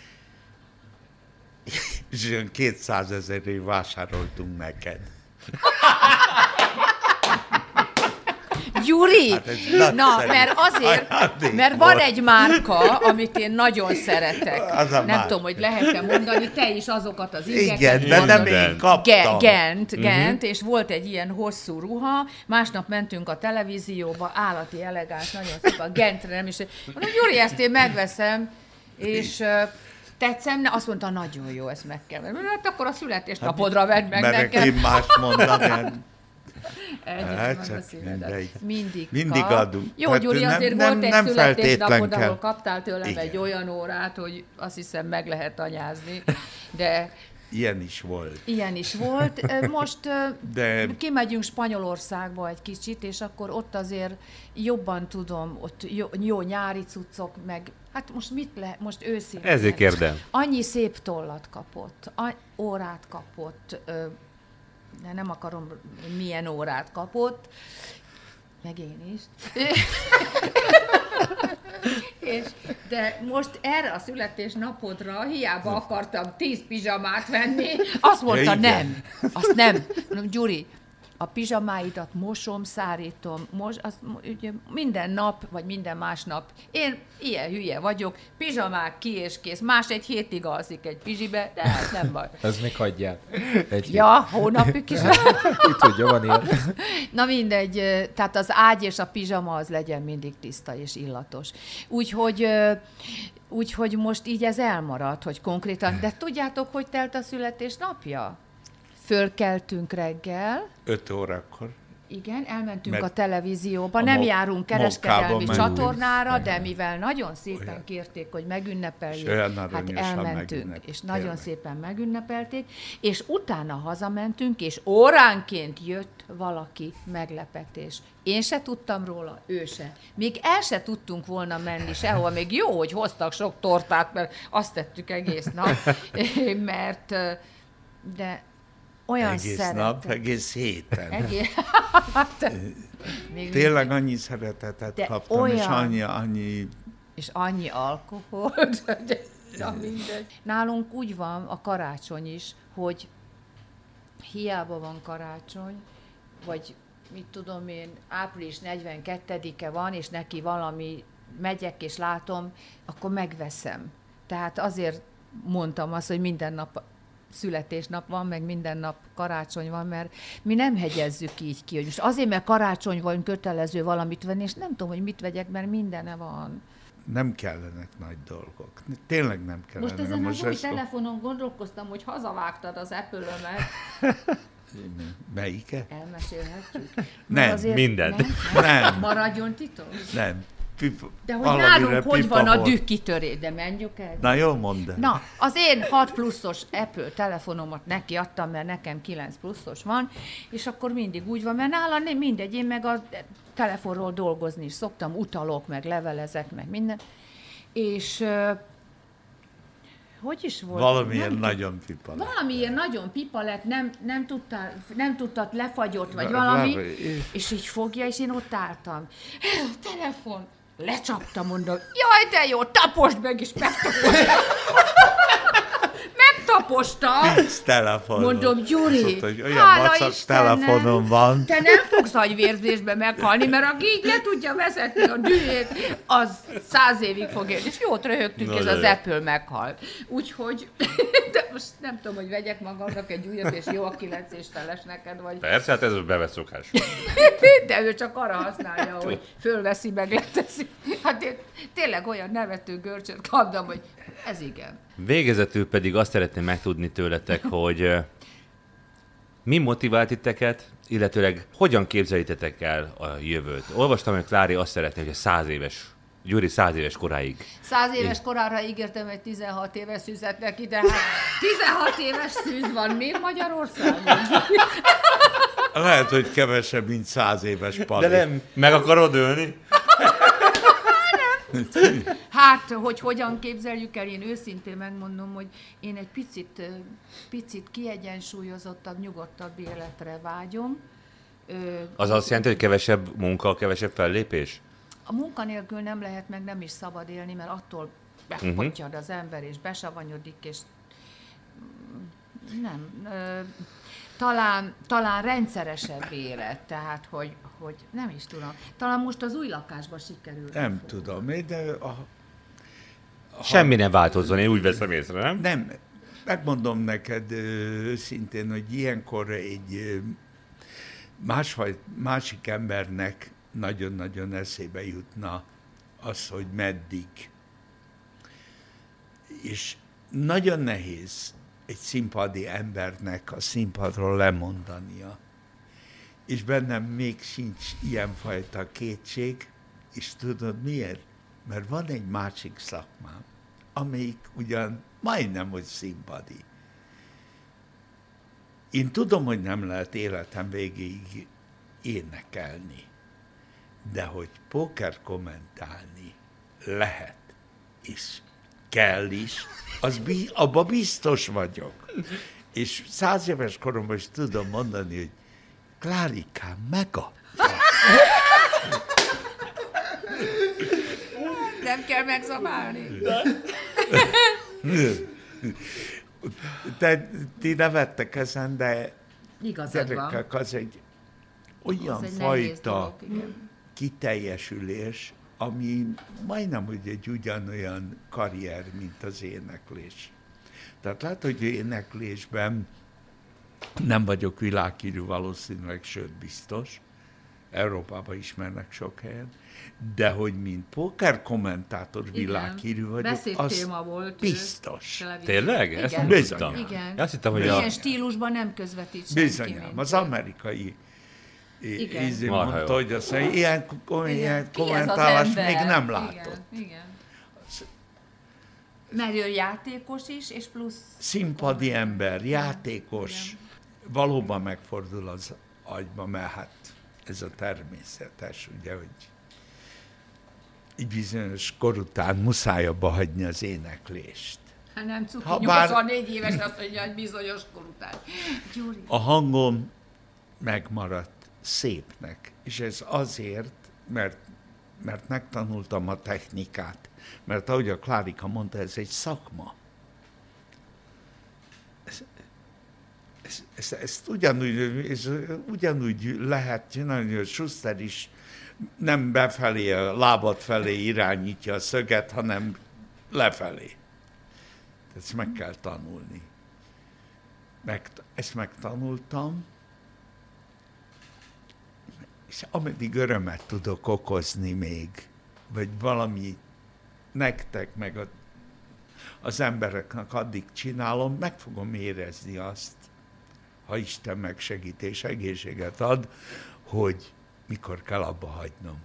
És olyan kétszázezerért vásároltunk neked. Gyuri! Hát ez Na, nagyszerű. mert azért, Ajándék mert van volt. egy márka, amit én nagyon szeretek. Az a Nem márka. tudom, hogy lehet-e mondani, te is azokat az ingeket Igen, de mondod. nem én kaptam. Ge- Gent, Gent, és volt egy ilyen hosszú ruha, másnap mentünk a televízióba, állati elegáns, nagyon szép, a Gentre nem is. Mondom, Gyuri, ezt én megveszem, és ö, tetszem, ne, azt mondta, nagyon jó, ezt meg kell venni. Hát akkor a születésnapodra vedd meg Merek nekem. én más mondani. Egyébként Hát meg csak a szívedet. mindegy. Mindig, Mindig kap. adunk. Jó, Hát Gyuri, nem- azért nem- volt egy nem feltétlen születésnapod, ahol kell. kaptál tőlem Igen. egy olyan órát, hogy azt hiszem meg lehet anyázni, de Ilyen is volt. ilyen is volt. Ö, Most ö, De- kimegyünk Spanyolországba egy kicsit, és akkor ott azért jobban tudom, ott jó, jó nyári cuccok, meg hát most mit le, most őszintén. Ezért kérdem. Annyi szép tollat kapott, a, órát kapott, ö, de nem akarom, hogy milyen órát kapott, meg én is. És, de most erre a születésnapodra hiába akartam tíz pizsamát venni, azt mondta, Ja, igen. nem, azt nem. Mondom, Gyuri, a pizsamáidat mosom, szárítom, most azt, ugye, minden nap, vagy minden másnap. Én ilyen hülye vagyok, pizsamák ki és kész. Más egy hétig alszik egy pizsibe, de ez nem baj. Ez még hagyjál. Egy Ja, hónapig is. Ki tudja, van ilyen. Na mindegy, ö, tehát az ágy és a pizsama az legyen mindig tiszta és illatos. Úgyhogy, ö, úgyhogy most így ez elmaradt, hogy konkrétan, de tudjátok, hogy telt a születésnapja? Fölkeltünk reggel, Öt órakor. igen, elmentünk Mert a televízióba, a nem Mok- járunk kereskedelmi Mokkában csatornára, mentünk. de mivel nagyon szépen Olyan. kérték, hogy megünnepeljük, És olyan hát aranyosan elmentünk, megünnep- és nagyon tényleg. szépen megünnepelték, és utána hazamentünk, és óránként jött valaki meglepetés. Én se tudtam róla, ő se. Még el se tudtunk volna menni sehova, még jó, hogy hoztak sok tortát, mert azt tettük egész nap, mert de olyan Egész szeretet. nap, egész héten. Egész... Még Tényleg annyi szeretetet De kaptam, és olyan. annyi, annyi és annyi alkohol, hogy na mindegy. Nálunk úgy van a karácsony is, hogy hiába van karácsony, vagy mit tudom én, április negyvenkettedike van, és neki valami, megyek és látom, akkor megveszem. Tehát azért mondtam azt, hogy minden nap születésnap van, meg minden nap karácsony van, mert mi nem hegyezzük így ki, hogy most azért, mert karácsony van, kötelező valamit venni, és nem tudom, hogy mit vegyek, mert mindene van. Nem kellenek nagy dolgok. Tényleg nem kellene. Most ezen az új ezt telefonon gondolkoztam, hogy hazavágtad az Apple-ömet. Melyike? Elmesélhetjük? Nem, azért mindent. Nem, nem. Nem. Maradjon titok? Nem. Pipa, De hogy valamire nálunk hogy pipa van a volt. dühkitörés, de menjünk el. Na jó, mondd el. Na, az én hat pluszos Apple telefonomat neki adtam, mert nekem kilenc pluszos van, és akkor mindig úgy van, mert nála nem mindegy, én meg a telefonról dolgozni is szoktam, utalok, meg levelezek, meg minden. És uh, hogy is volt? Valamilyen nem, nagyon pipa lett. Valamiért nagyon pipa lett, nem, nem, tudtál, nem tudtad, lefagyott, vagy Le- valami, le- és- és így fogja, és én ott álltam. A telefon, lecsaptam, mondom, jaj, de jó, taposd meg, és megtapostam. Megtapostam. Pinc telefon. Mondom, Gyuri, Azt mondta, hogy olyan hála vacak Istennek, telefonom van. te nem fogsz agyvérzésbe meghalni, mert aki így le tudja vezetni a dühét, az száz évig fog élni. És jót röhögtünk, Na, ez de az jó. Apple meghalt. Úgyhogy, de most nem tudom, hogy vegyek magamnak egy újat, és jó a kilenc és feles neked, vagy... Persze, hát ez a bevett szokás. De ő csak arra használja, hogy fölveszi, meg leteszi. Hát én tényleg olyan nevető görcsöt kaptam, hogy ez igen. Végezetül pedig azt szeretném megtudni tőletek, hogy ö, mi motivált titeket, illetőleg hogyan képzelítetek el a jövőt. Olvastam, hogy Klári azt szeretné, hogy a száz éves, Gyuri száz éves koráig. Száz éves korára ígértem egy tizenhat éves szűzet neki, de hát tizenhat éves szűz van még Magyarországon. Lehet, hogy kevesebb, mint száz éves Pali. De nem, meg akarod ölni? Hát, hogy hogyan képzeljük el, én őszintén megmondom, hogy én egy picit, ö, picit kiegyensúlyozottabb, nyugodtabb életre vágyom. Ö, Az azt jelenti, hogy kevesebb munka, kevesebb fellépés? A munkanélkül nem lehet, meg nem is szabad élni, mert attól megpottyad az ember, és besavanyodik, és nem. Ö, talán, talán rendszeresebb élet, tehát, hogy, hogy nem is tudom. Talán most az új lakásba sikerül. Nem tudom, de a, Semmi nem változzon, én úgy veszem észre, nem? nem, megmondom neked ö, őszintén, hogy ilyenkor egy ö, másfaj, másik embernek nagyon-nagyon eszébe jutna az, hogy meddig. És nagyon nehéz egy színpadi embernek a színpadról lemondania. És bennem még sincs ilyenfajta kétség, és tudod miért? Mert van egy másik szakmám, amelyik ugyan majdnem, hogy színpadi. Én tudom, hogy nem lehet életem végéig énekelni, de hogy póker kommentálni lehet, és kell is, az bi- abba biztos vagyok. És száz éves koromban is tudom mondani, hogy Klárikám, megadta. Nem kell megzabálni. Te, ti nevettek ezen, de Igazad van. gyerekek, az egy olyan Az egy nehéz fajta dolog, igen. kiteljesülés, ami majdnem, hogy egy ugyanolyan karrier, mint az éneklés. Tehát látod, hogy éneklésben nem vagyok világhírű valószínűleg, sőt biztos, Európában ismernek sok helyen, de hogy mint póker kommentátor világhírű vagyok, beszédtéma az volt. biztos. Tényleg? Ezt Igen. nem Bizony. tudtam. Igen. Azt hittem, hogy Ilyen a... stílusban nem közvetít senki. Bizonyám, mint az ő. amerikai Igen. ízé Marha mondta, jó. hogy azt mondja, ilyen, Igen. ilyen Ki ez az kommentálást ember? még nem látott. Igen, igen. Mert ő játékos is, és plusz... Színpadi ember, játékos, valóban megfordul az agyba, mert hát ez a természetes, ugye, hogy egy bizonyos kor után muszáj abba hagyni az éneklést. Hát nem cuki, Ha bár- nyolcvannégy éves azt mondja, hogy bizonyos kor után. Gyuri. A hangom megmaradt szépnek, és ez azért, mert mert megtanultam a technikát. Mert ahogy a Klárika mondta, ez egy szakma. Ez, ez, ez, ezt ugyanúgy, ez ugyanúgy lehet csinálni, hogy Schuster is nem befelé, a lábad felé irányítja a szöget, hanem lefelé. Ezt meg kell tanulni. Meg, ezt megtanultam, és ameddig örömet tudok okozni még, vagy valami nektek, meg a, az embereknek addig csinálom, meg fogom érezni azt, ha Isten megsegít és egészséget ad, hogy mikor kell abba hagynom.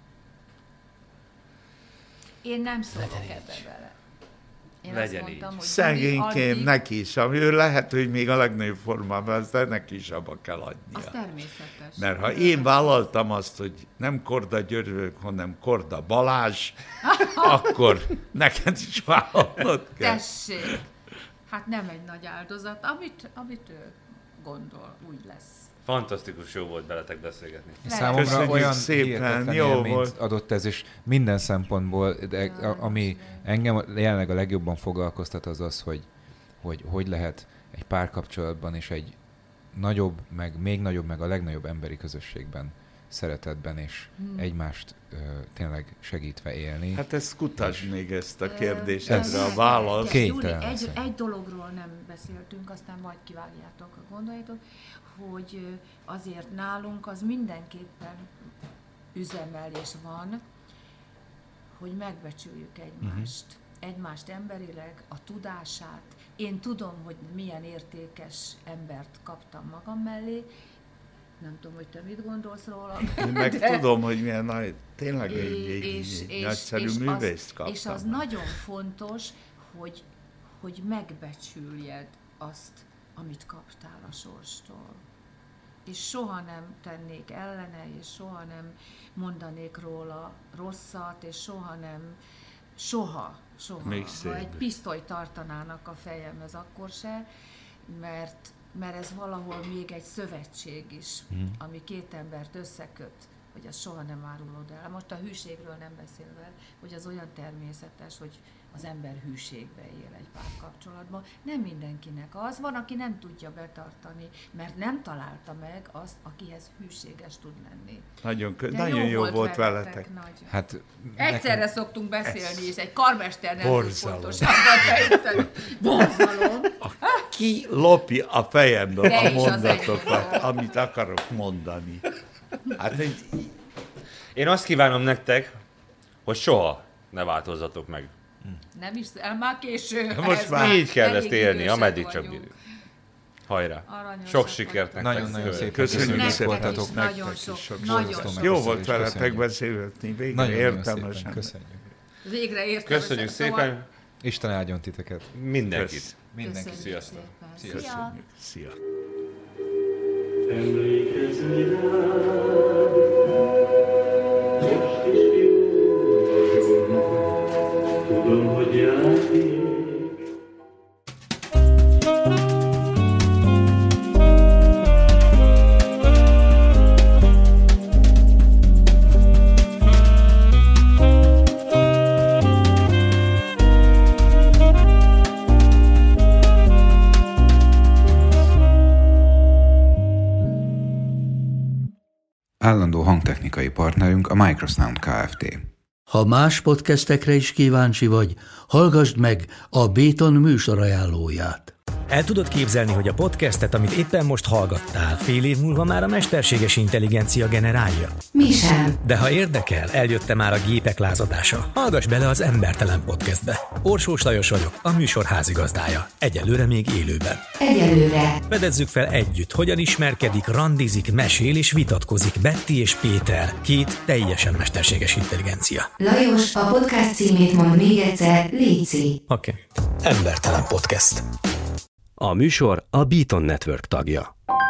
Én nem szólok ebbe bele. Én Legyen azt mondtam, így. hogy Szegénykém, addig... neki is, ő lehet, hogy még a legnagyobb formában, de neki is abba kell adnia. Az természetes. Mert ha én vállaltam azt, hogy nem Korda György, hanem Korda Balázs, akkor neked is vállalnod kell. Tessék! Hát nem egy nagy áldozat, amit, amit ő gondol, úgy lesz. Fantasztikus jó volt veletek beszélgetni. Számomra Köszönjük olyan szépen, hihetetlen jó élményt volt. adott ez, és minden szempontból, de a, ami engem jelenleg a legjobban foglalkoztat, az az, hogy hogy, hogy lehet egy párkapcsolatban és egy nagyobb, meg még nagyobb, meg a legnagyobb emberi közösségben, szeretetben és hmm. egymást ö, tényleg segítve élni. Hát ezt kutasd még ezt a kérdést, Ez- ezre a választ. Ké- Júli, Kénytelen egy, leszek. egy dologról nem beszéltünk, aztán majd kivágjátok, gondoljátok, hogy ö, azért nálunk az mindenképpen üzemelés van, hogy megbecsüljük egymást. Uh-huh. Egymást emberileg, a tudását. Én tudom, hogy milyen értékes embert kaptam magam mellé. Nem tudom, hogy te mit gondolsz róla. Én meg de- tudom, hogy milyen nagy, tényleg egy, egy, és, egy és, nagyszerű és művészt az, kaptam. és az nagyon fontos, hogy, hogy megbecsüljed azt, amit kaptál a sorstól. És soha nem tennék ellene, és soha nem mondanék róla rosszat, és soha nem, soha, soha. Még Ha szép. egy pisztolyt tartanának a fejemhez, akkor se, mert, mert ez valahol még egy szövetség is, hmm. ami két embert összeköt, hogy az soha nem árulod el. Most a hűségről nem beszélve, hogy az olyan természetes, hogy az ember hűségbe él egy párkapcsolatban. Nem mindenkinek az. Van, aki nem tudja betartani, mert nem találta meg azt, akihez hűséges tud lenni. Nagyon, kö- De nagyon jó, jó volt veletek. Nagyon. Hát Egyszerre nekem- szoktunk beszélni, és egy karmester nem tud Borzalom. pontosabban beüteni. Borzalom. Ki lopja a fejemből Te a is az mondatokat, enyémből. amit akarok mondani. Hát egy, Én azt kívánom nektek, hogy soha ne változzatok meg. Nem is, el már késő. Most ez már Így kell elég ezt élni, idősek ameddig csak vagyunk. bírjuk. Hajrá! Aranyosak Sok sikert vagytok. nektek! Nagyon-nagyon szépen Köszönjük köszönjük, szépen. hogy voltatok. Nektek is nagyon nektek sok, is sok nagyon borzasztó sok. jó Köszönjük, volt veletek köszönjük. beszélgetni, végre Nagyon-nagyon értelmesen. szépen köszönjük. Végre értem. Köszönjük szépen Isten áldjon titeket. mindenkit! Kösz. Mindenki. Köszönjük Sziasztok. szépen. Szia. Szia. Emlékezni rád, most is jó vagyok, tudom, hogy játék. Állandó hangtechnikai partnerünk a Microsound Kft. Ha más podcastekre is kíváncsi vagy, hallgassd meg a Béton műsor ajánlóját. El tudod képzelni, hogy a podcastet, amit éppen most hallgattál, fél év múlva már a mesterséges intelligencia generálja? Mi sem. De ha érdekel, eljött már a gépek lázadása. Hallgass bele az Embertelen Podcastbe. Orsós Lajos vagyok, a műsor házigazdája. Egyelőre még élőben. Egyelőre. Fedezzük fel együtt, hogyan ismerkedik, randizik, mesél és vitatkozik Betty és Péter, két teljesen mesterséges intelligencia. Lajos, a podcast címét mond még egyszer, léci. Oké. Okay. Embertelen Podcast. A műsor a Beaton Network tagja.